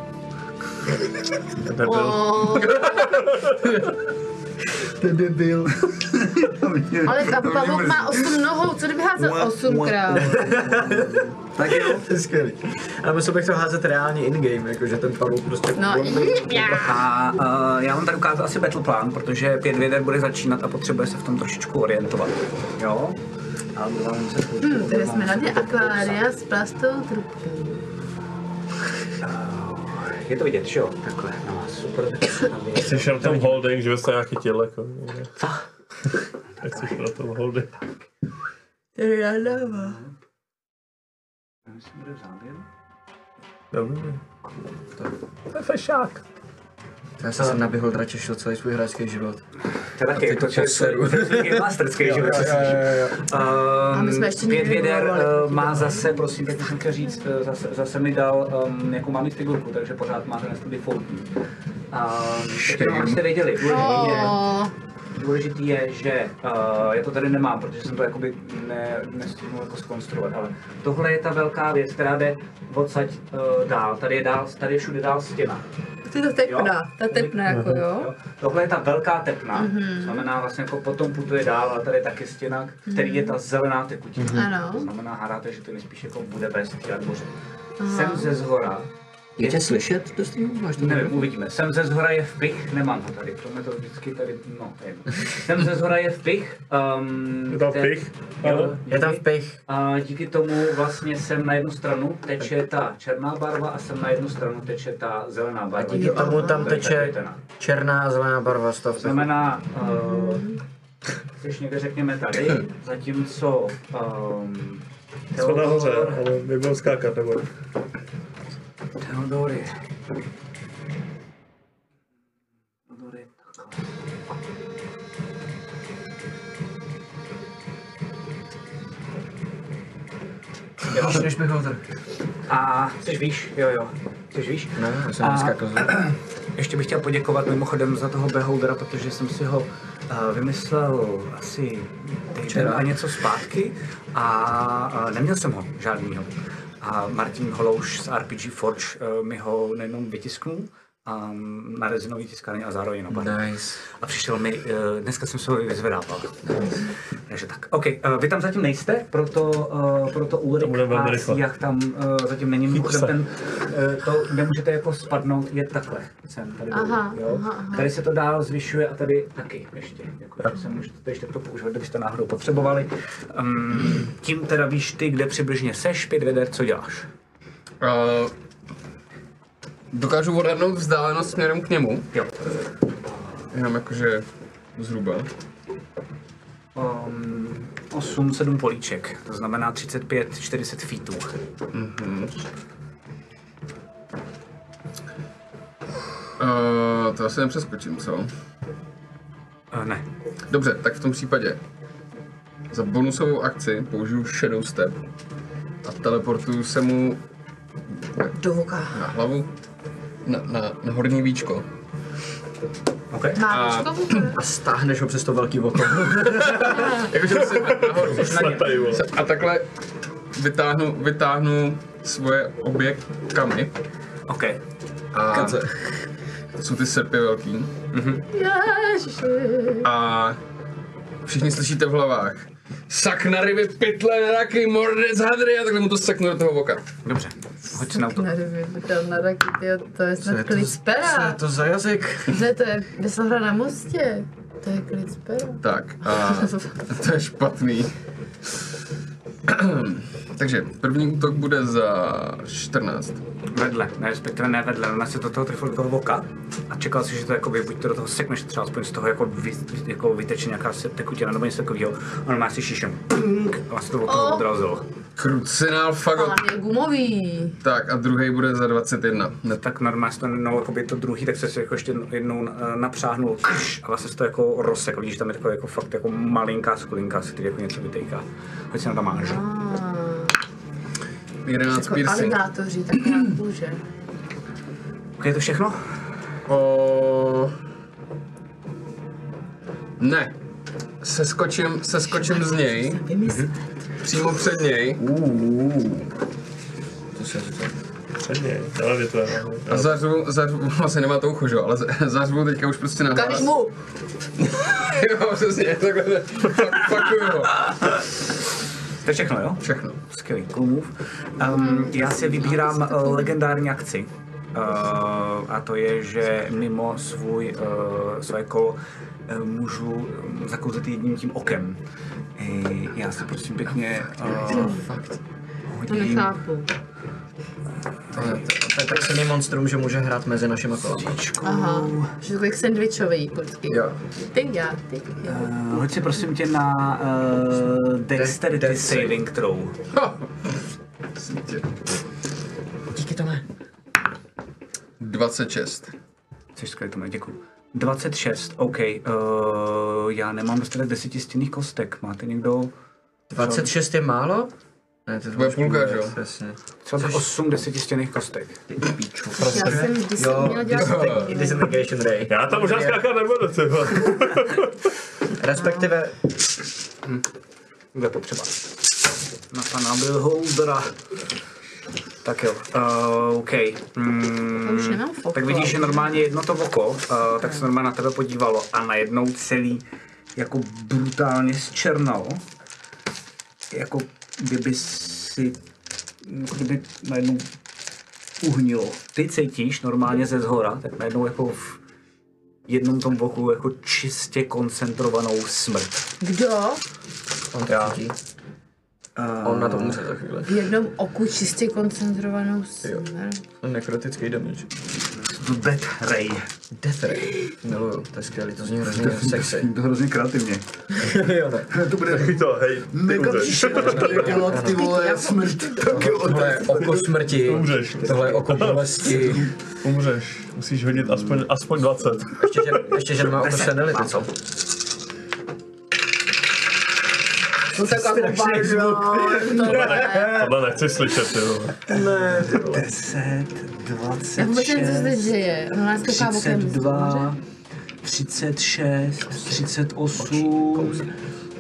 Debil. Oh, To debil. ale pa- pavouk má osm nohou, co kdyby házel osmkrát? Tak jo, to je skvělý. Ale musel bych to házet reálně in-game, jakože ten pavouk prostě... No, já. A uh, já vám tady ukážu asi battle plán, protože pět věder bude začínat a potřebuje se v tom trošičku orientovat. Jo? A budu vám muset Hm, tady jsme na dně akvária s plastovou trubkou. Je to vidět, že jo? Takhle, no super. Chceš na tom holding, že byste nějaký těl, jako... Co? Jak chceš na tom holding? Tady já dává. Myslím, bude v záběru. Dobrý. To je fešák. Já jsem na Beholdera těšil celý svůj hráčský život. To taky, teď to to seru. je masterský život. A my jsme ještě Pět nikdy věder nebojovali. uh, má zase, prosím, teď jsem chtěl říct, uh, zase, zase mi dal um, jako máme figurku, takže pořád máte na studi defaultní. Um, abyste věděli, důležitý je, Oh, důležitý je, že uh, já to tady nemám, protože jsem to jakoby ne, nestihnul jako zkonstruovat, ale tohle je ta velká věc, která jde odsaď uh, dál, tady je, dál, tady je všude dál stěna. to je ta tepna, ta tepna jako jo. Jo. Tohle je ta velká tepna, mm-hmm. znamená vlastně jako potom putuje dál, ale tady je taky stěna, který je ta zelená tekutina. To Ano. znamená, hádáte, že to nejspíš jako bude bez té arboře. Sem ze zhora, Je tě slyšet do streamu? Máš to nevím, uvidíme. Sem ze zhora je vpich, nemám ho tady, pro mě to vždycky tady, no, to je jedno. Sem ze zhora je vpich. Um, Je tam te- vpich? Jo, Ano. Je tam díky- vpich. A díky tomu vlastně sem na jednu stranu teče ta černá barva a sem na jednu stranu teče ta zelená A barva. díky tomu tam To je teče tekutina. černá a zelená barva z toho To vpichu. znamená, uh, když někde řekněme tady, zatímco um, Jsme nahoře, Theodor, ale my budeme skákat, nebo? Theodor je... Theodor je takhle. Jo, než Beholder. A chceš víš? Jo, jo. Chceš víš? Ne, já jsem A- dneska kozl. Ještě bych chtěl poděkovat mimochodem za toho Beholdera, protože jsem si ho uh, vymyslel asi týden a něco zpátky a uh, neměl jsem ho žádnýho. A Martin Holouš z R P G Forge uh, mi ho nejenom vytisknul, um, na rezinový tiskárně a zároveň na Nice. A přišel mi, uh, dneska jsem se ho vyzvedával. Takže tak. OK, uh, vy tam zatím nejste, proto, uh, proto Ulrik a Siach tam uh, zatím není. Mimochodem ten, uh, to nemůžete jako spadnout, je takhle. Sem, tady, Aha, dolů, jo? aha, aha. Tady se to dál zvyšuje a tady taky ještě. Jako, že se můžete ještě to používat, kdybyste náhodou potřebovali. Um, tím teda víš ty, kde přibližně seš, pět věder, co děláš? Uh, dokážu odhadnout vzdálenost směrem k němu. Jo. Jenom jakože zhruba. Um, osm sedm políček, to znamená třicet pět čtyřicet feetů. Mhm. Uh, to asi nepřeskočím, co? Uh, ne. Dobře, tak v tom případě za bonusovou akci použiju Shadow Step a teleportuju se mu Do voka. na hlavu, na, na, na horní víčko. Okay. Máš to vůbec? A stáhneš ho přes to velký oko. Jakože si nahoru. Slepej, vole. A takhle vytáhnu, vytáhnu svoje obě kamy. OK. A to jsou ty srpy velký. Ježiši. A všichni slyšíte v hlavách. Sak na ryby, pytle, raky, mordec, hadry a takhle mu to saknu do toho oka. Dobře, hoď si na to. Nevím, tam na taky, tyjo, to je snad klid z Co je pera. to za jazyk? Ne, to je Veselhra na mostě. To je klid z pera. Tak, a to je špatný. Takže první útok bude za čtrnáct. Vedle, ne, respektive ne vedle, ona se do toho trefil do toho voka a čekal si, že to jakoby, buď to do toho sekneš, třeba aspoň z toho jako, vy, jako vyteče nějaká tekutina nebo něco takového, a on má si šíšem ping, a se to od toho Oh. odrazilo. Krucinál fagot. Ale je gumový. Tak a druhý bude za dvacet jedna. No, tak normálně to, no, jakoby to druhý, tak se si jako ještě jednou eh, napřáhnul a vlastně se to jako rozsek, vidíš, tam je taková jako fakt jako malinká skulinka, se který jako něco vytejká. Hoď si na to máš. jedenáct Jako piercing. aligátoři, tak nějak kůže. Ok, je to všechno? O... Ne. Seskočím, seskočím z něj, Vymyslet. přímo před něj To se říká. Předně, ale je to a zařvu, zařvu, vlastně nemá to ucho, že jo, ale za- zařvu teďka už prostě na Ukážeš hlas. mu! Jo, přesně, takhle, fak, fakuju ho. To je všechno, jo? Všechno. Skvělý, cool move. Um, já si vybírám uh, legendární akci. Uh, a to je, že mimo svůj, uh, své kolo uh, můžu um, zakouzit jedním tím okem. Uh, já si prosím pěkně uh, To nechápu. To je, to je tak silný monstrum, že může hrát mezi našimi kolama. Aha, že takový sandwichový počkej. Jo. Ty já, ty já. Uh, hoď si prosím tě na uh, Dexterity Dex save. Saving Throw. Ha! Sítě. Díky tomu. dvacet šest. Což skvělý, Tome, děkuju. dvacet šest, OK. Uh, já nemám dostatek desetistěnných kostek. Máte někdo? dvacet šest je málo? Ne, to bude půlka, že jo? Přesně. Třeba tak osm desetistěnných kostek. Ty píču. Já jsem vždycky Jo, měla dělat disengage- disengagation ray. Já tam možná skákat nebudu, ty vole. Respektive, Bude potřeba. Na pana Billholdera. Tak jo, uh, OK. Mm, To už nemám foko. tak vidíš, že normálně jedno to oko, uh, tak se normálně na tebe podívalo a najednou celý jako brutálně zčernalo. Jako kdyby si, jako kdyby najednou uhnilo. Ty cítíš normálně ze zhora, tak najednou jako v jednom tom oku jako čistě koncentrovanou smrt. Kdo? on to cítí. Uh, On na to může za chvíli. V jednom oku čistě koncentrovanou smrt. Nekrotický damage. Death Ray. Death ray. Miluju, to je skvělý, to zní hrozně sexy. To hrozně kreativně. Jo, ne. To bude To, hej, ty umřeš. Dělat ty vole smrt. Tohle je oko smrti. Umřeš. Tohle je oko bolesti. Umřeš. Musíš hodit aspoň, aspoň dvacet. Ještě, že, ještě, že nemá oko senility, co? No tak jako Tohle, ne, tohle nechci slyšet, ty vole. Ne, ty vole. deset, dvacet Já vůbec nevím, co se zde děje. Ona nás kouká třicet okem. dva, třicet šest, třicet osm,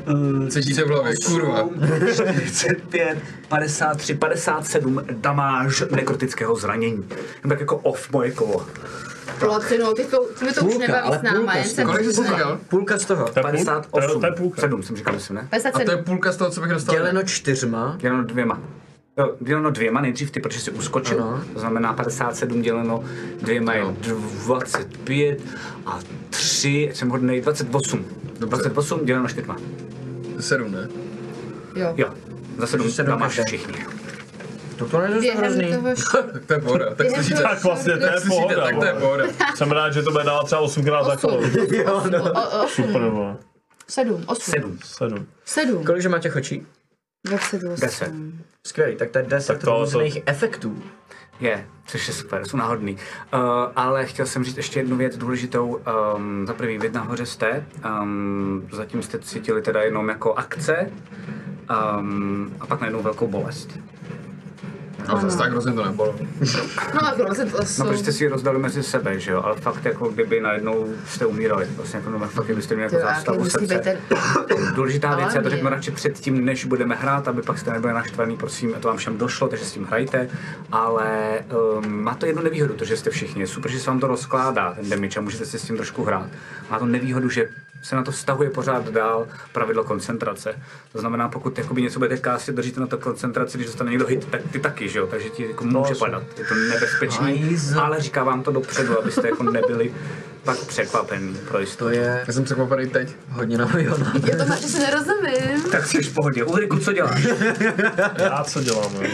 Co ti to v hlavě, kurva? čtyřicet pět, padesát tři, padesát sedm damáž nekrotického zranění. Jen tak jako off moje kolo. Ploci, no, ty to, ty mi to už Půlka, nebaví ale s náma, půlka jen z jsem toho. Kolik jsi říkal? Půlka z toho. To je půl- padesát to je- osm, to je půlka. sedm jsem říkal, myslím, ne? A padesát to je sedm. půlka z toho, co bych dostal. Děleno čtyřma. Děleno dvěma. Jo, děleno dvěma, nejdřív ty, protože jsi uskočil, Ano. to znamená padesát sedm děleno dvěma je Jo. dvacet pět a tři, jsem hodnej, dvacet osm. dvacet osm děleno čtyřma. Sedm, ne? Jo. Jo, za sedm sedm damáš každé. všichni. To není dost Během hrozný. toho... Tak to je pohoda. Tak Během slyšíte, toho- Tak vlastně to je tak slyšíte, pohoda, tak to je vole. pohoda. Jsem rád, že to bude dávat třeba osmkrát za kolo. O- o- osm. Super, vole. Sedm, osm. Sedm. Sedm. Sedm. Kolikže máte chočí? Dvacet osm. Deset. Skvělý, tak to je deset Tak to- různých efektů. Je, což je super, jsou náhodný. Uh, ale chtěl jsem říct ještě jednu věc důležitou. Um, za prvý, vy nahoře jste, um, zatím jste cítili teda jenom jako akce um, a pak najednou velkou bolest. No, zase tak hrozně to nebylo. No tak dvacet osm. No, protože jste si ji rozdali mezi sebe, že jo, ale fakt jako kdyby najednou jste umírali, vlastně jako no, fakt kdybyste měli Ty jako jo, jaký zástavu musí být srdce. ten... Důležitá věc, já to Alarmie. řeknu radši předtím, než budeme hrát, aby pak jste nebyli naštvaný, prosím, to vám všem došlo, takže s tím hrajte, ale um, má to jednu nevýhodu, to, že jste všichni, je super, že se vám to rozkládá, ten damage, a můžete si s tím trošku hrát. Má to nevýhodu, že se na to vztahuje pořád dál pravidlo koncentrace. To znamená, pokud jakoby něco budete kástit, držíte na to koncentraci, když dostane někdo hit, tak ty taky, že jo, takže ti jako může padat. Je to nebezpečný, Hajzl. ale říká vám to dopředu, abyste jako nebyli pak překvapený pro jistotu. To je Já jsem překvapený teď. hodně na miliona. Já to máš, že se nerozumím. Tak jsi v pohodě. Ulriku, co děláš? Já co dělám, jo?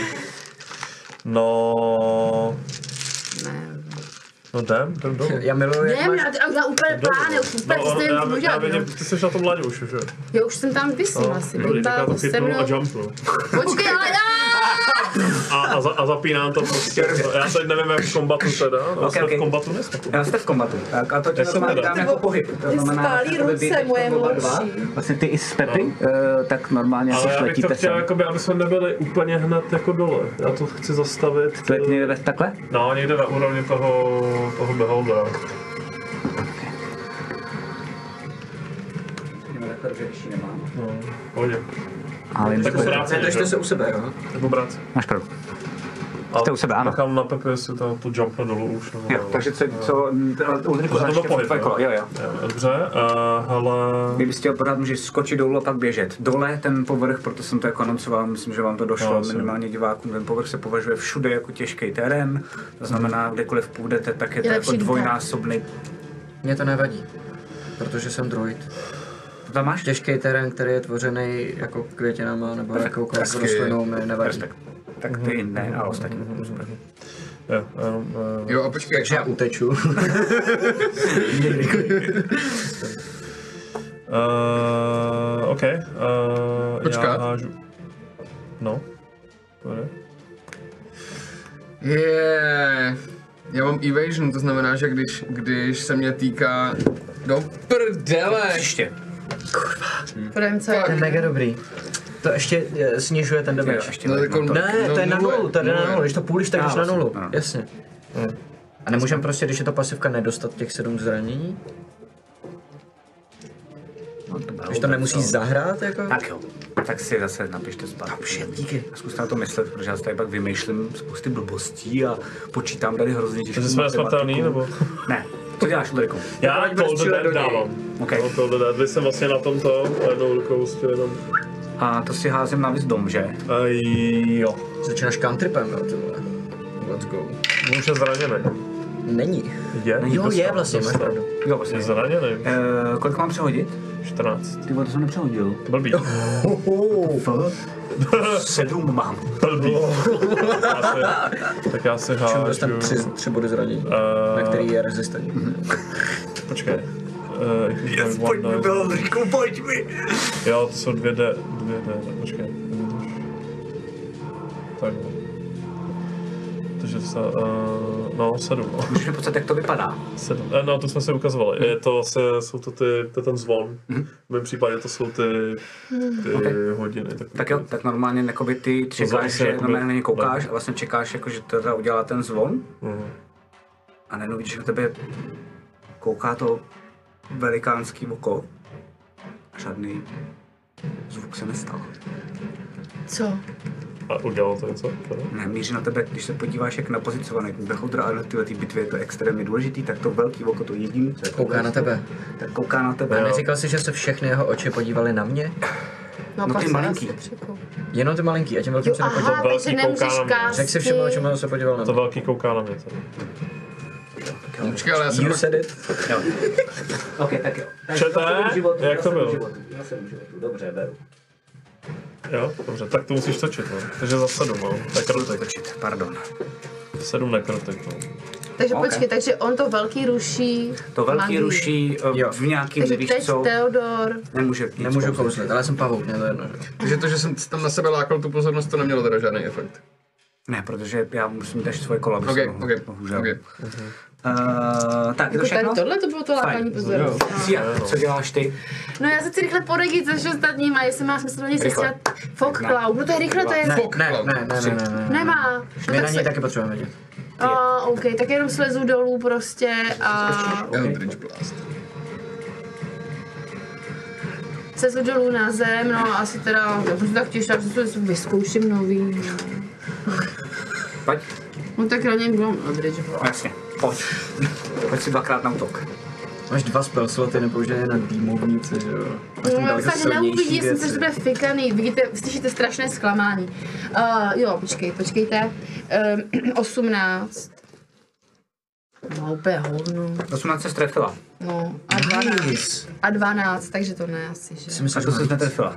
No... Ne. No jdem, jdem dolů. Já miluji, jak Ne, máš... já, já úplně plán, já už úplně No, přesně já, nevím, co já, dělat. vidím, no. ty jsi na tom laně už, že? Já už jsem tam vysím asi. Dobrý, Teď tak já to se chytnu mnou... a jumpnu. Počkej, ale já! A, a, za, a zapínám to prostě. Já teď nevím, jak v kombatu teda. No, Ok, jsme ok. v kombatu nejsme. Já jste v kombatu. Tak, a to ti Jak jsem normálně teda? dám jako pohyb. To Ty znamená, spálí jakoby ruce vy teď moje oba dva, mladší. Vlastně ty i s Pepy, uh, tak normálně Ale si já bych to letíte chtěl, sem. jakoby, aby jsme nebyli úplně hned jako dole. Já to chci zastavit. To je někde takhle? No, někde na úrovni toho, toho beholdera. No, pohodě. Ale jen Tak takhle. zvrátím, Držte se u sebe, jo? Nebo brát. Máš pravdu. A Jste u sebe, ano. nechám na Pepe, jestli to, to jumpne dolů už. Nebo, Jo, takže co, co Ulriku, To byl začne pohyb, tvoje kolo. Jo, jo. Jo, dobře, uh, hele... Kdybys chtěl pořád, můžeš skočit dolů a pak běžet. Dole ten povrch, proto jsem to jako anoncoval, myslím, že vám to došlo, No, no, asi. minimálně divákům, ten povrch se považuje všude jako těžký terén, to znamená, kdekoliv půjdete, tak je to Je jako lepší být dvojnásobný. Mně to nevadí, protože jsem druid. To tam máš? Těžký terén, který je tvořený jako květinama nebo jakoukoliv Hezky. rostlinou, mi nevadí. Respekt. Tak ty ne, a ostatní. Super. Jo, jenom, uh, Jo, a počkej, Takže já uteču. uh, OK. Uh, Počkat. Já hážu. No. Pojde. je... Já mám evasion, to znamená, že když, když se mě týká... Do prdele! Příště. Podem co To je je. mega dobrý. To ještě eh, snižuje ten Jo, damage. ještě No, ne, jako- no, Ne, to je na nule, nulu, to jde na nule. nulu. Když to půlíš, tak Já jdeš na vlastně, nulu. ano. Jasně. A nemůžeme prostě, když je to pasivka, nedostat těch sedm zranění? no, to Když to nemusí zahrát, jako? Tak jo, tak si zase napište zpátky. Dobře, díky. A zkuste na to myslet, protože já si tady pak vymýšlím spousty blbostí a počítám tady hrozně těžkou Takže jsme nesmrtelný, nebo? Ne. Co děláš, Ulriku? Já Pojďme Cold střílet do Dead něj. dávám. OK. No, Cold Dead, vy jsem vlastně na tomto, a jednou rukou prostě jenom... A to si házím na Wisdom, že? Uh, jo. Začínáš cantripem, jo, ty vole. Let's go. Už je zraněný. Není. Je? Jo, Dostal, je vlastně, máš dostal. pravdu. Jo, vlastně. Je zraněný. Uh, kolik mám přehodit? čtrnáct. Ty vole, to jsem nepřehodil. Blbý. Sedm mám. Blbý. Já si, tak já si Čím hážu... dostanu tři, tři body zranění, Eh, na který je rezistentní. Počkej. Uh, yes, Pojď mi, Ulriku, pojď mi. Jo, to jsou dvě D, dvě D, počkej. Tak. Takže to se, uh, no, sedm, no. Můžeš mi podstatě, jak to vypadá. Sedm. Eh, no, to jsme si ukazovali. Je to vlastně, jsou to ty, to je ten zvon. V mém případě to jsou ty, ty Ok. hodiny. Tak, Tak jo, tak normálně jakoby ty čekáš, zase že jakoby- normálně na ně koukáš a vlastně čekáš, jako, že to teda udělá ten zvon. Mhm. A najednou vidíš, že na tebe kouká to velikánský oko. Žádný Zvuk se nestal. Co? A udělalo to něco? Ne, míří na tebe, když se podíváš, jak napozicovaný ten beholder a na tyhle ty bitvě je to extrémně důležitý, tak to velký oko, to jediný, co je Kouká na tebe. tak kouká na tebe. A neříkal jsi, že se všechny jeho oči podívaly na mě? No, pak ty se malinký. asi překoup. Jenom ty malinký, a tím velkým Jo, se nepodíval. aha, velký takže nemůžeš kouká na mě. kásty. Řekl si všiml, o čem se podíval na To mě. velký kouká na mě. To. Počkej, ale já jsem... You said it. Jo. OK, tak jo. Takže Čete? za sedm životů, Jak za to sedm bylo? životů, za sedm životů, dobře, beru. Jo, dobře, tak to musíš točit, no. Takže za sedm, no. Nekrotek. Točit, pardon. Sedm nekrotek, no. Takže Ok. počkej, takže on to velký ruší. To velký magii. ruší uh, Jo. v nějakým, Takže víš teď co, Theodor. nemůže nic Nemůžu kouzlit. kousnout, ale já jsem pavouk, mě to jedno. že? Takže to, že jsem tam na sebe lákal tu pozornost, to nemělo teda žádný efekt. Ne, protože já musím mít až svoje kola, abych Ok, se mohl, ok, bohužel. ok. Uh, tak, je to Jako tady všechno? tohle to bylo to lákání pozornosti. No. Sia, co děláš ty? No já se chci rychle podegit se všem ostatníma, jestli má smysl na ně Rychle. sestřát Fog Cloud. No to je rychle, to je... Ne, Fok, ne, cloud. ne, ne, ne, ne, ne. Nemá. No, My na tak něj se... taky potřebujeme vidět. A, OK, tak jenom slezu dolů prostě a... Eldritch Blast. Slezu dolů na zem, no asi teda... Já budu tak těšit, že to vyzkouším nový. no. Pojď. No tak na něm bylo Eldritch Blast. Jasně, pojď. Pojď si dvakrát na útok. Máš dva spell sloty, nepoužije na dýmovnice, že jo? Máš tam No, daleko fakt silnější neuvidí, jsem se, věci. že to bude fikaný. Vidíte, slyšíte strašné zklamání. Uh, jo, počkej, počkejte. Um, osmnáct. No, úplně hovno. osmnáct se strefila. No, a dvanáct. Nice. A dvanáct, takže to ne asi, že? Si myslím, A že to se to netrefila.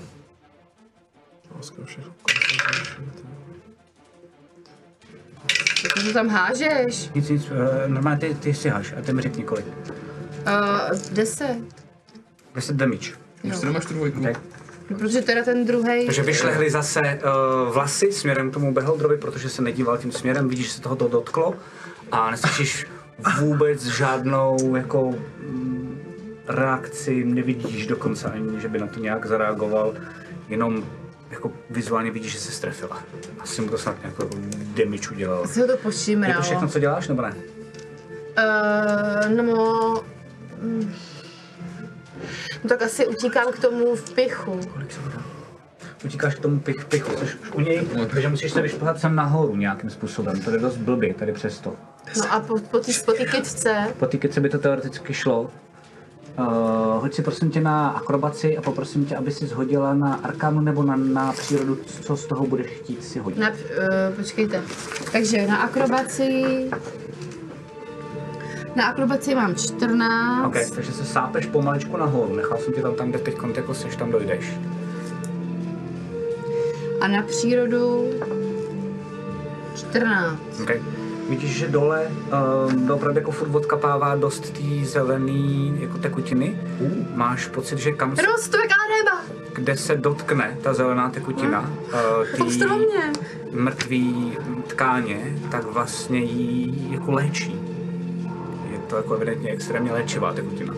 Jak to tam hážeš? Nic, nic, uh, normálně ty, ty si háš a ty mi řekni kolik. Uh, deset. deset damage. Už to nemáš tu dvojku. Okay. No, protože teda ten druhý. Takže vyšlehly zase uh, vlasy směrem k tomu beholdrovi, protože se nedíval tím směrem, vidíš, že se toho to dotklo a neslyšíš vůbec žádnou jako mm, reakci, nevidíš dokonce ani, že by na to nějak zareagoval, jenom jako vizuálně vidíš, že se strefila. Asi mu to snad nějakou damage udělal. Si ho to Je to pošimralo. všechno, co děláš, nebo ne? Uh, no... mm. No tak asi utíkám k tomu v pichu. Kolik se dá? Utíkáš k tomu pich, pichu, což už u něj, takže musíš se vyšplhat sem nahoru nějakým způsobem, to je dost blbý tady přesto. No a po, po té po té kytce. Po té kytce by to teoreticky šlo. Uh, hoď si prosím tě na akrobaci a poprosím tě, aby si zhodila na arkánu nebo na, na přírodu, co z toho budeš chtít si hodit. Na, uh, počkejte. Takže na akrobaci... Na akrobaci mám čtrnáct. Ok, takže se sápeš pomaličku nahoru, nechal jsem tě tam, tam kde teď jako seš, tam dojdeš. A na přírodu čtrnáct. Okay. Vidíš, že dole uh, opravdu jako furt odkapává dost té zelený jako tekutiny. Uh. Máš pocit, že kam, Rostovek a ryba! kde se dotkne ta zelená tekutina, uh, To vstalo mě. mrtvý tkáně, tak vlastně jí jako léčí. Je to jako evidentně extrémně léčivá tekutina.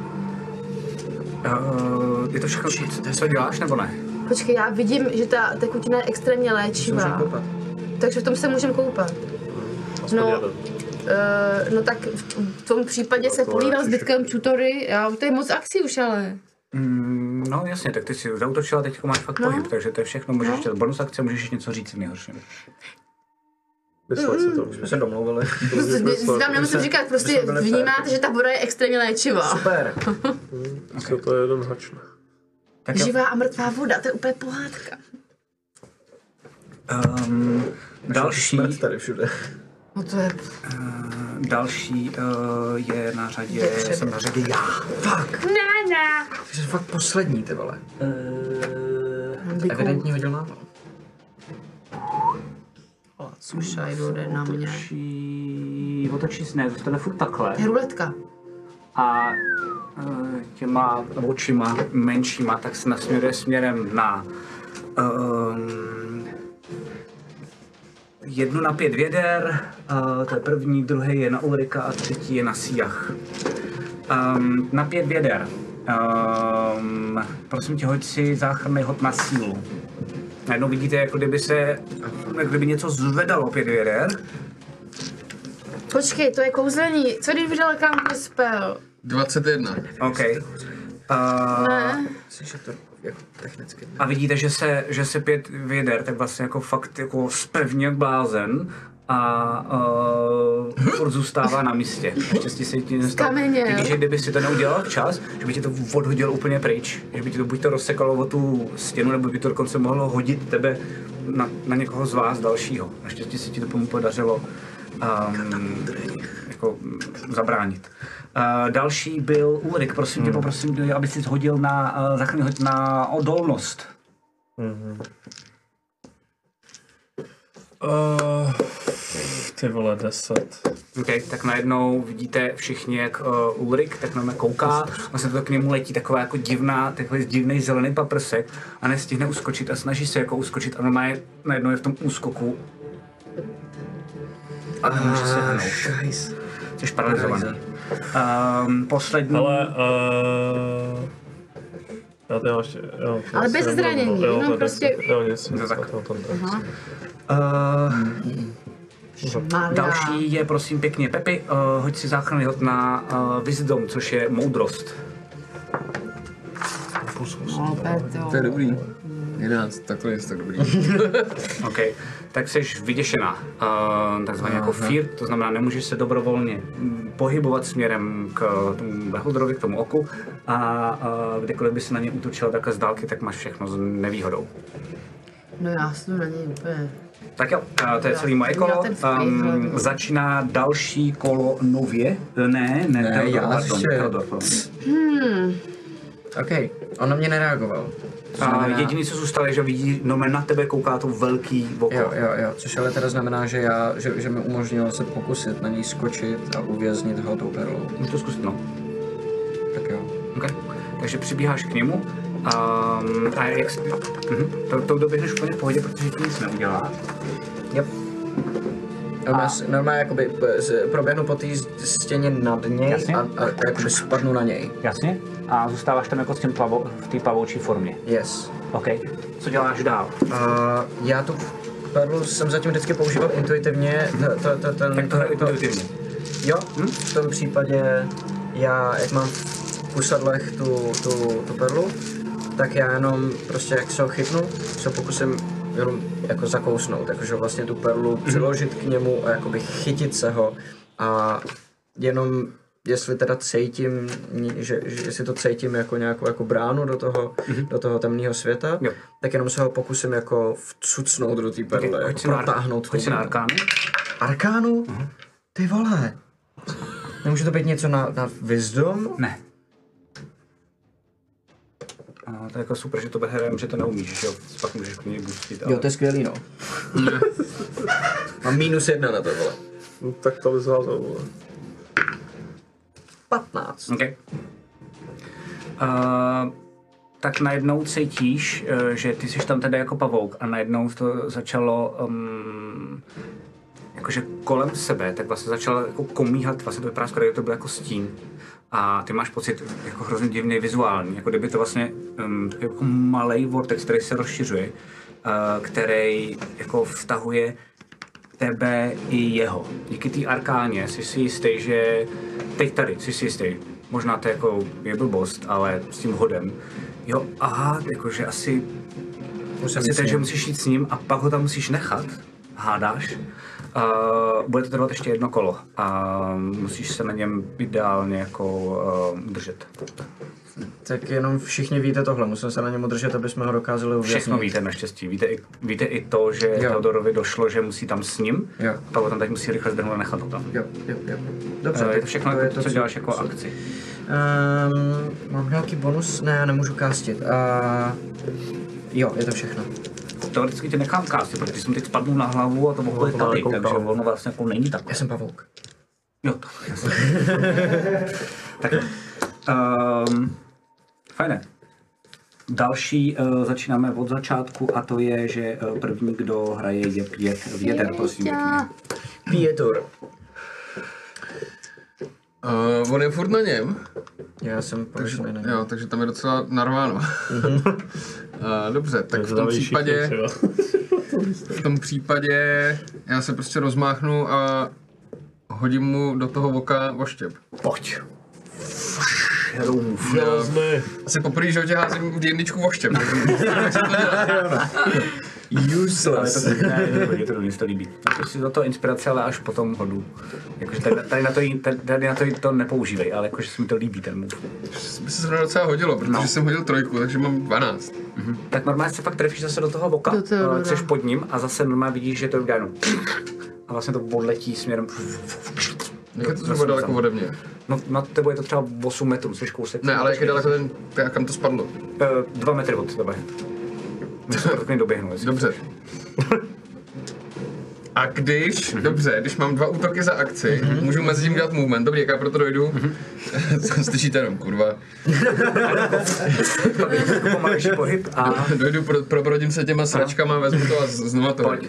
Uh, je to všechno, co, co děláš, nebo ne? Počkej, já vidím, že ta tekutina je extrémně můžeme léčivá. koupat. Takže v tom se můžeme koupat. No, uh, no tak v, v tom případě se políval zbytkem tutory. Já, to je moc akcí už, ale. Mm, no jasně, tak ty si zautočila, teď máš fakt No. pohyb, takže to je všechno, můžeš ještě bonus akce, můžeš ještě něco říct nejhorším. Myslet si to už. Jsme se domluvili. Prostě, tam nemusím říkat, prostě byli vnímáte, že ta voda je extrémně léčivá. Super. Co to je jeden hačne. Tak jo. Živá a mrtvá voda, to je úplně pohádka. Um, další, Smrt tady všude. No to je... uh, další uh, je na řadě, Dopředu. jsem na řadě já. Fuck. Ne, ne. Ty jsi fakt poslední, ty vole. Uh, Evidentně hodil nával. Sušajdu jde na mě. otočí, otočí se ne, zůstane furt takhle Je ruletka. a uh, těma očima menšíma tak se nasměruje směrem na um, jednu na pět věder, uh, to je první, druhý je na Ulrika a třetí je na Siach. Um, na pět věder. Um, prosím tě, hoď si záchranný hod na sílu. Najednou vidíte, jako kdyby se, jako kdyby něco zvedalo pět věder. Počkej, to je kouzlení. Co když vydala counter spell? dvacet jedna. OK. Uh, Ne. Myslíš, že to jako technicky. A vidíte, že se, že se pět věder tak vlastně jako fakt jako spevně jak blázen a uh, furt zůstává na místě. Naštěstí se ti nestalo. Vidíš, že kdyby si to neudělal včas, že by ti to odhodil úplně pryč, že by ti to buď to rozsekalo o tu stěnu, nebo by to dokonce mohlo hodit tebe na, na někoho z vás dalšího. Naštěstí se ti to podařilo um, jako zabránit. Uh, další byl Ulrik, prosím hmm. tě, poprosím, aby si hodil na, uh, zachránil na odolnost. Mm-hmm. Uh, ty vole, deset. OK, tak najednou vidíte všichni, jak uh, Ulrik tak na mě kouká, vlastně to k němu letí taková jako divná, takový divný zelený paprsek a nestihne uskočit a snaží se jako uskočit a normálně najednou je v tom úskoku a nemůže se hnout. Jsi paralizovaný. Um, poslední... Ale, uh... já to ještě, jo, ale bez zranění, jo, jenom prostě... Jo, nic, no, tak. To, to, to, uh, další je prosím pěkně Pepi, uh, hoď si záchranný hod na uh, Wisdom, což je moudrost. No, Peto. To je dobrý. jedenáct, tak to je tak dobrý. OK, tak jsi vyděšená, uh, takzvaně jako fear, to znamená, nemůžeš se dobrovolně pohybovat směrem k tomu beholdrovi, k tomu oku a uh, kdekoliv by se na ně útočila takhle z dálky, tak máš všechno s nevýhodou. No já jsem na něj úplně... Tak jo, uh, to je celý moje kolo. Um, začíná další kolo nově. Ne, ne, ne Theodor, já pardon, ještě... Theodor, Hmm. OK, on na mě nereagoval. Znamená... Uh, jediný, co zůstal, je, že vidí, no na tebe kouká to velký oko. Jo, jo, jo, což ale teda znamená, že, já, že, že mi umožnilo se pokusit na něj skočit a uvěznit ho tou perlou. Můžu to zkusit, no. Tak jo. Okay. Takže přibíháš k němu. Um, a jak jsi... Uh-huh. To, to doběhneš úplně v pohodě, protože ti nic neudělá. Yep. A... Normálně jakoby proběhnu po té stěně nad něj a, a, a jakoby spadnu na něj. Jasně. A zůstáváš tam jako s tím plavo, v té pavoučí formě. Yes. OK. Co děláš dál? Uh, já tu perlu jsem zatím vždycky používal intuitivně. To, to, to, ten, tak to, to intuitivně. Jo, hm? V tom případě já, jak mám v kusadlech tu, tu, tu perlu, tak já jenom prostě jak se ho chytnu, se pokusím jenom jako zakousnout, jakože vlastně tu perlu přiložit k němu a jakoby chytit se ho a jenom jestli teda cítím, že, že jestli to cítím jako nějakou jako bránu do toho, mm-hmm. do toho temného světa, jo. Tak jenom se ho pokusím jako vcucnout do té perle, okay, jako protáhnout. Pojď si na arkánu. Arkánu? Uh-huh. Ty vole. Nemůže to být něco na, na Wisdom? Ne. A to je jako super, že to hrajeme, že to neumíš, že jo? Pak můžeš k něj boostit, ale... Jo, to je skvělý, no. Mám minus jedna na to, vole. No, tak to vyzvázal, vole. patnáct. OK. Uh, tak najednou cítíš, uh, že ty jsi tam teda jako pavouk a najednou to začalo um, jakože kolem sebe, tak vlastně začalo jako komíhat, vlastně to vypadá skoro, jak to byl jako stín. A ty máš pocit jako hrozně divný vizuální, jako kdyby to vlastně um, jako malej vortex, který se rozšiřuje, uh, který jako vtahuje tebe i jeho. Díky té arkáně jsi si jistý, že teď tady jsi si jistý, možná to jako je blbost, ale s tím hodem. Jo, aha, jakože asi, asi teď, že musíš jít s ním a pak ho tam musíš nechat, hádáš. Uh, bude to trvat ještě jedno kolo a uh, musíš se na něm ideálně jako uh, držet. Tak jenom všichni víte tohle, musím se na něm udržet, aby jsme ho dokázali uvěznit. Všechno víte naštěstí, víte i, víte i to, že jo. Theodorovi došlo, že musí tam s ním, jo. Pak ho tam teď musí rychle zdrhnout a nechat ho tam. Jo, jo, jo. Dobře, uh, je to všechno, to, jako je to, co co děláš jako akci. Um, mám nějaký bonus? Ne, já nemůžu castit. Uh, jo, je to všechno. Teoreticky tě nechám castit, protože jsem teď spadnul na hlavu a to mohlo je tady, takže ono vlastně jako není tak. Já jsem pavouk. Jo, to jasně. Tak um, fajné. Další uh, začínáme od začátku a to je, že uh, první, kdo hraje, je pět věder, prosím pěkně. Pětor. Uh, on je furt na něm. Já jsem takže, na něm. Jo, takže tam je docela narváno. Mm-hmm. uh, dobře, tak v tom případě... v tom případě já se prostě rozmáchnu a hodím mu do toho voka voštěp. Pojď. hero move. Hrozný. Asi poprvé, že tě házím v jedničku voštěm. Useless. Ale to ne, ne, to mě to líbí. To si do toho inspirace, ale až potom hodu. Jakože tady, tady, na to, tady na to, to nepoužívej, ale jakože se mi to líbí ten move. By se zrovna docela hodilo, protože No. jsem hodil trojku, takže mám dvanáct. Mhm. Tak normálně se fakt trefíš zase do toho voka, Do toho, ale no. chceš pod ním a zase normálně vidíš, že to udělá jenom a vlastně to odletí směrem. Jak je to zhruba daleko ode mě? No, na tebe je to třeba osm metrů, jsi kousek. Ne, ale jak je daleko ten, kam to spadlo? Eh, Dva metry od tebe. Můžu se tak doběhnu, jestli Dobře. A když, dobře, když mám dva útoky za akci, mm-hmm. můžu mezi tím dělat movement, dobrý, jak já proto dojdu, mm-hmm. slyšíte jenom, kurva. pomalejší pohyb a Dojdu, pro, probrodím se těma sračkama, vezmu to a z- znova to. pojď.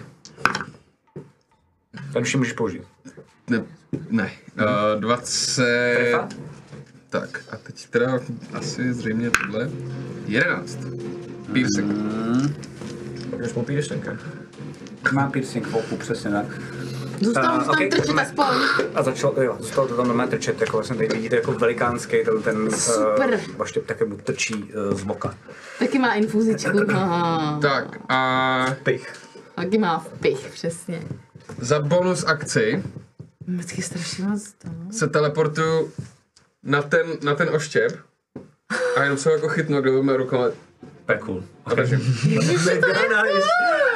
Tady už ji můžeš použít. Ne, ne. Uh, dvacet... Trefa? Tak, a teď teda asi zřejmě tohle. jedenáct. Piercing. Když mu piercinga. Má piercing v oku, přesně tak. Zůstal A, mu tam okej, trčet jdeme. aspoň. A začal, jo, zůstal to tam normálně trčet, jako vlastně tady vidíte jako velikánský ten, ten Super. Uh, vaště také mu trčí uh, z boka. Taky má infuzičku. Aha. Tak, a Pich. Taky má vpich, přesně. za bonus akci Vždycky strašně moc to. se teleportuju na ten, na ten oštěp a jenom se ho jako chytnu, kde budeme rukama To je cool. a držím. Mega nice.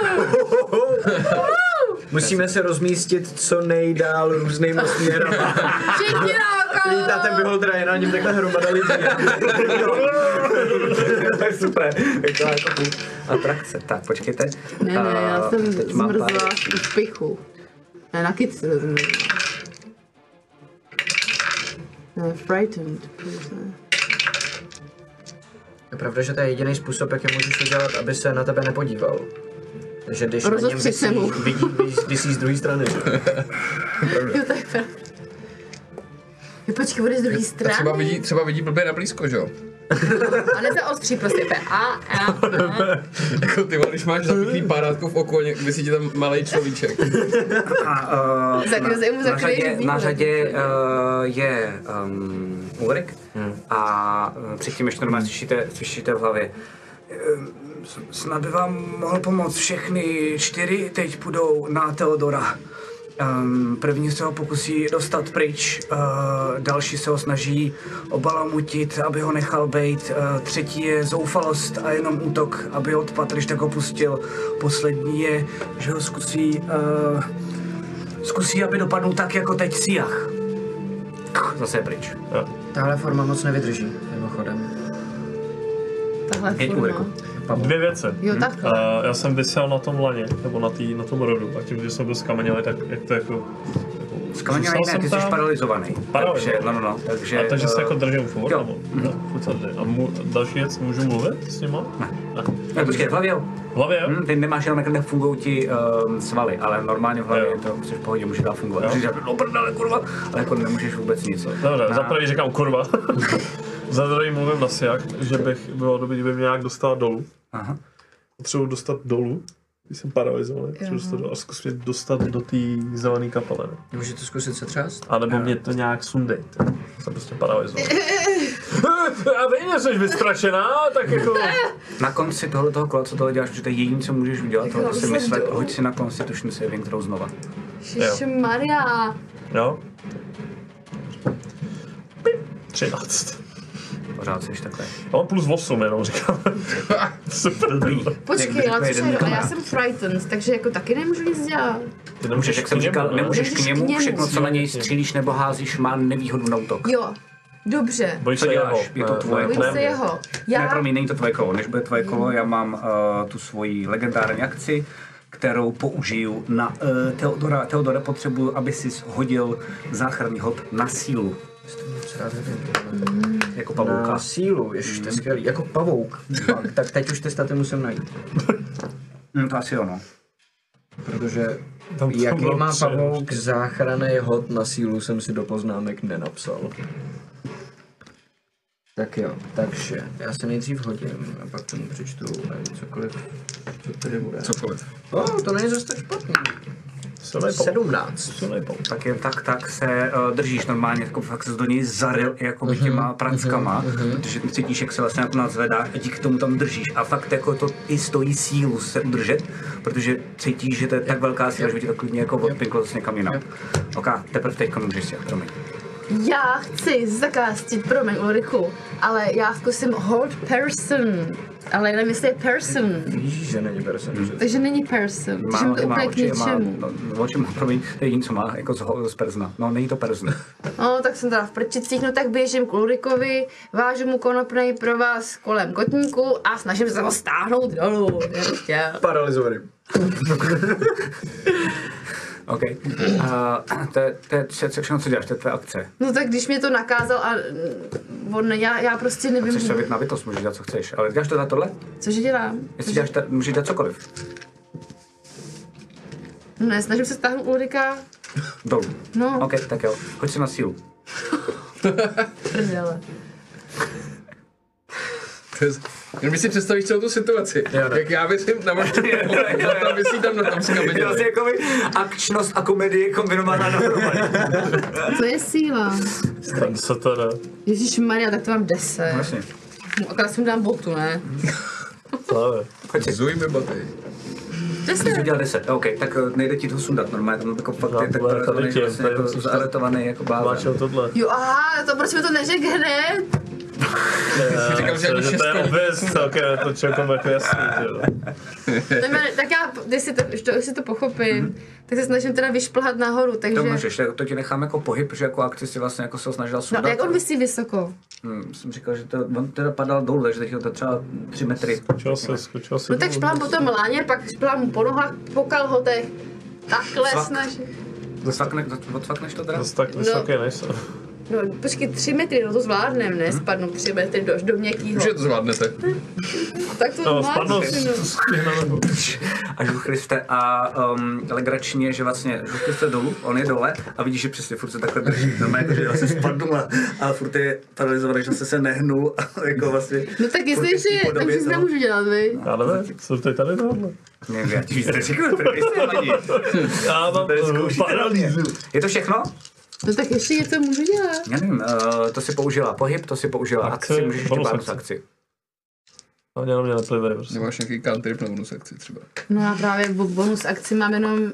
Musíme se rozmístit co nejdál různýma směrama. Všichni naokolo! Lítá ten beholder a je na něm takhle hromada lidí. To je super. Je to jako cool. Atrakce. Tak, počkejte. Ne, ne, já A jsem teď mám zmrzla pár- v pichu. Ne, na kytce to zmrzla. Ne, frightened. ne. Je pravda, že to je jediný způsob, jak je můžeš udělat, aby se na tebe nepodíval. Že když na něm Rozostři se visí, mu. vidí, visí z druhé strany. Jo, to je pravda. Jo, počkej, bude z druhé A strany. třeba vidí, třeba vidí blbě na blízko, že jo? A nezaostří prostě. Pe- A, a, a. Jako ty, vole, když máš zapíchlý párátko v oku a něk- vysí ti tam malej človíček. A, uh, Zakryje mu na zakryje řadě, rizí, na ne? řadě uh, je um, Ulrik a uh, předtím ještě normálně slyšíte, slyšíte v hlavě. Ehm, s- Snad by vám mohl pomoct, všechny čtyři teď půjdou na Teodora. Um, první se ho pokusí dostat pryč, uh, další se ho snaží obalamutit, aby ho nechal bejt, uh, třetí je zoufalost a jenom útok, aby odpadl, když tak ho pustil. Poslední je, že ho zkusí, uh, zkusí, aby dopadnul tak, jako teď Siach. Zase je pryč. Tahle forma moc nevydrží, mimochodem. Tahle Jeď, forma. Ulriku. Dvě věci. Jo, takhle. Uh, já jsem vysel na tom laně, nebo na, tý, na tom rodu, a tím, že jsem byl skamenělý, tak jak to jako... Skamenělý zůstal ne, ty jsem jsi tam. paralizovaný. Paralizovaný. Takže, no, no, no, takže... A takže se eh, jako držím furt, jo. nebo? Jo, furt se držím. A mu, další věc, můžu mluvit s nima? Ne. Ne. Ne, počkej, v hlavě jo. V hlavě, jo? Hm, ty nemáš jenom, jak nefungují ti um, svaly, ale normálně v hlavě Jo. to jsi v pohodě, může dát fungovat. Jo. Můžeš říkat, no prdele, kurva, ale jako nemůžeš vůbec nic. Dobře, A- za první říkám kurva. Za druhý mluvím na siak, že bych bylo dobrý, kdyby mě nějak dostal dolů. Aha. Potřebuji dostat dolů, když jsem paralizovaný, potřebuji dostat dolů a zkus mě dostat do té zelené kapele. Ne? Můžete zkusit se třást? A nebo mě to nějak sundej. Jsem prostě paralizovaný. A vy nejseš vystrašená, tak jako... Na konci tohle toho kola, co tohle děláš, protože to je jediné, co můžeš udělat, tohle si myslet, hoď si na Constitution saving throw znova. Maria. Jo? třináct. Pořád jsi takhle. Já mám plus osm jenom, říkám. Super. Dobrý. Počkej, Jak ale by co jeden je, ale já kamarád. jsem frightened, takže jako taky nemůžu nic dělat. Ty Nemůžeš, jak jsem říkal, ne? nemůžeš k Nemůžeš k němu, němu. všechno, co na něj střílíš nebo házíš, má nevýhodu na útok. Jo, dobře. Bojíš Co se jeho. děláš? Je to Ne, tvoje. Bojím ne, se ne. jeho. Ne, Já, promiň, není to tvoje kolo. Než bude tvoje kolo, já mám uh, tu svoji legendární akci, kterou použiju na uh, Teodora. Teodora, potřebuju, aby si hodil záchranný hod na sílu. Moc rád nevím. Jako pavouka. Na sílu, ježiš, to je skvělý. Jako pavouk. Fakt, tak teď už ty staty musím najít. Hm, to asi ono. Protože Tam to jaký bylo má tři, pavouk záchranný hod na sílu, jsem si do poznámek nenapsal. Tak jo, takže já se nejdřív hodím a pak tomu přečtu a cokoliv, co tady bude. Cokoliv. O, to není zase tak špatný. Silnej pol. sedmnáct. Silnej pol. Tak jen tak, tak se uh, držíš normálně, jako fakt se do něj zaril jako by těma prackama, protože cítíš, jak se vlastně jako nadzvedáš a díky tomu tam držíš a fakt jako to i stojí sílu se udržet, protože cítíš, že to je tak velká síla, že by ti to klidně jako odpinklo zase někam jinam. Ok, teprve teď můžeš si, promiň. Já chci zakástit, promiň Ulriku, ale já zkusím hold person, ale nevím, jestli je person, Víš, že není person, že? takže není person, takže mi to úplně k ničemu. No, oči má, promiň, jediný, co má, jako z, z persna. No, není to person. No, tak jsem teda v prčicích, no tak běžím k Ulrikovi, vážu mu konopnej pro vás kolem kotníku a snažím se ho stáhnout dolů, jak chtěl. Paralyzovaný. OK. Uh, to, je, to je všechno, co děláš, to je tvoje akce. No tak když mě to nakázal a mm, on, já, já prostě nevím, Chceš se na bytost, můžeš dělat, co chceš, ale děláš to na tohle? cože dělám. Jestli děláš, ta, můžeš dělat cokoliv. No ne, snažím se stáhnout Ulrika. Dolů. No, OK, tak jo. Hoď si na sílu. prdele. Jenom si představíš celou tu situaci. Jo, Jak já vysím na možnost a tam vysí tam na tom skameně. Je vlastně jako akčnost a komedie kombinovaná dohromady. To je síla. Ten se teda. Ježišmarja, tak to mám deset. Vlastně. No, akorát jsem dám botu, ne? Právě. Pojď si. Zujme boty. Ty jsi deset. udělal deset, OK, tak nejde ti to sundat normálně, tam jako fakt Já je tak bude zaretovaný, tady že tě, vlastně tady jako musíš to- zaretovaný jako Máš blázen. tohle. Jo, aha, to proč mi to neřekl hned? Jsi říkal, že jako že to je obvěz, tak je to čekom jako jasný, jo. Neměl, tak já, když si to, když to, když si to pochopím, tak se snažím teda vyšplhat nahoru, takže... To můžeš, to, to ti nechám jako pohyb, protože jako akci si vlastně jako se ho snažil sundat. No, jak on visí vysoko? Hmm, jsem říkal, že to, on teda padal dolů, takže teď je to třeba tři metry. Skočil se, skočil se. No tak šplhám po tom láně, pak šplhám po nohách, po kalhotech. Takhle Svak. snažím. Zasvakne, odsvakneš to teda? Zase tak vysoký nejsem. No, počkej, tři metry, no to zvládnem, ne? Spadnu tři metry do, do měkkýho. Už je to zvládnete. Tak to No, zvládnu, spadl si, no. stihneme. A žuchli jste a um, legrační je, že vlastně žuchli jste dolů, on je dole a vidíš, že přesně furt se takhle drží. No, jako, že vlastně spadnul a, a furt je paralizovaný, že se se nehnul a jako vlastně... No tak jestli furt ještě v té je, tak podobě už si toho. nemůžu dělat, vy? Já nevím, co tady tady tohle. Ne, já ti víc neříkám, to nejste ani. Já mám Tady uh, zkoušíte paralýzu. Je to všechno? No tak ještě něco můžu dělat. Já nevím, uh, to si použila pohyb, to si použila Akce, akci, můžeš ještě bonus bonus akci. akci. Hlavně na mě neplivej prostě. Nemáš nějaký cantrip na bonus akci třeba. No já právě v bonus akci mám jenom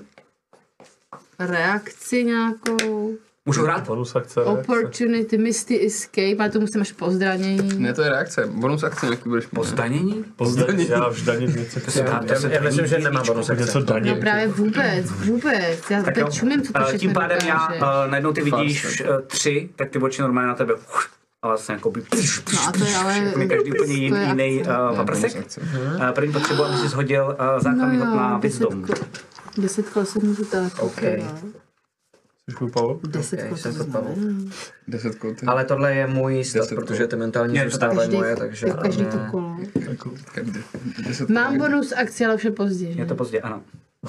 reakci nějakou. Můžu hrát? Bonus akce, reakce. Opportunity, Misty Escape, ale to musím až po zranění. Ne, to je reakce. Bonus akce nějaký budeš mít. Po zdanění? Pozdaní, já už danit něco. To se dá, to se Já myslím, že nemá daní. bonus Něco akce. daní. No právě vůbec, vůbec. Já Tak jo. teď čumím, co to Eh, všechno Tím pádem já, dokáže. uh, najednou ty vidíš uh, tři, tak ty oči normálně na tebe a vlastně jako by... No a to je ale... Jako každý úplně to jin, je jiný akce. uh, bonus paprsek. akce. Uh, první potřebu, aby si shodil uh, základní hod na Wisdom. deset ko- Deset kol se můžu teleportovat. Jsi koupal? Deset Ok, kol jsem to to znamená. Deset koty. Ale tohle je můj stat, Deset protože ty mentální Je to zůstávají Každý, moje, takže... tak každý to ne. kolo. Každý. Deset Mám kolek. bonus akci, ale už je pozdě, že? Je to pozdě, ano.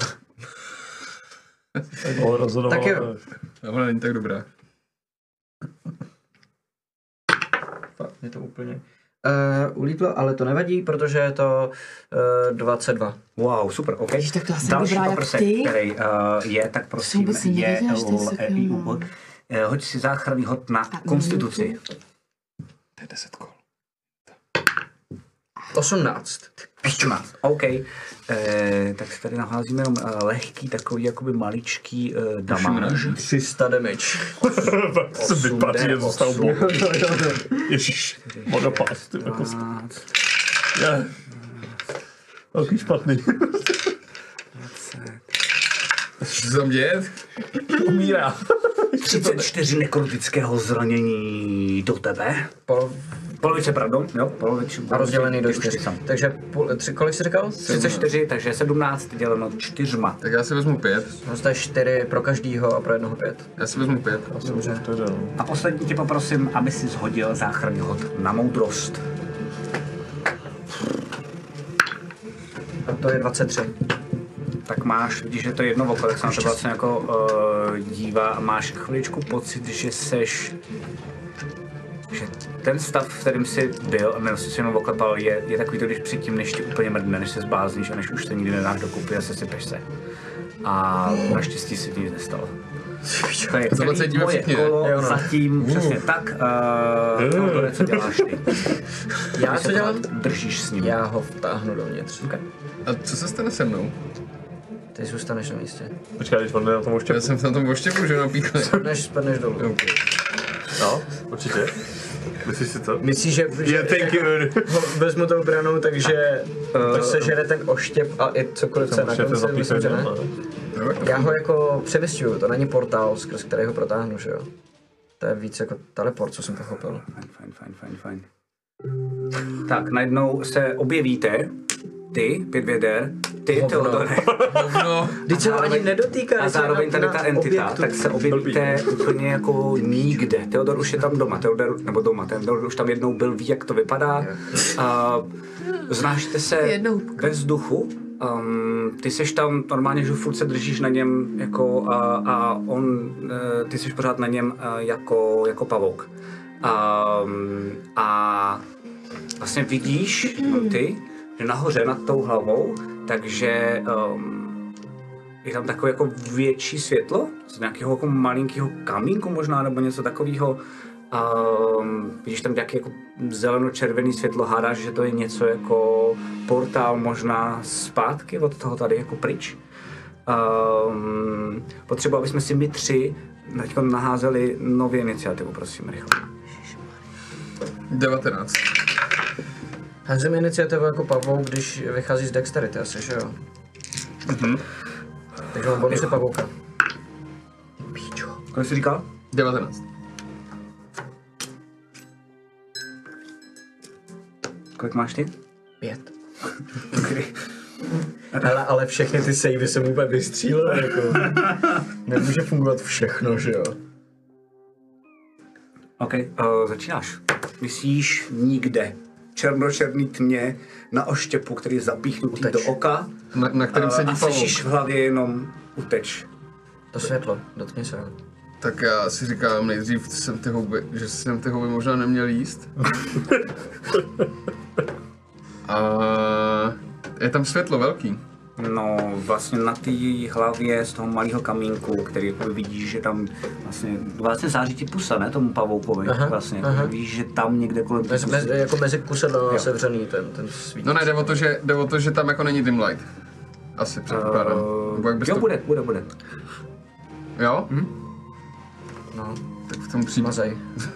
Ale rozhodovala. Tak jo. Tohle není tak dobrá. Fakt, mě to úplně... Uh, ulítlo, ale to nevadí, protože je to uh, dvacet dva. Wow, super, OK. Ježiš, tak to asi Další dobrá jak paprsek, ty. který uh, je, tak prosím, vůbec je nevěděla, že to je L sakra, E I U. no. Uh, Hoď si záchranný hod na konstituci. To je deset kol. osmnáct. osmnáct, OK. Eh, tak si tady naházíme jenom uh, lehký, takový jakoby maličký uh, damáž. tři sta damage. Pak se vypadí, že zůstal osm. bok. Ježiš, vodopád, ty jako dvanáct, je. Velký špatný. Co se tam děje? Umírá. třicet čtyři nekrotického zranění do tebe. Pol... Polovice, pardon, jo, polovice. A rozdělený do ty už čtyř. ty sám. Takže půl, tři, kolik jsi říkal? třicet čtyři, takže sedmnáct děleno čtyřma. Tak já si vezmu pět. No, to je čtyři pro každýho a pro jednoho pět. Já si vezmu pět. Dobře. A poslední tě poprosím, aby si shodil záchranný hod na moudrost. A to je dvacet tři. Tak máš, vidíš, že to je jedno oko, tak se na to vlastně jako uh, dívá a máš chviličku pocit, že seš, že ten stav, v kterém jsi byl, a jenom jsi si jenom oklepal, je, je takový to, když předtím, než ti úplně mrdne, než se zblázníš a než už se nikdy nedáš dokupy a sesypeš se. a naštěstí se nic nestalo. To je Tohle celý cítíme moje všichni, kolo, jo, no. zatím přesně tak. Uh, Teodore, co děláš ty? Já Ty co se dělám? pořád držíš s ním. Já ho vtáhnu dovnitř. Okay. A co se stane se mnou? Ty zůstaneš na místě. Počkej, když on jde na tom Já oštěpu. jsem na tom oštěpu, že napíkli. Spadneš, spadneš dolů. Okay. No, určitě. Myslíš si to? Myslíš, že, že Yeah, thank you. ho vezmu tou branou, takže Uh, to sežere ten oštěp a i cokoliv se na Můžete konci, myslím, zapíkat, že ne? ne? Já ho jako přemysťuju, to není portál, skrz který ho protáhnu, že jo? To je víc jako teleport, co jsem pochopil. Fajn, fajn, fajn, fajn, fajn. Tak, najednou se objevíte, ty, pět věder, ty, Hovno. Teodore, No, Teď se ho ani nedotýká, a teď je zároveň na- tady na ta entita, objektu. tak se objevíte úplně jako nikde. Teodor už je tam doma, Teodor, nebo doma, Teodor už tam jednou byl, ví, jak to vypadá. Uh, znášte se Jednou. ve vzduchu, um, ty seš tam normálně, že furt se držíš na něm jako, a, a on, uh, ty seš pořád na něm uh, jako, jako pavouk. Um, a vlastně vidíš, no ty, že nahoře nad tou hlavou, takže um, je tam takové jako větší světlo z nějakého jako malinkého kamínku možná, nebo něco takového. Um, vidíš tam nějaké jako zeleno-červený světlo, hádáš, že to je něco jako portál možná zpátky od toho tady jako pryč. Um, potřebuji, aby jsme si my tři teď naházeli nově iniciativu, prosím, rychle. devatenáct. Házím iniciativu jako pavouk, když vychází z dexterity asi, že jo? Mhm. Takže mám bonusy pavouka. Kolik jsi říkal? devatenáct. Kolik máš ty? Pět. Okay. Ale, ale všechny ty savey jsem úplně vystřílel, jako. Nemůže fungovat všechno, že jo? OK, uh, začínáš. Vysíš nikde. Černočerný tmě na oštěpu, který je zapíchnutý Uteč. do oka. Na, na kterém Uh, sedí a pavouk. slyšíš v hlavě jenom uteč. To světlo, dotkni se ho. Tak já si říkám nejdřív, jsem ty houby, že jsem ty houby možná neměl jíst. A je tam světlo velký. No, vlastně na té hlavě z toho malého kamínku, který jako vidíš, že tam vlastně, vlastně září ti pusa, ne, tomu pavoukovi, Aha, vlastně. aha. Víš, že tam někde kolem té Mezi, pusy- mezi, jako mezi kusedlem sevřený ten, ten svít. No ne, jde o to, že, jde o to, že tam jako není dim light. Asi předpokládám. Nebo jak Uh, bys jo, to... bude, bude, bude. Jo? No, Tak v tom případě. mazej.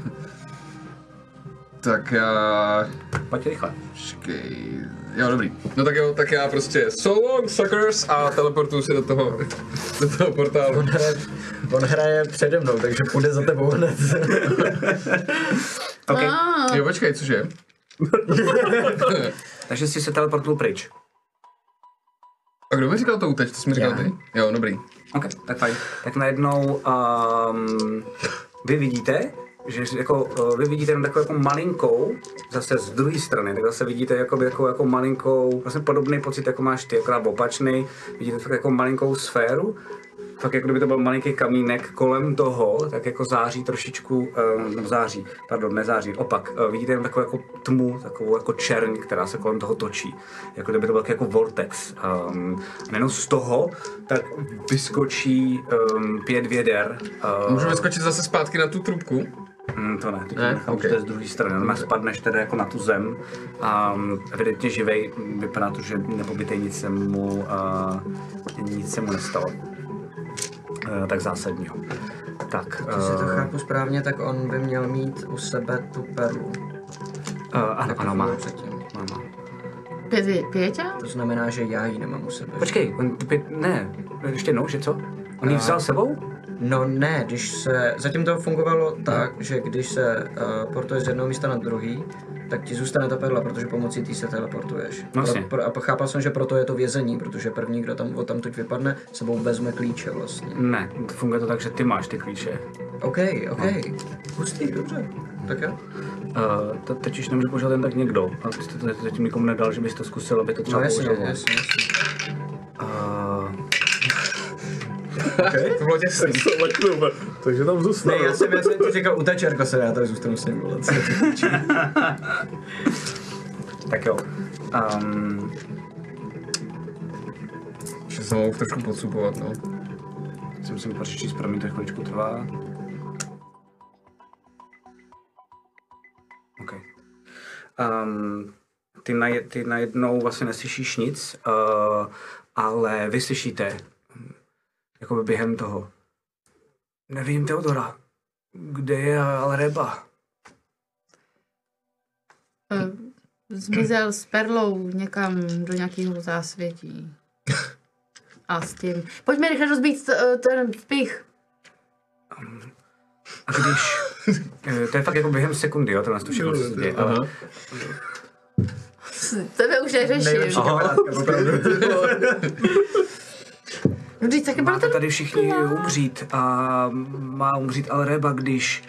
Tak já... Pojď rychle. Počkej... Jo, dobrý. No tak jo, tak já prostě so long suckers a teleportuju se do toho, do toho portálu. On hraje, on hraje přede mnou, takže půjde za tebou hned. OK, Ah, Jo, počkej, cože? takže jsi se teleportnul pryč. A kdo mi říkal to uteč? To jsi mi říkal Já. ty? Jo, dobrý. OK, tak fajn. Tak najednou um, vy vidíte, že jako, uh, vy vidíte jenom takovou jako malinkou, zase z druhé strany, tak zase vidíte jako, jako, jako malinkou, vlastně podobný pocit, jako máš ty, akorát opačný, vidíte fakt jako malinkou sféru, fakt jako kdyby to byl malinký kamínek kolem toho, tak jako září trošičku, um, no září, pardon, nezáří, opak, uh, vidíte jenom takovou jako tmu, takovou jako čerň, která se kolem toho točí, jako kdyby to byl jako vortex. Um, a nejenom z toho, tak vyskočí um, pět věder. Uh, Můžu vyskočit zase zpátky na tu trubku? Mm, to ne, ty Ne? nechám, Okay. to je z druhé strany. Normálně spadneš teda jako na tu zem a um, evidentně živej, vypadá to, že nepobitej nic se mu, uh, nic se mu nestalo. Uh, tak zásadního. Tak, Jestli to uh, chápu správně, tak on by měl mít u sebe tu perlu. uh, ano, Jak to ano, má. bylo předtím. má, má. pět, pěťa? To znamená, že já ji nemám u sebe. Počkej, on, ty pět, ne, ještě jednou, že co? On ji vzal sebou? No ne, když se, zatím to fungovalo tak, že když se uh, portuješ z jednoho místa na druhý, tak ti zůstane ta perla, protože pomocí té se teleportuješ. Vlastně. Pro, pro, a chápal jsem, že proto je to vězení, protože první, kdo tam od tamtud vypadne, sebou vezme klíče vlastně. Ne, funguje to tak, že ty máš ty klíče. OK, OK. Hustý, dobře. Tak jo. Uh, to teď už nemůže používat jen tak někdo. A ty jsi to zatím nikomu nedal, že bys to zkusil, aby to třeba No jasně, použil. jasně, jasně. Uh, Okay. To bylo těsný. Takže tam zůstal. Ne, já jsem, já jsem ti říkal utečerko se, já tady zůstanu s ním, vole. tak jo. Um, Že se mohu trošku podsupovat, no. Si musím počítat, promiň, to chviličku trvá. OK. Um, ty, na, ty najednou vlastně neslyšíš nic, uh, ale vy slyšíte, jakoby během toho. Nevím, Teodora, kde je Alreba? Uh, zmizel s Perlou někam do nějakého zásvětí. A s tím. Pojďme rychle rozbít t- ten pich. Um, a když... to je fakt jako během sekundy, jo, to nás to všechno, co se děje, ale... Tebe už neřeším. No, teď taky máte tady všichni umřít a má umřít Alreba, když...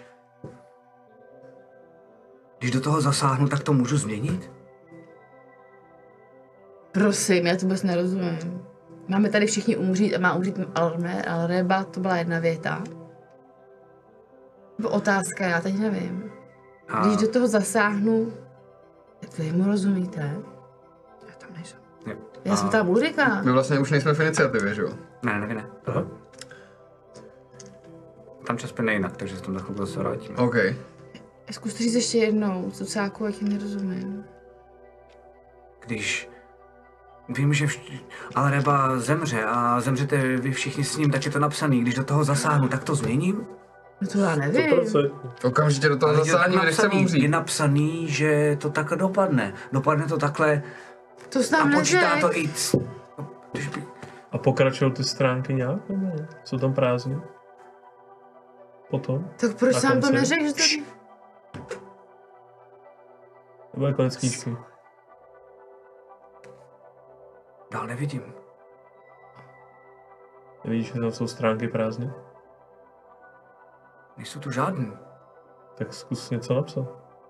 Když do toho zasáhnu, tak to můžu změnit? Prosím, já to vůbec nerozumím. Máme tady všichni umřít a má umřít Alreba, to byla jedna věta. Nebo otázka, já teď nevím. A... Když do toho zasáhnu, vy mu rozumíte? Já tam nejsem. Jo. Já A... jsem tam Ulrika. My vlastně už nejsme v iniciativě, že jo? Ne, ne, ne. Aha. Tam čas plyne jinak, takže se tam za chvilku zase vrátíme. OK. Zkuste říct ještě jednou, co cáku, jak jim nerozumím. Když vím, že vš- Alreba zemře a zemřete vy všichni s ním, tak je to napsaný. Když do toho zasáhnu, tak to změním? No to já nevím. Okamžitě do toho Ale je to tak zasáhni, nechceme napsaný, umřít. je napsaný, že to takhle dopadne. Dopadne to takhle To jsi a nám počítá neřekl. to i... c- Když by... A pokračují ty stránky nějak? Nebo jsou tam prázdné? Potom? Tak proč Na sám to konci? neřekl, že to... Nebo je konec knížky? Dál nevidím. Nevidíš, že tam jsou stránky prázdné? Nejsou tu žádný. Tak zkus něco napsat.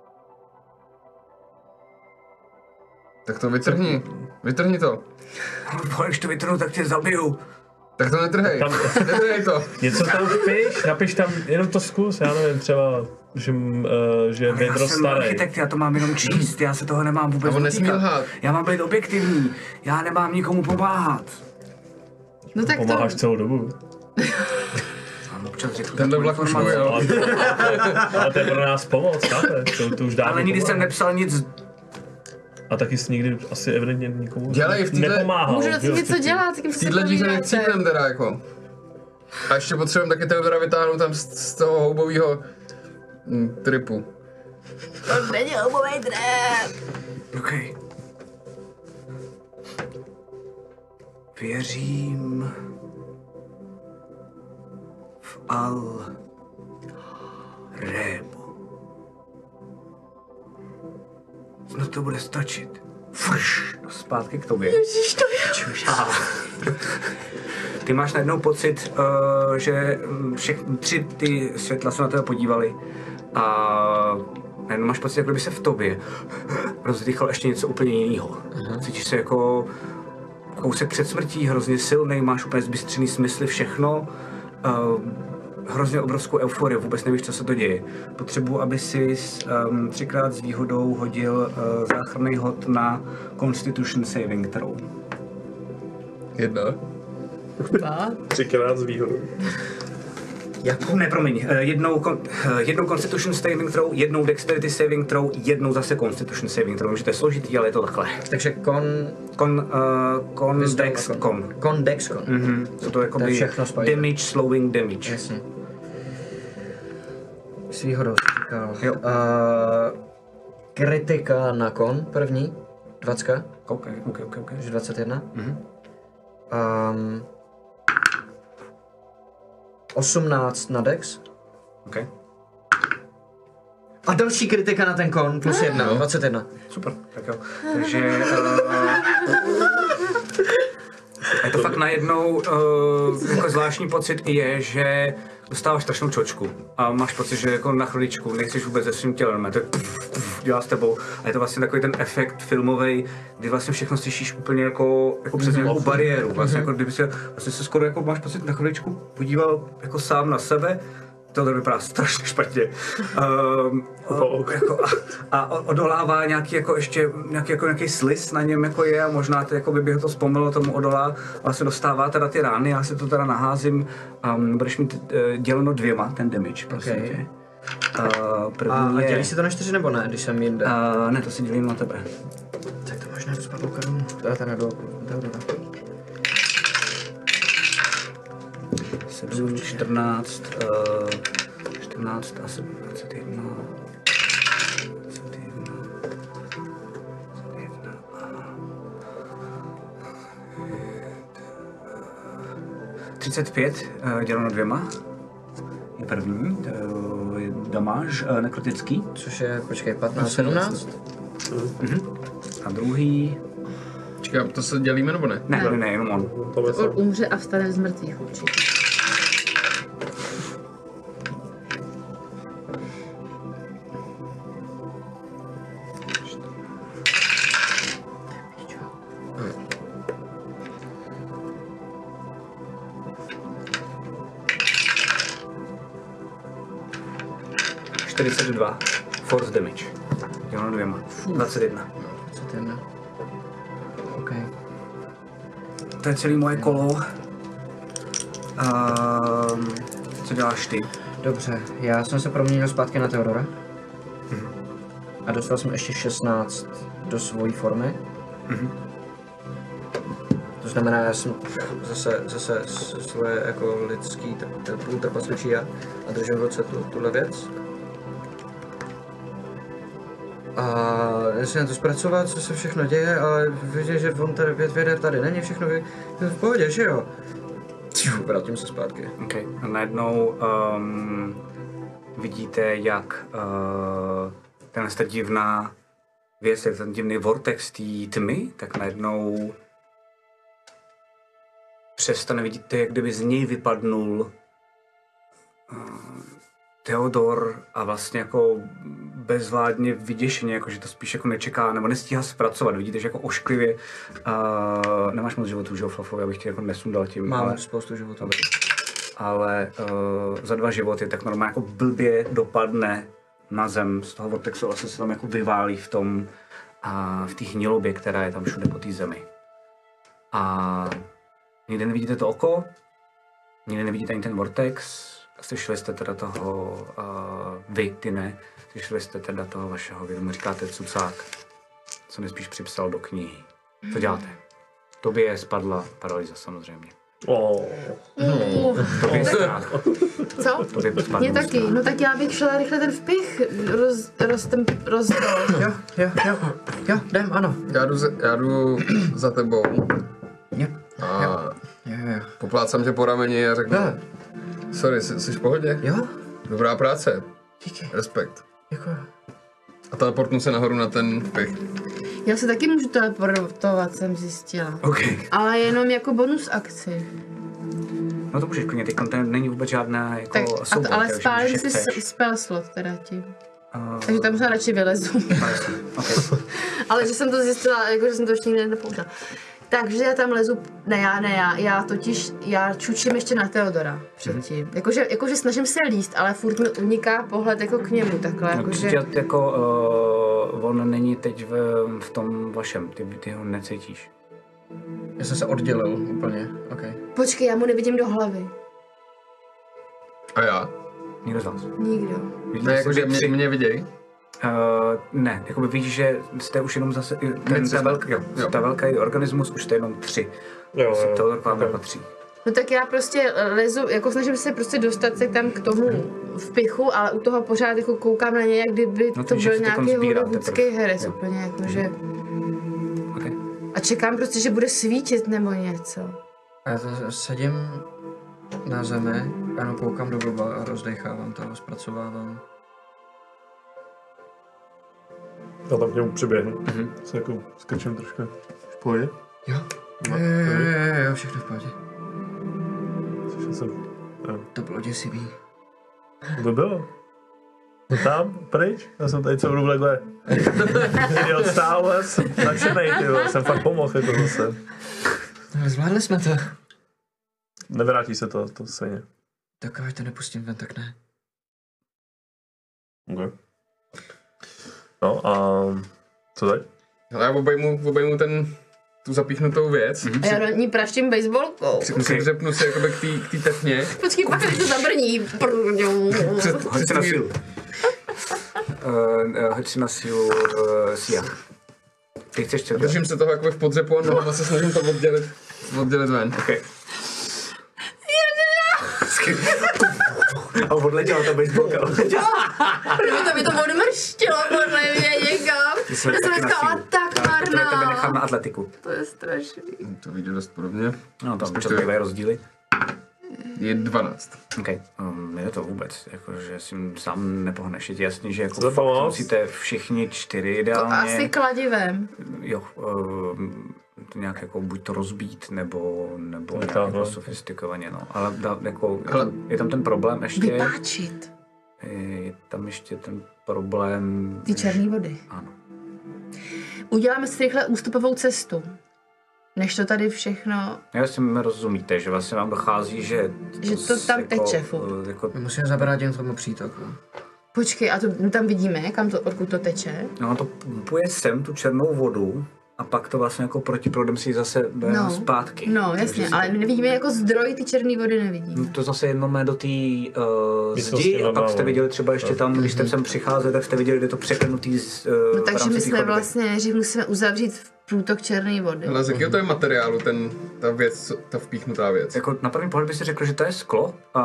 Tak to vytrhni. Vytrhni to. Ale když to vytrhnu, tak tě zabiju. Tak to netrhej. Tam- Netrhej to. Něco tam vpiš, napiš tam, jenom to zkus, já nevím, třeba, že, uh, že je Ale já Vedro jsem starý. architekt, já to mám jenom číst, já se toho nemám vůbec A on nesmí dotýkat. lhát. Já mám být objektivní, já nemám nikomu pomáhat. No tak to... Pomáháš celou dobu. Mám občas řeknu Tenhle takovou vlak už informaci. ujel. Ale, ale to je pro nás pomoc, chápe? To, to už dávno Ale nikdy jsem pomáhá. nepsal nic. A taky jsi nikdy asi evidentně nikomu Dělej v téhle- nepomáhal. Můžu že to jo, něco předtím. dělat, taky V téhle díře nechcípnem teda jako. A ještě potřebujeme taky Teodora vytáhnout tam z, z toho houbového mm, tripu. To není houbovej drep. OK. Věřím v Al Rebu. Snad to bude stačit. Frš, zpátky k tobě. Ježiš, to je... Čušá. Ty máš najednou pocit, uh, že všechny tři ty světla se na tebe podívali a najednou máš pocit, jako by se v tobě rozdýchalo ještě něco úplně jiného. Uh-huh. Cítíš se jako kousek před smrtí, hrozně silnej, máš úplně zbystřený smysly, všechno. Uh, hrozně obrovskou euforii, vůbec nevíš, co se to děje. Potřebuji, aby si um, třikrát s výhodou hodil uh, záchranný hod na Constitution Saving Throw. Jedna. Dva. Třikrát s výhodou. Jako? Ne, promiň, uh, jednou, kon, uh, jednou Constitution Saving Throw, jednou Dexterity Saving Throw, jednou zase Constitution Saving Throw. Vím, že to je složitý, ale je to takhle. Takže kon... Con, uh, con Wisdom Dex, a con. con. Con Dex, con. Mhm, co to je To je jakoby všechno spojené. damage, slowing damage. Jasně. S výhodou jsi říkal. Jo. Uh, kritika na kon, první. Dvacka, OK, OK, OK, OK. takže dvacet jedna. Mhm. Um, osmnáct na Dex. OK, A další kritika na ten kon, plus jedna, dvacet jedna. super, tak jo. Takže... Uh, je to fakt najednou, uh, jako zvláštní pocit je, že dostáváš strašnou čočku a máš pocit, že jako na chviličku nechceš vůbec se svým tělem, to je puf, puf, dělá s tebou a je to vlastně takový ten efekt filmový, kdy vlastně všechno slyšíš úplně jako, jako přes nějakou bariéru, vlastně jako kdyby se, vlastně se skoro jako máš pocit na chviličku podíval jako sám na sebe to vypadá strašně špatně. Um, o, jako, a, a odolává nějaký jako ještě nějaký, jako nějaký sliz na něm jako je a možná to, jako by bych to vzpomnělo tomu odolá. Vlastně dostává teda ty rány, já si to teda naházím. Um, budeš mít uh, děleno dvěma ten damage, prosím Okay. tě. Uh, první A, a je... dělí se to na čtyři nebo ne, když jsem jinde? Uh, ne, to si dělím na tebe. Tak to možná spadlo karunu. To je teda do Teodora. sedm, čtrnáct, uh, čtrnáct a sedm, dvacet jedna. dvacet jedna. dvacet jedna a... třicet pět uh, děleno dvěma. Je první, to je damáž uh, nekrotický. Což je, počkej, patnáct, sedmnáct? Mhm. A druhý... Počkej, to se dělíme nebo ne? Ne, ne, ne, jenom on. On umře a vstane z mrtvých určitě. čtyřicet dva. Force damage. Děleno dvěma. dvacet jedna. dvacet jedna. OK. To je celý moje kolo. Um, co děláš ty? Dobře, já jsem se proměnil zpátky na Teodora. A dostal jsem ještě šestnáct do svojí formy. To znamená, já jsem zase, zase svoje jako lidský půl trpasličí a, a držím v ruce tu, tuhle věc. A jestli na to zpracovat, co se všechno děje, ale vidíš, že on tady věder tady není, všechno je v pohodě, že jo? Vrátím se zpátky. OK. A najednou um, vidíte, jak uh, tenhle ta divná věc, ten divný vortex té tmy, tak najednou přestane, vidíte, jak kdyby z něj vypadnul uh, Teodor a vlastně jako bezvládně vyděšeně, jako že to spíš jako nečeká, nebo nestíhá zpracovat. Vidíte, že jako ošklivě, uh, nemáš moc životů, že jo, Flafovi, abych tě jako nesundal tím. Mám ale, spoustu životů. ale uh, za dva životy tak normálně jako blbě dopadne na zem z toho vortexu, vlastně se tam jako vyválí v tom, uh, v té hnilobě, která je tam všude po té zemi. A nikdy nevidíte to oko, nikdy nevidíte ani ten vortex. Slyšeli jste teda toho, uh, vy, ty ne, slyšeli jste teda toho vašeho, vy mu říkáte cucák, co nespíš připsal do knihy. Co děláte? Tobě spadla paralýza samozřejmě. Oh. Tobě strach. Co? Tobě spadl Mě taky. strach. No tak já bych šla rychle ten vpich roz, roz, ten, roz, Jo, jo, jo, jo, jdem, ano. Já jdu, za, já jdu za tebou Jo, a jo, jo, jo. poplácám tě po rameni a řeknu, Jo. sorry, jsi, jsi v pohodě? Jo, Dobrá práce, díky, respekt. děkuji. A teleportnu se nahoru na ten pich. Já se taky můžu teleportovat, jsem zjistila. OK. Ale jenom jako bonus akci. No to můžeš klidně, teď to není vůbec žádná jako Tak, soubor, a, ale takže spálím můžeš, si jak chceš. s- spell slot teda tím. Uh, Takže tam se radši vylezu. okay. Ale že jsem to zjistila, jako že jsem to ještě nikdy nepoužila. Takže já tam lezu, ne já, ne já, já totiž, já čučím ještě na Teodora předtím. Mm-hmm. Jakože, jakože snažím se líst, ale furt mi uniká pohled jako k němu takhle, No, jakože... že... jako uh, on není teď v, v tom vašem, ty, ty ho necítíš. Já jsem se oddělil úplně, ok. Počkej, já mu nevidím do hlavy. A já? Nikdo z vás. Nikdo. Vidíte Ne, se jakože vy mě, tři? mě viděj. Uh, ne, jakoby víš, že jste už jenom zase, ten, tři ta, jsme. velk, jo, Jo. ta velký organismus, už jste jenom tři. Jo, jo. Teodor k vám nepatří. No tak já prostě lezu, jako snažím se prostě dostat se tam k tomu vpichu, ale u toho pořád jako koukám na něj, jak kdyby No, to to, že byl se teď nějaký sbírá hollywoodský teprve. herec Jo. úplně, jakože... Okay. A čekám prostě, že bude svítit nebo něco. A já to sedím na zemi, ano, koukám do blba a rozdechávám to, zpracovávám. Já tam k němu přiběhnu. Mhm. Se jako skrčím trošku. V pohodě? Jo, jo, jo, jo, jo, všechno v pohodě. Slyšel jsem. Jo. To bylo děsivý. To bylo. Tam, pryč, já jsem tady celou dobu takhle. Jel stále, jsem nadšenej, ty vole, jsem fakt pomohl jako zase. Ale zvládli jsme to. Nevrátí se to, to stejně. Tak ať to nepustím ven, tak ne. Okay. No a co teď? Ale já obejmu, obejmu ten, tu zapíchnutou věc. A já do ní praštím baseballkou. Při- Přidřepnu se jakoby k té k té tepně. Počkej, pak když to zabrní. Před, Hoď si na sílu. Uh, hoď si na sílu uh, Sia. Ty chceš co dělat? Držím se toho jakoby v podřepu a nohama se snažím to oddělit, oddělit ven. Okay. A odletěla ta baseballka. Kdyby to mi to odmrštilo podle mě někam. Já jsem říkala tak To tebe nechám marná. na atletiku. To je strašný. To vyjde dost podobně. No tam čas bývají rozdíly. Je dvanáct. OK, um, je to vůbec, jakože si sám nepohneš, je ti jasný, že jako Co to fakt pomoct? musíte všichni čtyři To ideálně. asi kladivem. Jo, um, to nějak jako buď to rozbít, nebo, nebo nějak Vytáhnout. jako sofistikovaně, no. Ale dá, jako, je, Ale- tam, je tam ten problém ještě, Vypáčit. je tam ještě ten problém, Ty černé vody. ano. Uděláme si rychle ústupovou cestu. Než to tady všechno... Já si mi rozumíte, že vlastně vám dochází, že... Že to tam teče furt. Jako, My musíme zabránit tomu přítoku. Počkej, a to my tam vidíme, kam to, odkud to teče? no to pumpuje sem tu černou vodu a pak to vlastně jako protiproudem si ji zase bere No. zpátky. No, Takže jasně, si- ale my nevidíme jako zdroj ty černé vody nevidíme. To zase jenom mé do té uh, Místnosti zdi a pak nadále. jste viděli třeba ještě tam, když jste sem přicházeli, tak jste viděli, kde to překlenutý z, uh, No takže v rámci my té jsme chodby. vlastně, že musíme uzavřít průtok černé vody. Ale z jakého to je materiálu, ten, ta věc, ta vpíchnutá věc? Jako na první pohled by si řekl, že to je sklo, uh,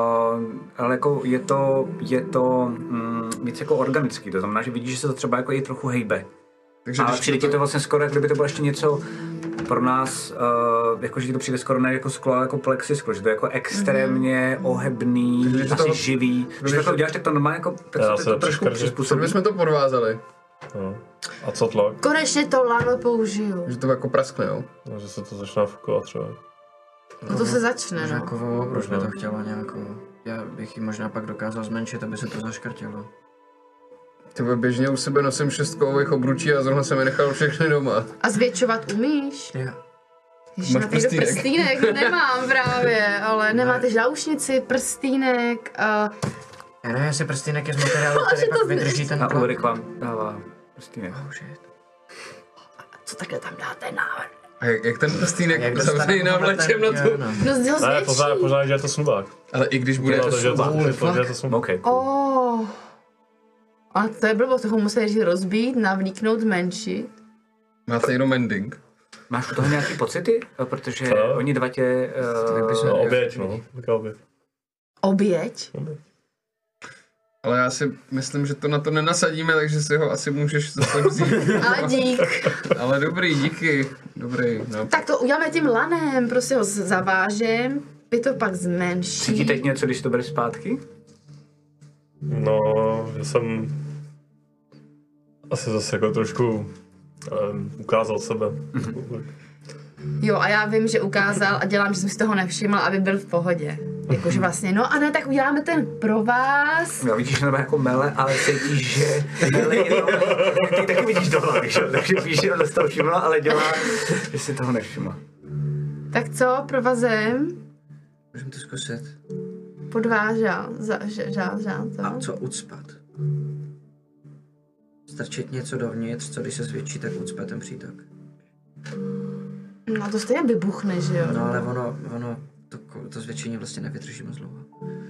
ale jako je to, je to mm, víc jako organický, to znamená, že vidíš, že se to třeba jako i trochu hejbe. Takže Ale když přijde ti to vlastně skoro, jak kdyby to bylo ještě něco pro nás, uh, jako že ti to přijde skoro ne jako sklo, ale jako plexisklo, že to je jako extrémně Mhm. ohebný, Takže asi to- živý. Když takže- to uděláš, tak to normálně jako, tak Já se se to trošku přiškrtím. Co přizpůsobí. bychom to podvázali? No. A co tlak? Konečně to lano použiju. Že to jako praskne, jo? No, že se to začne fukovat třeba. No to se začne, Možná no. kovou obruč by to chtělo nějakou. Já bych ji možná pak dokázal zmenšit, aby se to zaškrtilo. Ty vole, běžně u sebe nosím šestkových obručí a zrovna jsem je nechal všechny doma. A zvětšovat umíš? Jo. Ježiš, Máš na týdo prstýnek? prstýnek nemám právě, ale nemáte žloušnici, prstýnek a... Já nevím, jestli prstýnek je z materiálu, Bože, který to pak zne- vydrží ten A tlak. Ulrik vám dává prstýnek. Oh shit. Co takhle tam dáte návrh? A jak, jak ten Jak prstínek dostanu zavřený návlečem na jo, to? no. No z ho Ne, pořád, zvětší. pořád, že je to snubák. Ale i když bude... To, že je to, Holy že to, že je to fuck. snubák. OK, cool. Oh. A to je blbost, toho musí nejdřív rozbít, navlíknout, zmenšit. Máte jenom mending. Máš u toho nějaký pocity? Protože Co? oni dva tě... Uh, No, oběť, no. Taká oběť. Oběť? Oběť. Ale já si myslím, že to na to nenasadíme, takže si ho asi můžeš zase vzít. Ale dík. Ale dobrý, díky. Dobrý, no. Tak to uděláme tím lanem, prostě ho z- zavážem, vy to pak zmenší. cítíte něco, když to bereš zpátky? No, že jsem asi zase jako trošku um, ukázal sebe. Jo, a já vím, že ukázal a dělám, že jsem si toho nevšiml, aby byl v pohodě. Jakože vlastně, no a ne, tak uděláme ten pro vás. No, vidíš na jako mele, ale cítíš, že mele jenom... Ty taky vidíš do hlavy, že? Takže víš, že on z toho všimla, ale dělá, že si toho nevšimla. Tak co, provazem? Můžeme to zkusit. Podvážal, za, žál, žál, žál, to. A co ucpat? Strčit něco dovnitř, co když se zvětší, tak ucpe ten přítok. No to stejně vybuchne, že jo? No ale ono, ono, to, ko- to zvětšení vlastně nevydrží moc dlouho.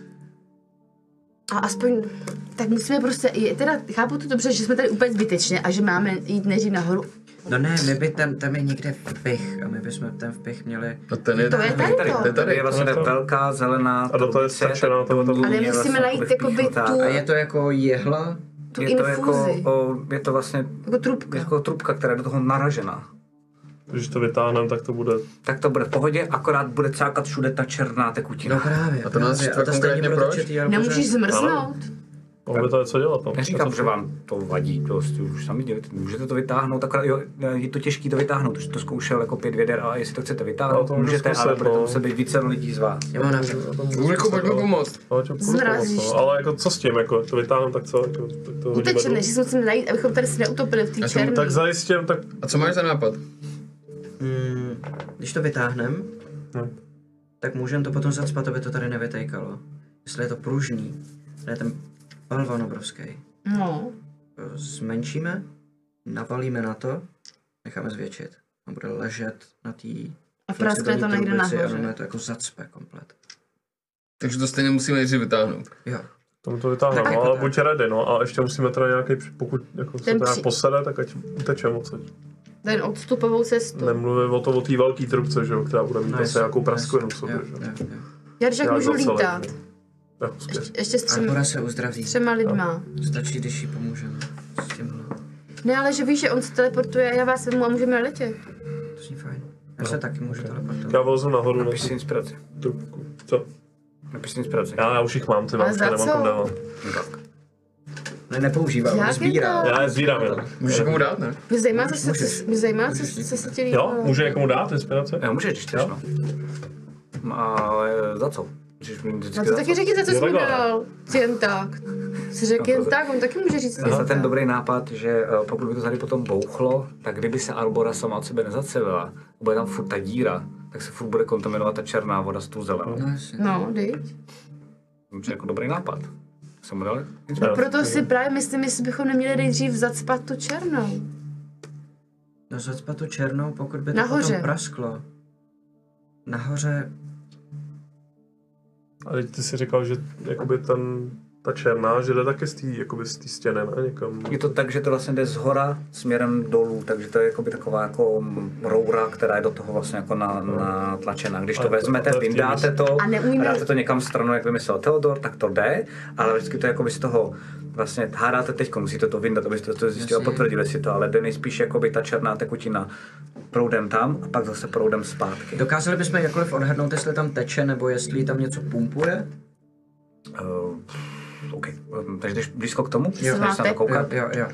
A aspoň, tak musíme prostě, je, teda chápu to dobře, že jsme tady úplně zbytečně a že máme jít nejdřív nahoru. No ne, my by tam, tam je někde vpich a my bychom ten vpich měli... A ten je... To je tady Tady, to. tady, tady je vlastně To je to. velká zelená A do toho je trubice, strčená tak tohle- do ní Ale je musíme najít jakoby jakoby vpíchnutá. tu- A je to jako jehla? Tu Je to infuzi, jako, o, je to vlastně jako trubka. jako trubka, která je do toho naražená. Když to vytáhneme, tak to bude... Tak to bude v pohodě, akorát bude cákat všude ta černá tekutina. No právě, A to nás právě. štve A to stejně konkrétně bude proč? točit jel Nemůžeš pořád. zmrznout? Mohlo by to něco dělat, no. Neříkám, Co- že vám to vadí, to si už sami dělat. Můžete to vytáhnout, akorát jo, je to těžké to vytáhnout, už to zkoušel jako pět věder, ale jestli to chcete No, vytáhnout, to můžu můžete, zkusit, ale bude to no. muset být více lidí z vás. Já mám nápad. Ulriku, pojď mi pomoct. Ale čo, půjdu Zmrazíš pomoct, to. no. Ale jako co s tím, jako to vytáhnu, tak co? Jako, tak to hodíme Utečeme, dolů? že si musíme najít, abychom tady se neutopili v té Já jsem černé. Tak zajistím, tak... A co máš za nápad? Hmm, když to vytáhnem, No. tak můžeme to potom zacpat, aby to tady nevytejkalo. Jestli je to pružný, ne ten balvan obrovský. No. Zmenšíme, navalíme na to, necháme zvětšit. A bude ležet na té... A praskne to někde nahoře. A ono to jako zacpe komplet. Takže to stejně musíme nejdřív vytáhnout. Jo. Tomu to vytáhneme, no, ale buď ready, no. A ještě musíme teda nějaký, pokud jako se to nějak posede, tak ať utečeme odsud. Ten odstupovou cestu. Nemluvím o to o té velké trubce, že jo, která bude mít No, zase nějakou prasklinu v sobě, jo, že jo, jo. jo. Já když jak můžu lítat. Jo, zpět. Ještě, ještě s třema, Arbora se uzdraví. s třema lidma. Stačí, když jí pomůžeme. S tímhle. Ne, ale že víš, že on se teleportuje, já vás vemu a můžeme letět. To zní fajn. Já se taky můžu teleportovat. Já vlezu nahoru na Napiš si inspiraci. trubku. Co? Napiš si inspiraci. Já, já už jich mám, ty Ale mám, za nemám co? kam dávám. Tak. Ne, nepoužívám, Jak on je sbírá. to? Já je sbírám jenom. Můžeš někomu dát, ne? Mě zajímá, co se, Můžeš. mě zajímá, co, co se ti líbilo. Jo, může někomu dát inspirace? Jo, můžeš, když chceš, Jo. no. Ale za co? Můžeš mi vždycky No to za taky co? řekni, za co Jo, jsi mu takhle. dal. Jen tak. Si řekl jen tak, on taky může říct jen Zase ten tak. dobrý nápad, že eh, pokud by to tady potom bouchlo, tak kdyby se Arbora sama od sebe nezacelila, bude tam furt ta díra, tak se furt bude kontaminovat ta černá voda s tou zelenou. No, jasně. No, dej. To je jako dobrý nápad. Jsem mu dal Jo. inspiraci. Proto si právě myslím, jestli bychom neměli nejdřív zacpat tu černou. No zacpat tu černou, pokud by to Nahoře. potom prasklo. Nahoře, A teď ty jsi říkal, že jakoby ten, ta černá, že jde taky z té jakoby z té stěny, ne? Někam. Je to tak, že to vlastně jde z hora směrem dolů, takže to je jakoby taková jako roura, která je do toho vlastně jako na, natlačená. Když to Ale to- vezmete, ale v té vyndáte to A a neumíme- dáte to někam stranou, jak vymyslel Theodor, tak to jde, ale vždycky to jakoby z toho vlastně hádáte teď, musíte to vyndat, abyste to zjistili a Jasně. potvrdili si to, ale jde nejspíš jakoby ta černá tekutina proudem tam a pak zase proudem zpátky. dokázali bychom jakkoliv odhadnout, jestli tam teče, nebo jestli tam něco pumpuje? Uh, OK, um, takže jdeš blízko k tomu? Jo. Chceš se na to Jo, Jo, koukat? jo, jo.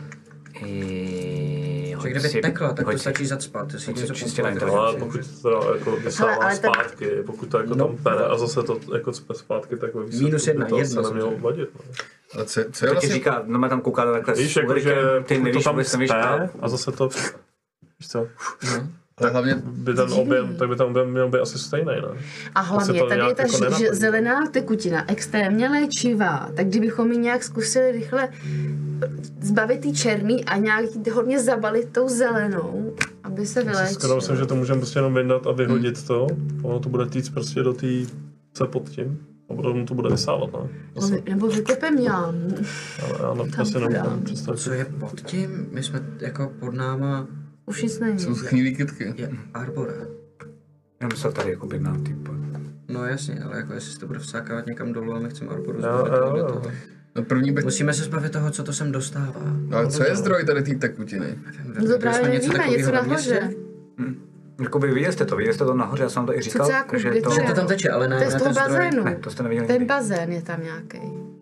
I... Že hoď kdyby si- tekla, tak to hoď si- stačí zacpat. Jestli hoď si něco čistě na pumpuje, No, inteligenci. ale pokud to teda jako vysává Hele, ale ten- zpátky, pokud to jako No. tam pere a zase to jako cpe zpátky, tak ve výsledku Minus jedna, by to jedna se nemělo samozřejmě. vadit. No. Ale co, co je To ti vlastně... říká, no má tam koukat takhle Víš, s jako, že úrykem, ty pokud to nevíš, tam vůbec nevíš, cpe a zase to, víš co, Ale hlavně by ten objem, tak by ten objem měl být asi stejný, ne? A hlavně to tady je nějak ta jako ž- nenaplní. že zelená tekutina, extrémně léčivá, tak kdybychom ji nějak zkusili rychle zbavit ty černý a nějak jí hodně zabalit tou zelenou, aby se Skoro vyléčila. myslím, že to můžeme prostě jenom vyndat a vyhodit to. Ono to bude týct prostě do té, co pod tím. A potom to bude vysávat, ne? Nebo vy- Nebo vykopem jámu. Ale já na to Tam asi podám. nemůžu představit. Co je pod tím? My jsme jako pod náma Už nic není. jsou schnilý kytky. je Arbora. Já myslel tady jako by na typ. No jasně, ale jako jestli se to bude vsákávat někam dolů a my chceme Arboru Jo, zbavit jo, tohohle jo. toho. No první bych... Musíme se zbavit toho, co to sem dostává. No, ale co je zdroj tady té tekutiny? No to Viděli právě jsme nevíme, takového něco na nahoře. městě? Jakoby viděli jste to, viděli jste to nahoře, já jsem vám to i říkal, Cucáku, že kde to... to Že je? to tam teče, ale ne, To je z ne toho ten zdroj. bazénu. Ne, to jste neviděli Ten nikdy. bazén je tam nějaký.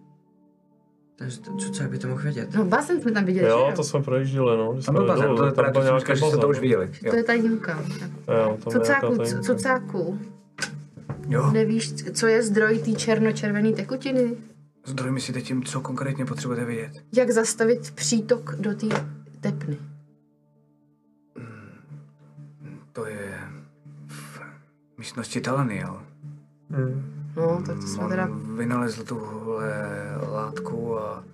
Ten zdroj, co, co by to mohl vědět? No bazén jsme tam viděli, že Jo, jo? to jsme projížděli, no. Když Tam jsme byl bazén, dolů, to je tam právě, byl to jsem nějaký říkal, že jste to bazén. už viděli. Jo. To je ta jímka. Jo, tam je Cucáku, nějaká cu- ta- cucáku. jo. Nevíš, co je zdroj té černočervené tekutiny? Zdroj myslíte tím, co konkrétně potřebujete vědět. Jak zastavit přítok do té tepny? To je v místnosti Talaniel. Hmm. No, tak to jsme teda... On vynalezl tuhle látku a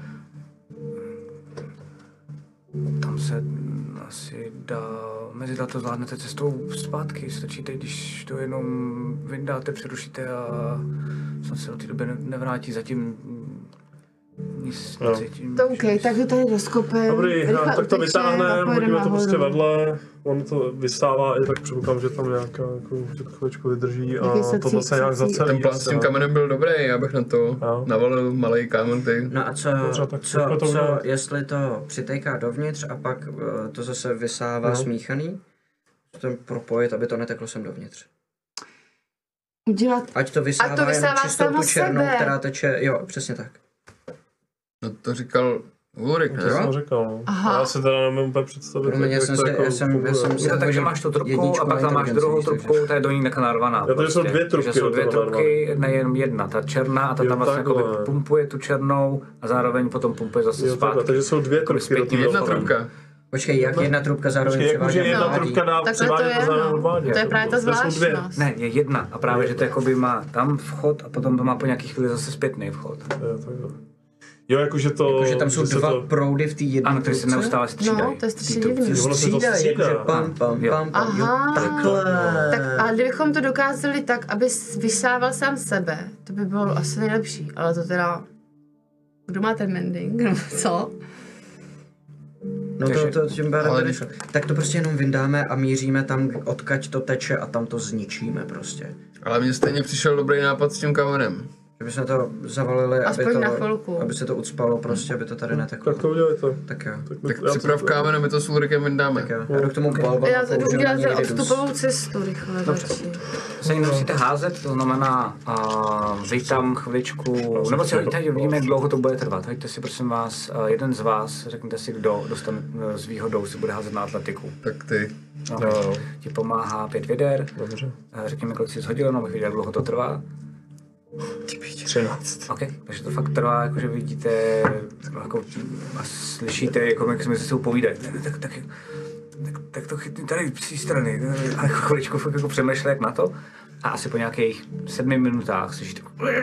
mm, tam se mm, asi dá, mezi dá to zvládnete cestou zpátky, stačíte, když to jenom vyndáte, přerušíte a snad se do té doby ne- nevrátí, zatím mm, nic Jo. necítím. To OK, že- tak to tady rozkopem. Dobrý, rychle no, tak to uteče a vytáhneme, pojedeme hodíme to prostě nahoru. vedle, on to vystává i tak předpokládám, že tam nějaká, jako, že to chvíličku vydrží Jaký a se to cí- zase nějak cí- zacelí. Ten plán s tím prostě, kamenem byl dobrý, já bych na to Jo. navalil malý kámen, ty. No a co, Dobře, tak co, pojďme to co udělat. jestli to přitéká dovnitř a pak uh, to zase vysává No. smíchaný? To propojit, aby to neteklo sem dovnitř. Udělat... Ať to vysává, Ať to vysává jenom čistou samo tu černou, sebe. která teče, jo, přesně tak. No to říkal Ulrik, To ne? jsem říkal, no. Aha. Já si teda nemůžu úplně představit, Promiň, já jak jsem to si- jako já jsem- já funguje. jsem Je si- to tak, že máš tu trubku Jedničku a pak na tam máš inteligenci, druhou víš, trubku, ta je do ní neka narvaná. Jo, takže jsou dvě trubky Takže jsou do dvě toho trubky, nejen jedna, ta černá a ta Jo, tam vlastně takhle. jakoby pumpuje tu černou a zároveň potom pumpuje zase Jo, takhle, zpátky. takže jsou dvě Jako trubky do zpětně toho. Jedna Jedna trubka. Počkej, jak jedna trubka zároveň Počkej, jak může převádí a jedna odvádí? trubka dá Takhle to převádět a je, zároveň no. odvádět? To je právě ta jsou dvě. zvláštnost. Ne, je jedna a právě, že to jakoby má tam vchod a potom to má po nějaký chvíli zase zpětný vchod. Jo, takhle. Jo, jakože to... Jakože tam jsou že se dva to... proudy v té jedné Ano, které se trubce? neustále střídají. No, to je strašně divný. Ono se to Střídají, střídá. jakože pam, pam, Jo. pam, pam, jo, Aha. takhle. Tak a kdybychom to dokázali tak, aby vysával sám sebe, to by bylo asi nejlepší, ale to teda... Kdo má ten mending, no co? No to, to tím pádem Ale to když- nešlo. Tak to prostě jenom vyndáme a míříme tam, odkaď to teče a tam to zničíme prostě. Ale mně stejně přišel dobrý nápad s tím kamenem. Že bychom to zavalili, aby Aspoň to, na chvilku. aby se to ucpalo prostě, aby to tady neteklo. Tak to udělejte. Tak jo. Tak já připrav to- kámen a my to s Ulrikem vyndáme. Tak jo. Já jdu k tomu balvanu. Já jdu použiju na udělat něj ten Ridus. odstupovou cestu rychle radši. Se ji nemusíte házet, to znamená, uh, vy tam chviličku, nebo si hoďte, vidíme, jak dlouho to bude trvat. Hoďte si prosím vás, uh, jeden z vás, řekněte si, kdo dostane uh, s výhodou, si bude házet na atletiku. Tak ty. No, Jo. ti pomáhá pět věder, Dobře. uh, řekněme, kolik si shodil, no, abych viděl, jak dlouho to trvá. třináct. OK, takže to fakt trvá, jakože vidíte jako, a slyšíte, jako, jak jsme se si povídají. Tak, tak, tak, tak, tak to chytni tady z té strany. A jako chviličku fakt jako přemýšlel jak na to. A asi po nějakých sedmi minutách slyšíte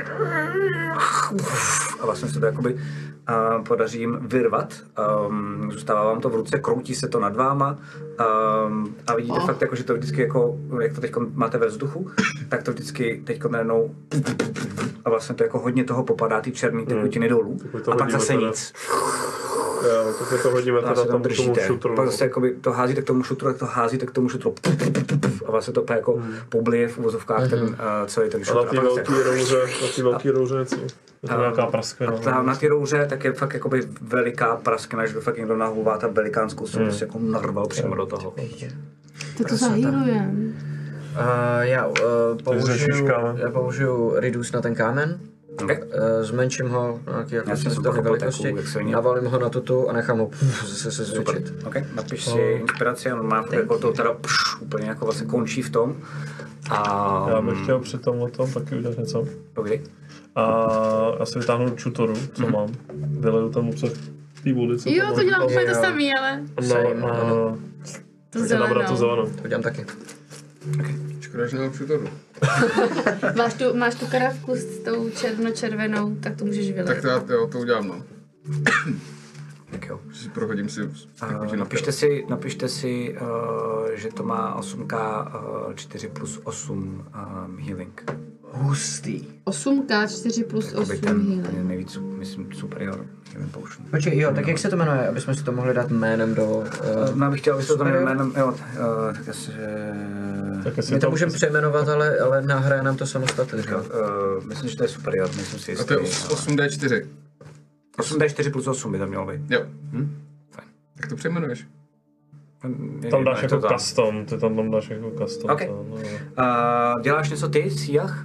a vlastně se to jakoby uh, podaří jim vyrvat. Um, zůstává vám to v ruce, kroutí se to nad váma um, a vidíte oh. fakt jako, že to vždycky jako, jak to teď máte ve vzduchu, tak to vždycky teď najednou a vlastně to jako hodně toho popadá, ty černý tekutiny dolů to a pak hodíme zase teda. nic. Jo, tak my to hodíme A teda se tam tam k tomu držíte. šutru. Pak zase jakoby to házíte k tomu šutru, tak to házíte k tomu šutru. A vlastně to jako Hmm. poblije v uvozovkách ten uh, celý ten A šutr. na té pak zase- velké rouře, na té velké rouře něco. Je to nějaká prasklina. A ta, na ty rouře tak je fakt jakoby veliká praskina, že to fakt někdo nahouvá ta velikánskou jsou prostě jako narval přímo do toho. To to zahýlujem. Uh, já uh, použiju, řešíškáme. já použiju Ridus na ten kámen. Okay. Uh, zmenším ho na nějaký jako Já jsem to senstorní pochopil, velikosti, takovou, jak se oni- navalím ho na tutu a nechám ho puf, zase se zvětšit. OK, napiš si inspiraci a normálně fakt jako to teda pš, úplně jako vlastně končí v tom. A Já bych chtěl při tom o tom taky udělat něco. Povídej. A já si vytáhnu čutoru, co mám. Vyleju tam obsah té vody, co Jo, tam to mám. dělám úplně to Jo. samý, ale Same, No, ano. to tak nabrat tu zelenou. zelenou. To dělám taky. Škoda, že nemám šutoru. Máš tu, máš tu karavku s tou černo-červenou, tak to můžeš Tak vylet. to, já, jo, to udělám, no. Tak jo. Že si prochodím si Uh, napište si, napište si uh, že to má osm K uh, čtyři plus osm um, healing. Hustý. osm K čtyři plus Jakoby osm ten healing. úplně nejvíc, myslím, superior healing potion. Počkej, jo, tak jak se to jmenuje, abychom si to mohli dát jménem do... Uh, No, abych chtěl, abyste to tam Superior? jménem, jo, uh, tak asi, Tak jestli my to to můžeme přejmenovat, ale, ale nahraje nám to samostatně. uh, myslím, že to je superior, myslím si A jistý. to je osm D čtyři. osm D čtyři plus osm by to mělo být. Jo. Hm? Fajn. Tak to přejmenuješ. Je- tam je- dáš je to jako tam. custom, ty tam tam dáš jako custom. Ok. to, no. Uh, děláš něco ty, Siach?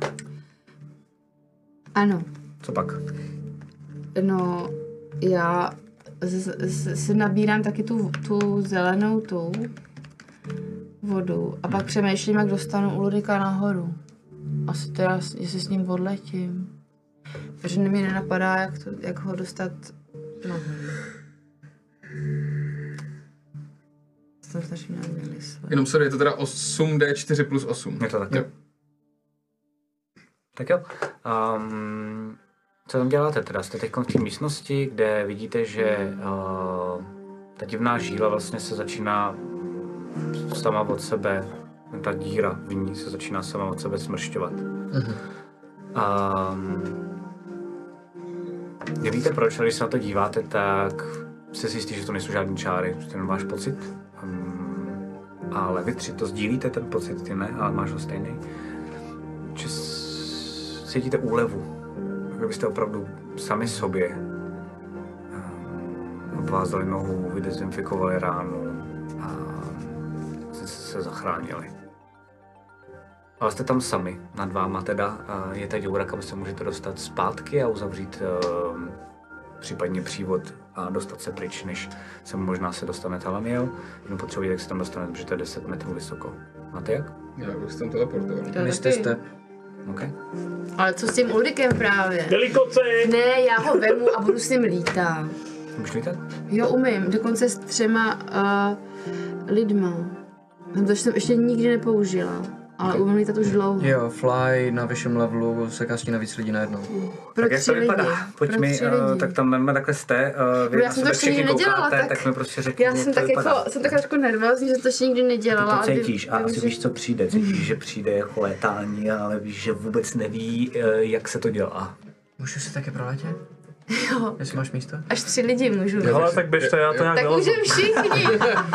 Ano, Co pak? no já z, z, si nabírám taky tu, tu zelenou tu vodu a pak přemýšlím, jak dostanu Ulrika nahoru. Asi teda, jestli s ním odletím. Protože mi nenapadá, jak, to, jak ho dostat nahoru. Jsem strašně nemyslet. Jenom sorry, je to teda osm D čtyři plus osm. Je to tak. Jo. Tak jo. Um, co tam děláte teda? Jste teď v té místnosti, kde vidíte, že uh, ta divná žíla vlastně se začíná sama od sebe, ta díra v ní se začíná sama od sebe smršťovat. Mhm. Um, nevíte proč, ale když se na to díváte, tak jste si jistí, že to nejsou žádný čáry, že to je jenom váš pocit. Um, ale vy tři to sdílíte, ten pocit, ty ne, ale máš ho stejný. Že s- cítíte úlevu, jak kdybyste opravdu sami sobě um, obvázali nohu, vydezinfikovali ránu a se, se zachránili. Ale jste tam sami, nad váma teda, a je ta děura, kam se můžete dostat zpátky a uzavřít uh, případně přívod a dostat se pryč, než se možná se dostane Talaniel. Jenom potřebujete, jak se tam dostanete, protože to je deset metrů vysoko. Máte jak? Já bych se tam teleportoval. To Vy jste taky. step. OK. Ale co s tím Ulrikem právě? Velikoci! Ne, já ho vemu a budu s ním lítat. Můžeš lítat? Jo, umím, dokonce s třema uh, lidma. To jsem ještě nikdy nepoužila. Ale umím lítat už dlouho. Jo, fly na vyšším levelu se kastí na víc lidí najednou. Pro Tak jak tři to vypadá? lidi. Pojď Pro mi, tři uh, lidi. tak tam máme takhle jste, uh, vy Já na jsem sebe to ještě nikdy všichni nedělala, koukáte, tak- tak mi prostě řekni, Já jsem jak to tak vypadá. jako, jsem tak jako nervózní, že to ještě nikdy nedělala. Ty to a vy- cítíš a vím, asi že- víš, co přijde. Cítíš, že přijde jako létání, ale víš, že vůbec neví, uh, jak se to dělá. Můžu si taky proletět? Jo, Jestli máš místo? až tři lidi můžu. Hele, tak běžte, já to nějak Tak vylezu. můžeme všichni.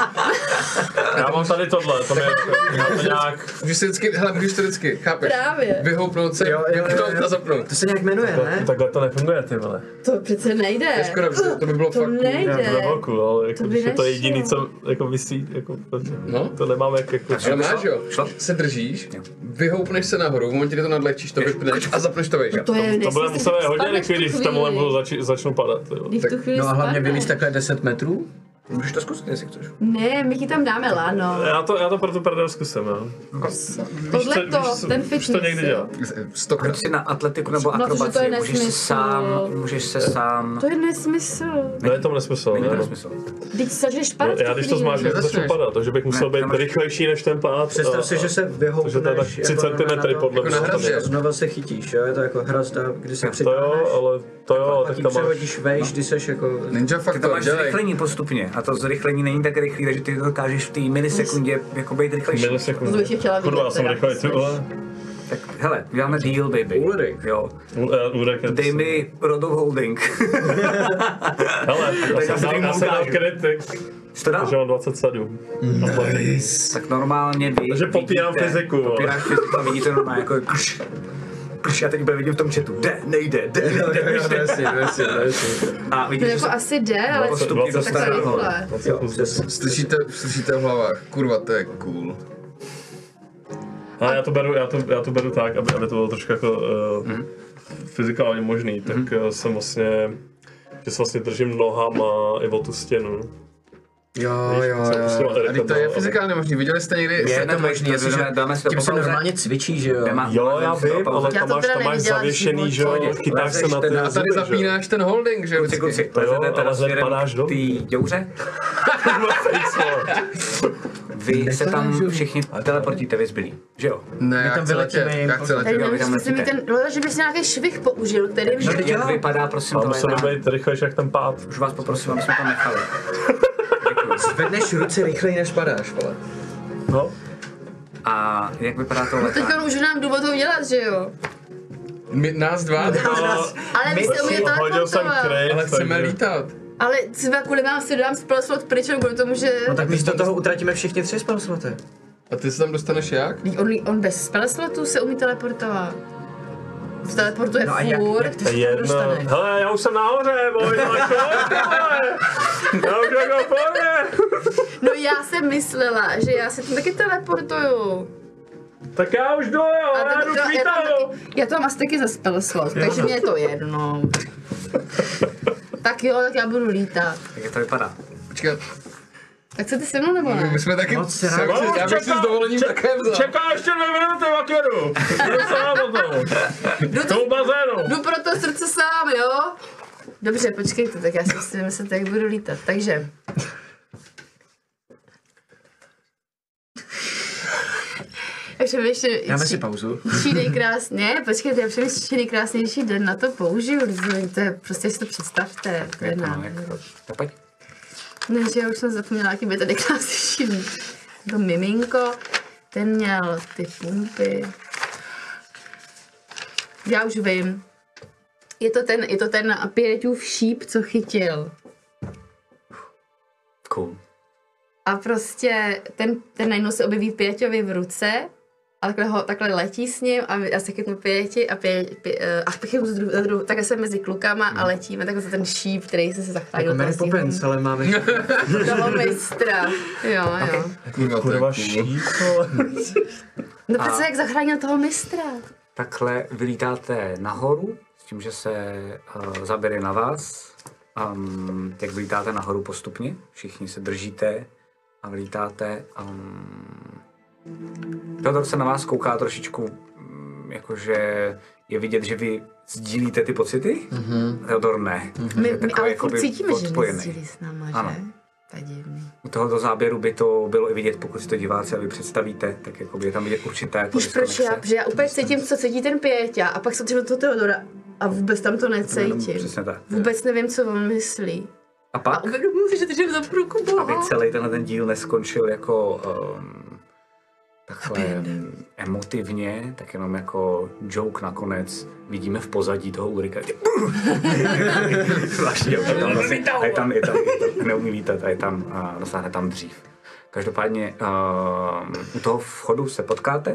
Já mám tady tohle, to mi já to nějak... Můžeš si vždycky, hele, můžeš to vždycky, chápeš? Právě. Vyhoupnout se, Jo, jo, jo, vypnout jo. a zapnout. To se nějak jmenuje, ne? Takhle to nefunguje, ty vole. To přece nejde. Je škoda, protože to by bylo To fakt cool. nejde. To by bylo cool, ale jako, To by když je to nešlo. jediný, co jako vysí, jako, No. to nemáme jak jako... Ale máš jo, Šlo? se držíš, vyhoupneš se nahoru, v momentě, kdy to nadletíš, to vypneš a zapneš to vejš. To je To bude nesmysl, muset že hodně spadneš rychle, v tu když tam chvíli. budou zač, začnou padat. Jo. Když v tu chvíli No a hlavně spadneš. vylíz takhle deset metrů? Můžeš to zkusit, jestli chceš. Ne, my ti tam dáme lano. Já to, já to pro tu prdel zkusím, jo. Tohle Víš, to, víš, ten už fitness. to někdy jo. dělá. Stokrát. Hoď si na atletiku nebo No, protože to je akrobaci, můžeš se nesmysl. sám, můžeš se sám... To je nesmysl. No je to nesmysl, Není to ne? nesmysl. Teď začneš padat. Já když to zmáčknu, tak začnu padat, takže bych musel Ne, být nemáš- rychlejší než ten pád. Představ si, že se vyhoupneš. Takže to je tak tři centimetry podle Jako na mě. hradě. A znova se chytíš, jo? Je to jako hrazda, kdy se To přitáhneš. jo, ale to jo, A tak tím tam máš... přehodíš vejš, kdy seš jako... Ninja Ty fakt to to máš dělej. zrychlení postupně a to zrychlení není tak rychlý, takže ty to dokážeš v té milisekundě jako být rychlejší. To bych chtěla vidět. Kurva, já jsem teda. rychlej, ty vole. Tak hele, děláme deal, baby. Ulrik. Jo. U- eh, Úrek je... Dej mi Road of Holding. Hele, já já jsem si dal, tím já jsem dal ukážu. kritik, Jsi to dal? takže mám dvacet sedm. Tak normálně vy Takže popírám vidíte- fyziku, vole. Popíráš fyziku a vidíte normálně jako pš, pš, já teď úplně vidím v tom chatu, jde, nejde, jde, nejde, nejde. Jasně, jasně, jasně. A To vidíš, že jako se asi jde, ale postupně dvacet takhle dostane nahoru. rychle. Jo, přesně. Slyšíte, slyšíte v hlavách, kurva, to je cool. Ale já to beru, já to, já to beru tak, aby, aby to bylo trošku jako uh, mm. fyzikálně možný, tak uh, jsem vlastně, že se vlastně držím nohama i o tu stěnu. Jo, Víš, jo, co- co jo. má Erika A to je dala, fyzikálně možný, viděli jste někdy? Je Ne, to ne, možný, to jestliže dáme- dáme si to tím po se pauze. normálně cvičí, že jo? Nemá- Jo, já dáme si to vím, po ale pauze. Já tam to máš, teda tam máš neviděla v zavěšený, životě. že jo, Pohodě. chytáš se na ty Lezeš A tady zuby, že jo. zapínáš ten holding, že jo? Kluci, kluci, To jo, lezete teda ale směrem padáš k dolů. té děuře. Vy se tam všichni teleportíte, vy zbylí, že jo? Ne, My já tam chci vyletíme letět, jim já chci po- Tady letět. vy tam nemyslím si mi letíte. ten, že bys nějaký švih použil, který No, vždy... teď Jak jo. vypadá, prosím, Ale to musíme létání? být rychlejší jak ten pád. Už vás poprosím, aby jsme to nechali. Zvedneš ruce rychleji, než padáš, vole. No, A jak vypadá to No létání? teďka už nám důvod to udělat, že jo? My, nás dva, Ale vy jste umíte hodil jsem teleportovat. kryt, ale chceme takže- lítat. Ale třeba kvůli vám si dám spell slot pryč, nebo kvůli tomu, že... No tak místo toho utratíme všichni tři spell sloty. A ty se tam dostaneš jak? On, on bez spell slotu se umí teleportovat. Se teleportuje No a jak- furt. jak ty se tam Jedna. dostaneš? Hele, já už jsem nahoře, boj, ale čo, vole? Já už jako v pohodě. No já jsem myslela, že já se tam taky teleportuju. Tak já už jdu, jo, A já to, jdu to, já, kvítou. to, taky, já to mám asi taky za spell slot, takže mě je to jedno. Tak jo, tak já budu lítat. Jak to vypadá? Počkat, Tak chcete se mnou nebo ne? my jsme taky... Moc rád. jsem- No, Já bych si čeká- s dovolením če- také vzal. Čeká ještě dvě minuty, vakeru. Jdu se na potom. Jdu, Tou bazénu. jdu pro to srdce sám, jo? Dobře, počkejte, tak já si musím vymyslet, jak budu lítat. Takže... Já přemýšlím, Dáme si pauzu. čí nejkrásně, ne, počkejte, já přemýšlím, čí nejkrásnější den na to použiju, lidi, to je, prostě si to představte, to je Jak to, nádherný. jak to? Tak pojď. Ne, že já už jsem zapomněla, jaký by to nejkrásnější den. To miminko, ten měl ty pumpy. Já už vím. Je to ten, je to ten Piretův šíp, co chytil. Cool. A prostě ten, ten najednou se objeví Pěťovi v ruce a takhle, ho, takhle letí s ním a já se chytnu Pěti a, pě, pě, a chytnu z dru- za druhou, takhle jsem mezi klukama a letíme takhle za ten šíp, který se se zachránil Jako Mary toho Poppins, svýho- ale máme... toho mistra. Jo, jo. Kurva, to je Kurva cool. šíp, vole. No přece jak zachránil toho mistra. Takhle vylítáte nahoru, s tím, že se uh, zabere na vás. Um, jak vylítáte nahoru postupně, všichni se držíte a vylítáte. Um, Piotr se na vás kouká trošičku, um, jakože je vidět, že vy sdílíte ty pocity. Mm-hmm. Piotr ne. My, Je my takový ale jakoby furt cítíme, že odpojený. nezdílí s náma, Ano. že? To je divný. U tohoto záběru by to bylo i vidět, pokud si to diváci a vy představíte, tak jako by je tam vidět určité jako Víš proč já? Protože já úplně cítím, co cítí ten Pěťa a pak se třeba toho Teodora a vůbec tam to necítím. Přesně tak. Vůbec nevím, co on myslí. A pak? A uvědomuji si, že držím za průku Boha. Aby celý tenhle ten díl neskončil jako um, takhle emotivně, tak jenom jako joke nakonec vidíme v pozadí toho Ulrika. Zvláštně, a je tam, je tam, je tam, neumí lítat a je tam, a dosáhne tam dřív. Každopádně uh, u toho vchodu se potkáte,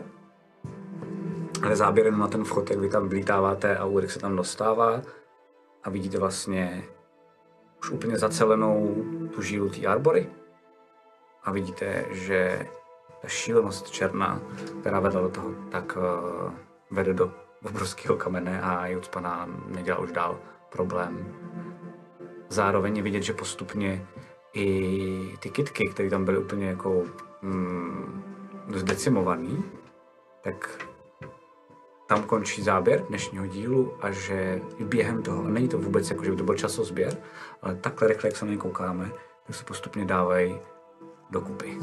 ale záběrem na ten vchod, jak vy tam vlítáváte a Ulrik se tam dostává a vidíte vlastně už úplně zacelenou tu žílu té arbory a vidíte, že ta šílenost černá, která vedla do toho, tak uh, vede do obrovského kamene a Jucpana nedělá už dál problém. Zároveň je vidět, že postupně i ty kytky, které tam byly úplně jako mm, zdecimovaný, tak tam končí záběr dnešního dílu a že i během toho, a není to vůbec jako, že by to byl časozběr, ale takhle rychle, jak se na ně koukáme, tak se postupně dávají dokupy.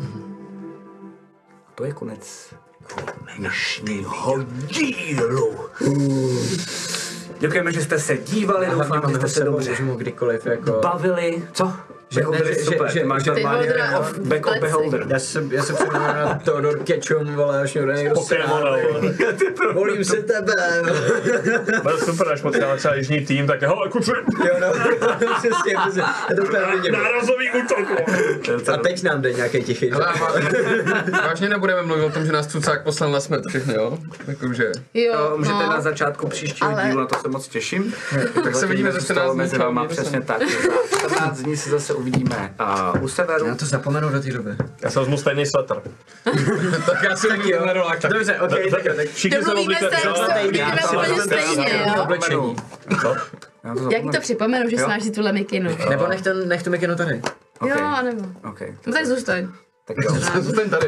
A to je konec dnešního dílu. Děkujeme, že jste se dívali, doufám, že jste se dobře kdykoliv jako... bavili. Co? Že, Backholder je super, že, ty máš že, normálně beholder off, back of beholder. Já se, já se připomínám na Theodor Ketchum, vole, až někdo někdo Pokémona, volím se tebe. Byl super, až potkáme třeba jižní tým, tak hele, kuci. Jo, no, přesně, přesně. Já to úplně vidím. Nárazový útok. A teď nám jde nějaký tichý. Vážně nebudeme mluvit o tom, že nás Cucák poslal na smrt všechny, jo? Jakože... Jo, Můžete no. na začátku příštího Ale- dílu, na to se moc těším. Tak se vidíme za čtrnáct dní. Mezi váma, přesně tak. Za čtrnáct dní se zase uvidíme uh, u severu. Já to zapomenu do té doby. Já jsem vezmu stejný svetr. Tak já si Tak jo. Dobře, okej, tak jo, tak Všichni se Domluvíme se, oblíkli. jak se uvidíme úplně stejně, jo? oblečení. Co? Já to Jak zapomenu. to připomenu, že Jo. snáší tuhle mikinu? Nebo nech, ten, nech tu mikinu tady. Okay. Jo, nebo. Okay. No tak zůstaň. Tak jo. Zůstaň tady.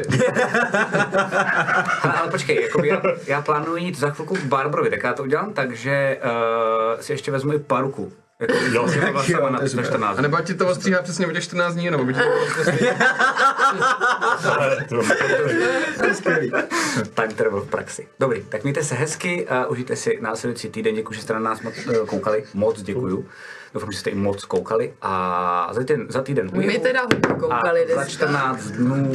Ale, ale počkej, jakoby já, já plánuji jít za chvilku k Barbrovi, tak já to udělám tak, že uh, si ještě vezmu i paruku. Jako, jo, je to vlastně jo, na to je za čtrnáct. A nebo ať ti to ostříhá přesně o těch čtrnáct dní, nebo by ti to bylo prostě... Time travel v praxi. Dobrý, tak mějte se hezky a užijte si následující týden. Děkuji, že jste na nás moc uh, koukali. Moc děkuju. Doufám, že jste i moc koukali. A za týden, za týden u My Jihu teda hodně koukali a za dneska. čtrnáct dnů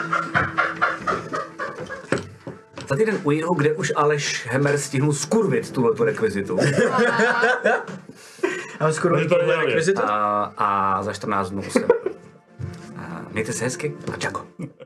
za týden u Jihu, kde už Aleš Hemer stihnul skurvit tuhletu rekvizitu. A skoro Můžu to hlavě. A, a za čtrnáct dnů u severu. A mějte se hezky a čako.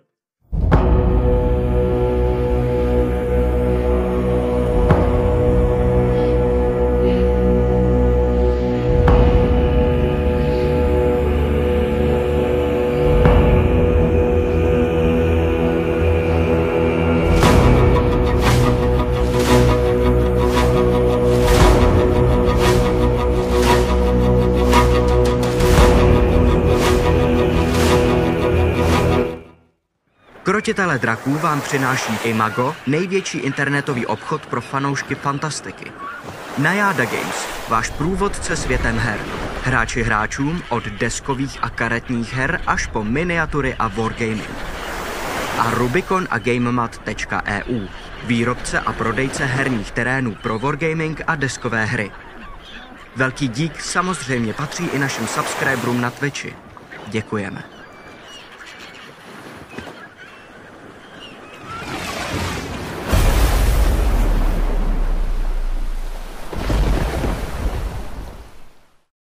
Krotitele draků vám přináší Imago, největší internetový obchod pro fanoušky fantastiky. Najada Games, váš průvodce světem her. Hráči hráčům od deskových a karetních her až po miniatury a wargaming. A Rubicon a GameMat tečka e u, výrobce a prodejce herních terénů pro wargaming a deskové hry. Velký dík samozřejmě patří i našim subscriberům na Twitchi. Děkujeme.